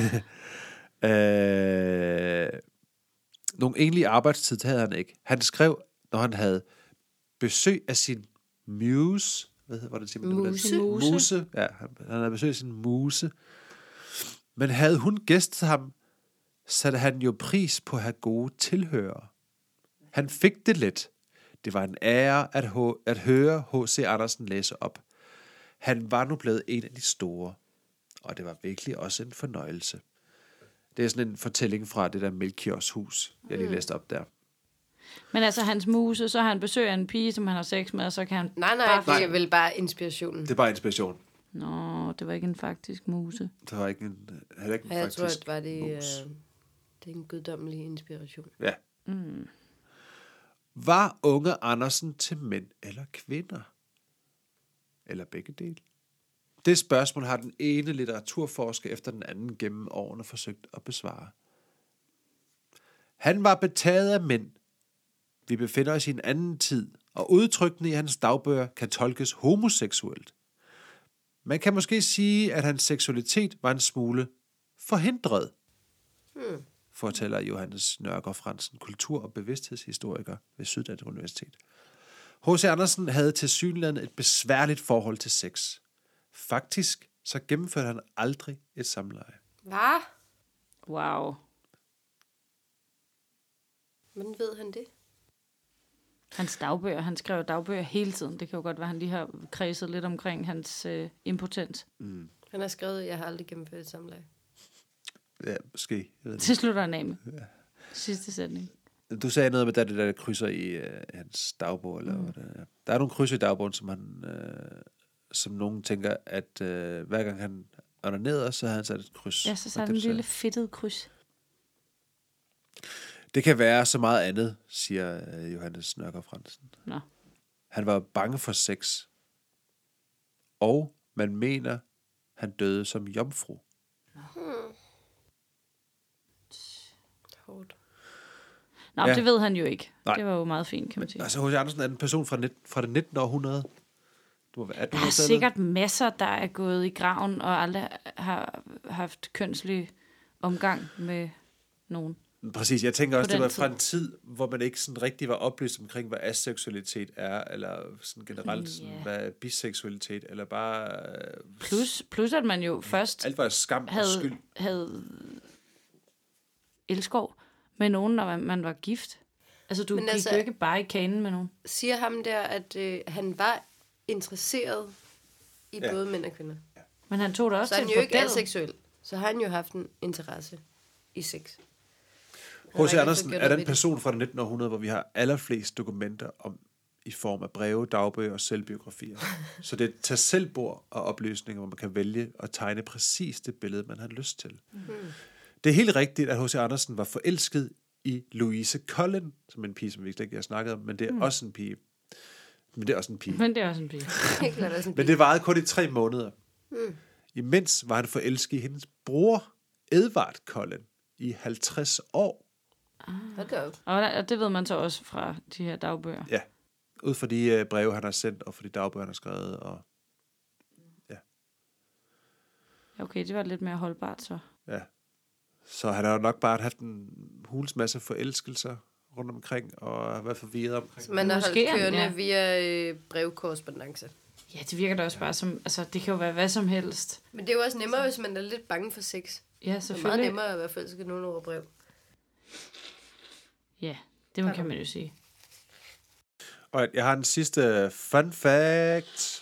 øh, nogle egentlige arbejdstid havde han ikke. Han skrev, når han havde besøg af sin muse, hvad hedder det? Muse. Muse. Muse. Ja, han, han havde besøg af sin muse. Men havde hun gæstet ham, satte han jo pris på at have gode tilhørere. Han fik det let. Det var en ære at, h- at høre H C Andersen læse op. Han var nu blevet en af de store, og det var virkelig også en fornøjelse. Det er sådan en fortælling fra det der Melchiors hus, jeg lige læste op der. Men altså hans muse, så har han besøg af en pige, som han har sex med, og så kan han... Nej, nej, det er vel bare inspirationen. Det er bare inspiration. Nå, det var ikke en faktisk muse. Det var ikke en, heller ikke en ja, jeg faktisk tror, at var det, mus. øh, det er en guddommelig inspiration. Ja. Mm. Var unge Andersen til mænd eller kvinder? Eller begge dele? Det spørgsmål har den ene litteraturforsker efter den anden gennem årene forsøgt at besvare. Han var betaget af mænd. Vi befinder os i en anden tid, og udtrykkene i hans dagbøger kan tolkes homoseksuelt. Man kan måske sige, at hans seksualitet var en smule forhindret, Hmm. fortæller Johannes Nørgaard Fransen, kultur- og bevidsthedshistoriker ved Syddansk Universitet. H C. Andersen havde tilsyneladende et besværligt forhold til sex. Faktisk så gennemførte han aldrig et samleje. Hvad? Wow. Hvordan ved han det? Hans dagbøger, han skrev dagbøger hele tiden. Det kan jo godt være, han lige har kredset lidt omkring hans øh, impotens. Mm. Han har skrevet, jeg har aldrig gennemført et samleje. Ja, måske. Jeg ved det. Til slutter han af med. Ja. Sidste sætning. Du sagde noget med, der det der krydser i øh, hans dagbog. Eller Mm. hvad det er. Der er nogle krydser i dagbogen, som han, øh, som nogen tænker, at øh, hver gang han onanerede, så havde han sat et kryds. Ja, så Og satte det en lille betyder- fedtet kryds. Det kan være så meget andet, siger øh, Johannes Nørgaard Fransen. Nå. Han var bange for sex. Og man mener, han døde som jomfru. Hmm. Hårdt. Nå, Ja. det ved han jo ikke. Nej. Det var jo meget fint, kan man sige. Altså, H C. Andersen er en person fra, net, fra det nittende århundrede. Du må være Der er attenhundrede. sikkert masser, der er gået i graven og aldrig har haft kønslig omgang med nogen. Præcis, jeg tænker også, På det den var fra tid. en tid, hvor man ikke sådan rigtig var oplyst omkring, hvad aseksualitet er, eller sådan generelt sådan, Ja. hvad biseksualitet, eller bare... øh, Plus, plus at man jo først Alt var skam og havde, skyld. havde elskov med nogen, når man, man var gift. Altså, du Men gik altså- jo ikke bare i kanen med nogen. Siger ham der, at øh, han var interesseret i Ja. ja. både mænd og kvinder. Men han tog det også Så er til han jo et ikke bordel. aseksuel. Så har han jo haft en interesse i sex. H C. ikke Andersen fået gjort er noget den ved det. person fra det nittende århundrede, hvor vi har allerflest dokumenter om i form af breve, dagbøger og selvbiografier. Så det er et tag selvbord og oplysninger, hvor man kan vælge at tegne præcis det billede, man har lyst til. Hmm. Det er helt rigtigt, at H C. Andersen var forelsket i Louise Collin, som en pige, som vi slet ikke har snakket om, men det er mm. også en pige. Men det er også en pige. Men det er også en pige. Helt klart også en Men det varede kun i tre måneder. Mm. Imens var han forelsket i hendes bror, Edvard Collin, i halvtreds år. Hold da op. Og, der, og det ved man så også fra de her dagbøger. Ja, ud fra de uh, breve, han har sendt, og fra de dagbøger, han har skrevet. Og, Okay, det var lidt mere holdbart så. ja. Så han har jo nok bare haft en huls masse forelskelser rundt omkring, og har været forvirret omkring. Så man har Måske, holdt kørende ja. via øh, brevkorrespondance. Ja, det virker da også bare som... Altså, det kan jo være hvad som helst. Men det er jo også nemmere, hvis man er lidt bange for sex. Ja, Det er meget selvfølgelig. nemmere at være forelsket nogen over brev. Ja, det man kan man jo sige. Og jeg har en sidste fun fact.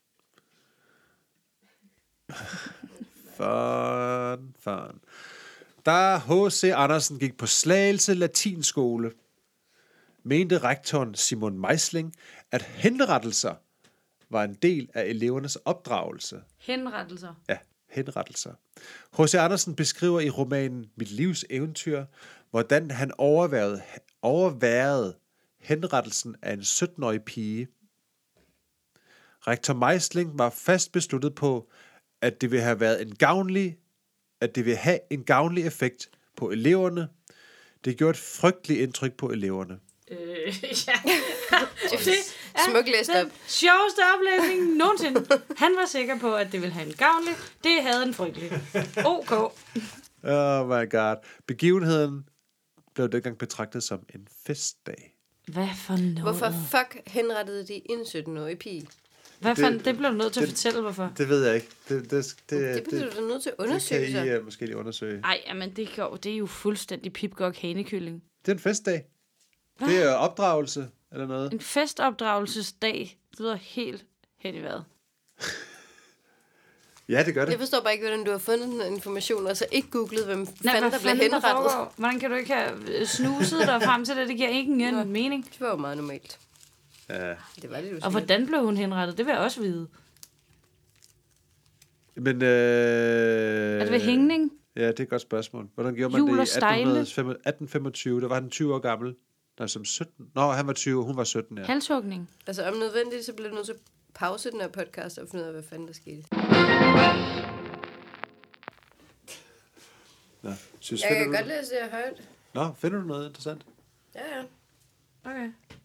Fun, fun. Da H C. Andersen gik på Slagelse Latinskole, mente rektoren Simon Meisling, at henrettelser var en del af elevernes opdragelse. Henrettelser. Ja, henrettelser. H C. Andersen beskriver i romanen Mit livs eventyr, hvordan han overværede, overværede henrettelsen af en sytten-årig pige. Rektor Meisling var fast besluttet på, at det ville have været en gavnlig, at det ville have en gavnlig effekt på eleverne. Det gjorde et frygteligt indtryk på eleverne. Øh, ja. det Smuk læst den op. sjoveste oplæsning nogensinde. Han var sikker på, at det ville have en gavnlig. Det havde en frygtelig. Ok. Oh my god. Begivenheden blev dengang betragtet som en festdag. Hvad for noget? Hvorfor fuck henrettede de en sytten-årig pige? Hvad Det- fanden? Det bliver du nødt til at det- fortælle, hvorfor. Det ved jeg ikke. Det, det, det, Det det, bliver det, du da nødt til at det undersøge kan sig. I uh, måske lige undersøge. Ej, jamen det, går, det er jo fuldstændig pipgok hanekylling. Det er en festdag. Det er opdragelse eller noget. En festopdragelsesdag. Det lyder helt hen i vejret. Ja, det gør det. Jeg forstår bare ikke, hvordan du har fundet den information, og så ikke googlet, hvem Nej, fanden hvad der blev fanden der henrettet. foregår? Hvordan kan du ikke have snuset dig frem til det? Det giver ikke Nå. en mening. Det var jo meget normalt. Ja. Det var det jo Og sikkert. hvordan blev hun henrettet? Det vil jeg også vide. Men, øh, Er det ved hængning? Ja, det er et godt spørgsmål. Hvordan gjorde man Jul og det i stejle? atten femogtyve? Der var han tyve år gammel. Nej, som sytten. Nå, han var tyve, hun var sytten, ja. Halshugning. Altså om nødvendigt, så bliver du nødt til at pause den her podcast og finde ud af, hvad fanden der skete. Nå, synes Jeg finder kan du godt det? læse det højt. Nå, finder du noget interessant? Ja, ja. Okay.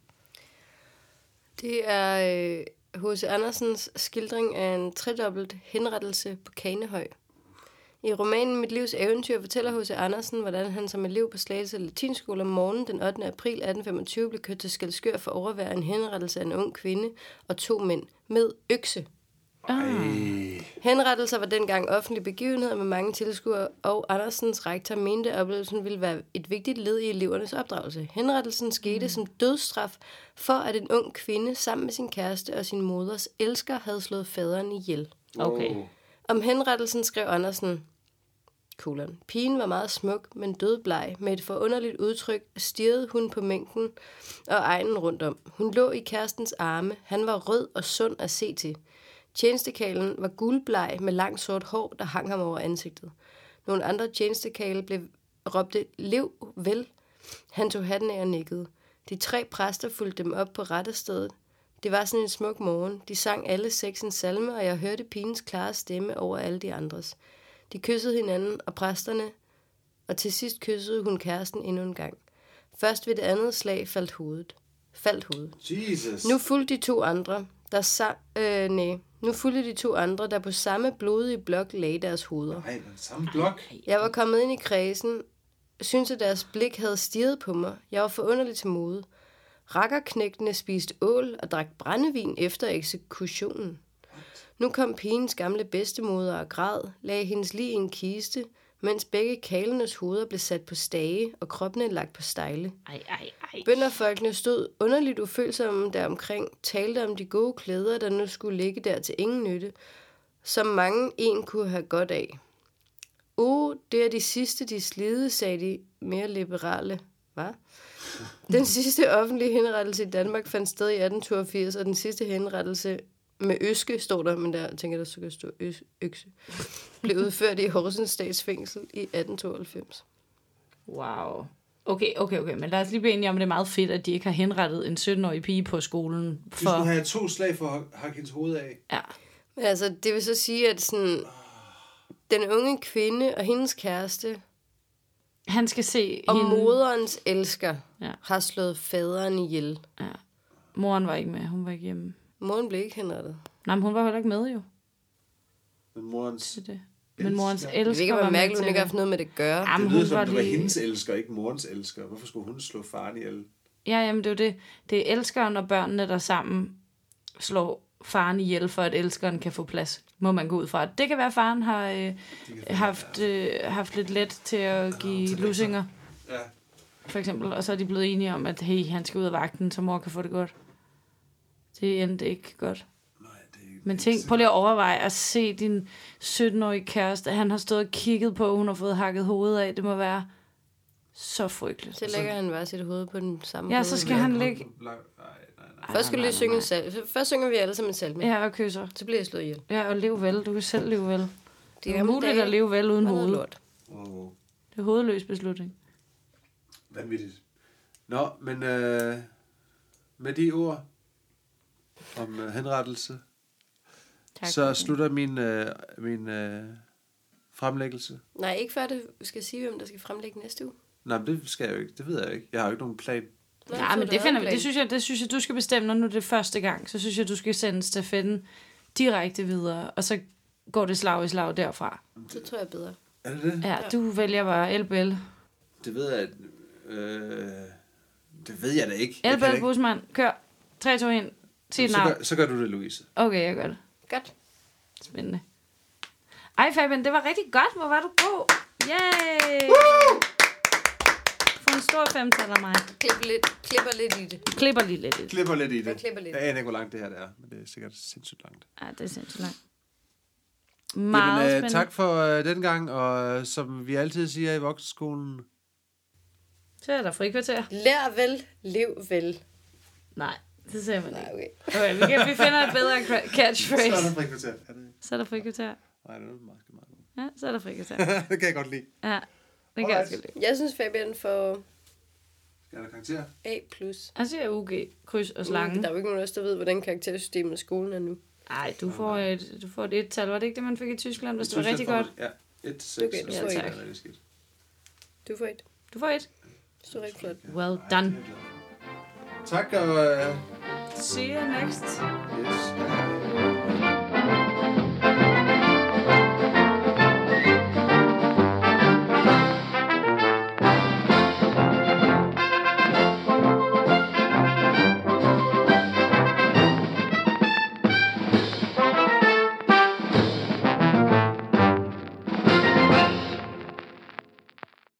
Det er H C Øh, Andersens skildring af en tredobbelt henrettelse på Kanehøj. I romanen Mit livs eventyr fortæller H C Andersen, hvordan han som elev på Slagelse Latinskole om morgenen den ottende april atten femogtyve blev kørt til Skælskør for at overvære en henrettelse af en ung kvinde og to mænd med økse. Ah. Henrettelser var dengang offentlige begivenheder med mange tilskuere, og Andersens rektor mente, at oplevelsen ville være et vigtigt led i elevernes opdragelse. Henrettelsen skete mm. som dødsstraf for, at en ung kvinde sammen med sin kæreste og sin moders elsker havde slået faderen ihjel. Okay. Om henrettelsen skrev Andersen, kolon, pigen var meget smuk, men dødbleg. Med et forunderligt udtryk stirrede hun på mængden og egnen rundt om. Hun lå i kærestens arme. Han var rød og sund at se til. Tjenestekalen var guldbleg med langt sort hår, der hang ham over ansigtet. Nogle andre tjenestekale blev råbte, lev vel. Han tog hatten af og nikkede. De tre præster fulgte dem op på rette stedet. Det var sådan en smuk morgen. De sang alle seks en salme, og jeg hørte pigens klare stemme over alle de andres. De kyssede hinanden og præsterne, og til sidst kyssede hun kæresten endnu en gang. Først ved det andet slag faldt hovedet. Faldt hovedet. Jesus. Nu fulgte de to andre, der sa- øh, nej. Nu fulgte de to andre, der på samme blodige blok lagde deres hoveder. Nej, samme blok. Jeg var kommet ind i kredsen, syntes at deres blik havde stirret på mig. Jeg var forunderlig til mode. Rakkerknægtene spiste ål og drak brændevin efter eksekutionen. Nu kom pigens gamle bedstemoder og græd, lagde hendes lig i en kiste, mens begge kalenes hoveder blev sat på stage og kroppene lagt på stejle. Ej, ej, ej. Bønderfolkene stod underligt ufølsomme deromkring, talte om de gode klæder, der nu skulle ligge der til ingen nytte, som mange en kunne have godt af. Oh, det er de sidste, de slide, sagde de mere liberale. Hvad? Den sidste offentlige henrettelse i Danmark fandt sted i atten toogfirs, og den sidste henrettelse med øske, står der, men der tænker jeg, der skal stå øs, økse, blev udført i Horsens Statsfængsel i atten tooghalvfems. Wow. Okay, okay, okay, men lad os lige blive enige om, at det er meget fedt, at de ikke har henrettet en sytten-årig pige på skolen. For... Du skulle have to slag for at hakke hendes hoved af. Ja. Men altså, det vil så sige, at sådan, den unge kvinde og hendes kæreste Han skal se og hende... moderens elsker Ja. har slået faderen ihjel. Ja. Moren var ikke med, hun var ikke hjemme. Moren blev ikke henrettet. Nej, men hun var heller ikke med jo. Men morens... Til det. Men morens elsker. elsker Det vil ikke var være med mærkeligt, til hun ikke har det. haft noget med det at gøre. Jamen, Det lyder hun som, var det var lige... hendes elsker, ikke morens elsker. Hvorfor skulle hun slå faren ihjel? Ja, jamen det er jo det. Det er elskeren og børnene, der sammen slår faren ihjel, for at elskeren kan få plads. Må man gå ud fra. Det kan være, at faren har øh, haft, øh, haft lidt let til at give lussinger, Ja. for eksempel. Og så er de blevet enige om, at hey, han skal ud af vagten, så mor kan få det godt. Det endte ikke godt. Nej, det er ikke... Men tænk, prøv lige at overveje at se din sytten-årige kæreste. Han har stået og kigget på, at hun har fået hakket hovedet af. Det må være så frygteligt. Så lægger han bare sit hoved på den samme Ja, hoved. så skal han ligge... Nej, nej, nej. Først skal du lige synge en salme. Først synger vi alle sammen en salme. Ja, og kysser. Så bliver jeg slået ihjel. Ja, og lev vel. Du kan selv leve vel. Det er gamle muligt dage at leve vel uden var noget hoved. lort. Wow. Det er hovedløs beslutning. Vanvittigt. Nå, men øh, med de ord om øh, henrettelse, Tak. så slutter min, øh, min øh, fremlæggelse. Nej, ikke før det skal sige, hvem der skal fremlægge næste uge. Nej, men det skal jeg jo ikke. Det ved jeg jo ikke. Jeg har jo ikke nogen plan. Nå, Ja, så men du det, havde finder, en vi- plan. det, synes jeg, det synes jeg, du skal bestemme, når nu det er første gang. Så synes jeg, du skal sende stafetten direkte videre, og så går det slag i slag derfra. Det tror jeg er bedre. Er det det? Ja, du vælger bare Elbel. Det ved jeg... Øh, det ved jeg da ikke. Jeg kan da Elbel, ikke. busmand, kør. tre, to, et. Sig et Så navn. gør, så gør du det, Louise. Okay, jeg gør det. Godt. Spændende. Ej, Fabian, det var rigtig godt. Hvor var du god. Yay! Få en stor femtal af mig. Klipper lidt, klipper lidt i det. Klipper lige lidt i det. Klipper lidt i Jeg det. klipper lidt. Jeg aner ikke, hvor langt det her det er, men det er sikkert sindssygt langt. Ja, det er sindssygt langt. Meget Jamen, øh, spændende. tak for øh, den gang, og øh, som vi altid siger i voksenskolen, Så er der frikvarter. Lær vel, lev vel. Nej, det ser man Nej, ikke. okay. Okay, vi, kan, vi finder et bedre cra- så er der catchphrase. frikvarter. Er det? Så er der frikvarter. Nej, det er meget, meget godt. Ja, så er der frikvarter. Det kan jeg godt lide. Ja, det kan jeg også Alright. godt lide. Jeg synes, Fabian får Skal der karakter? A plus. Jeg siger U G, kryds og slange. Der er jo ikke nogen af os, der ved, hvordan karaktersystemet i skolen er nu. Nej, du får et, du får et et-tal. Var det ikke det, man fik i Tyskland, hvis det var rigtig godt? Ja, et til seks. Okay, og du så får er et. det rigtig skidt. Du får et. Du får et. Det er rigtig flot. Well done. Tak, og... Uh... See you next. Yes.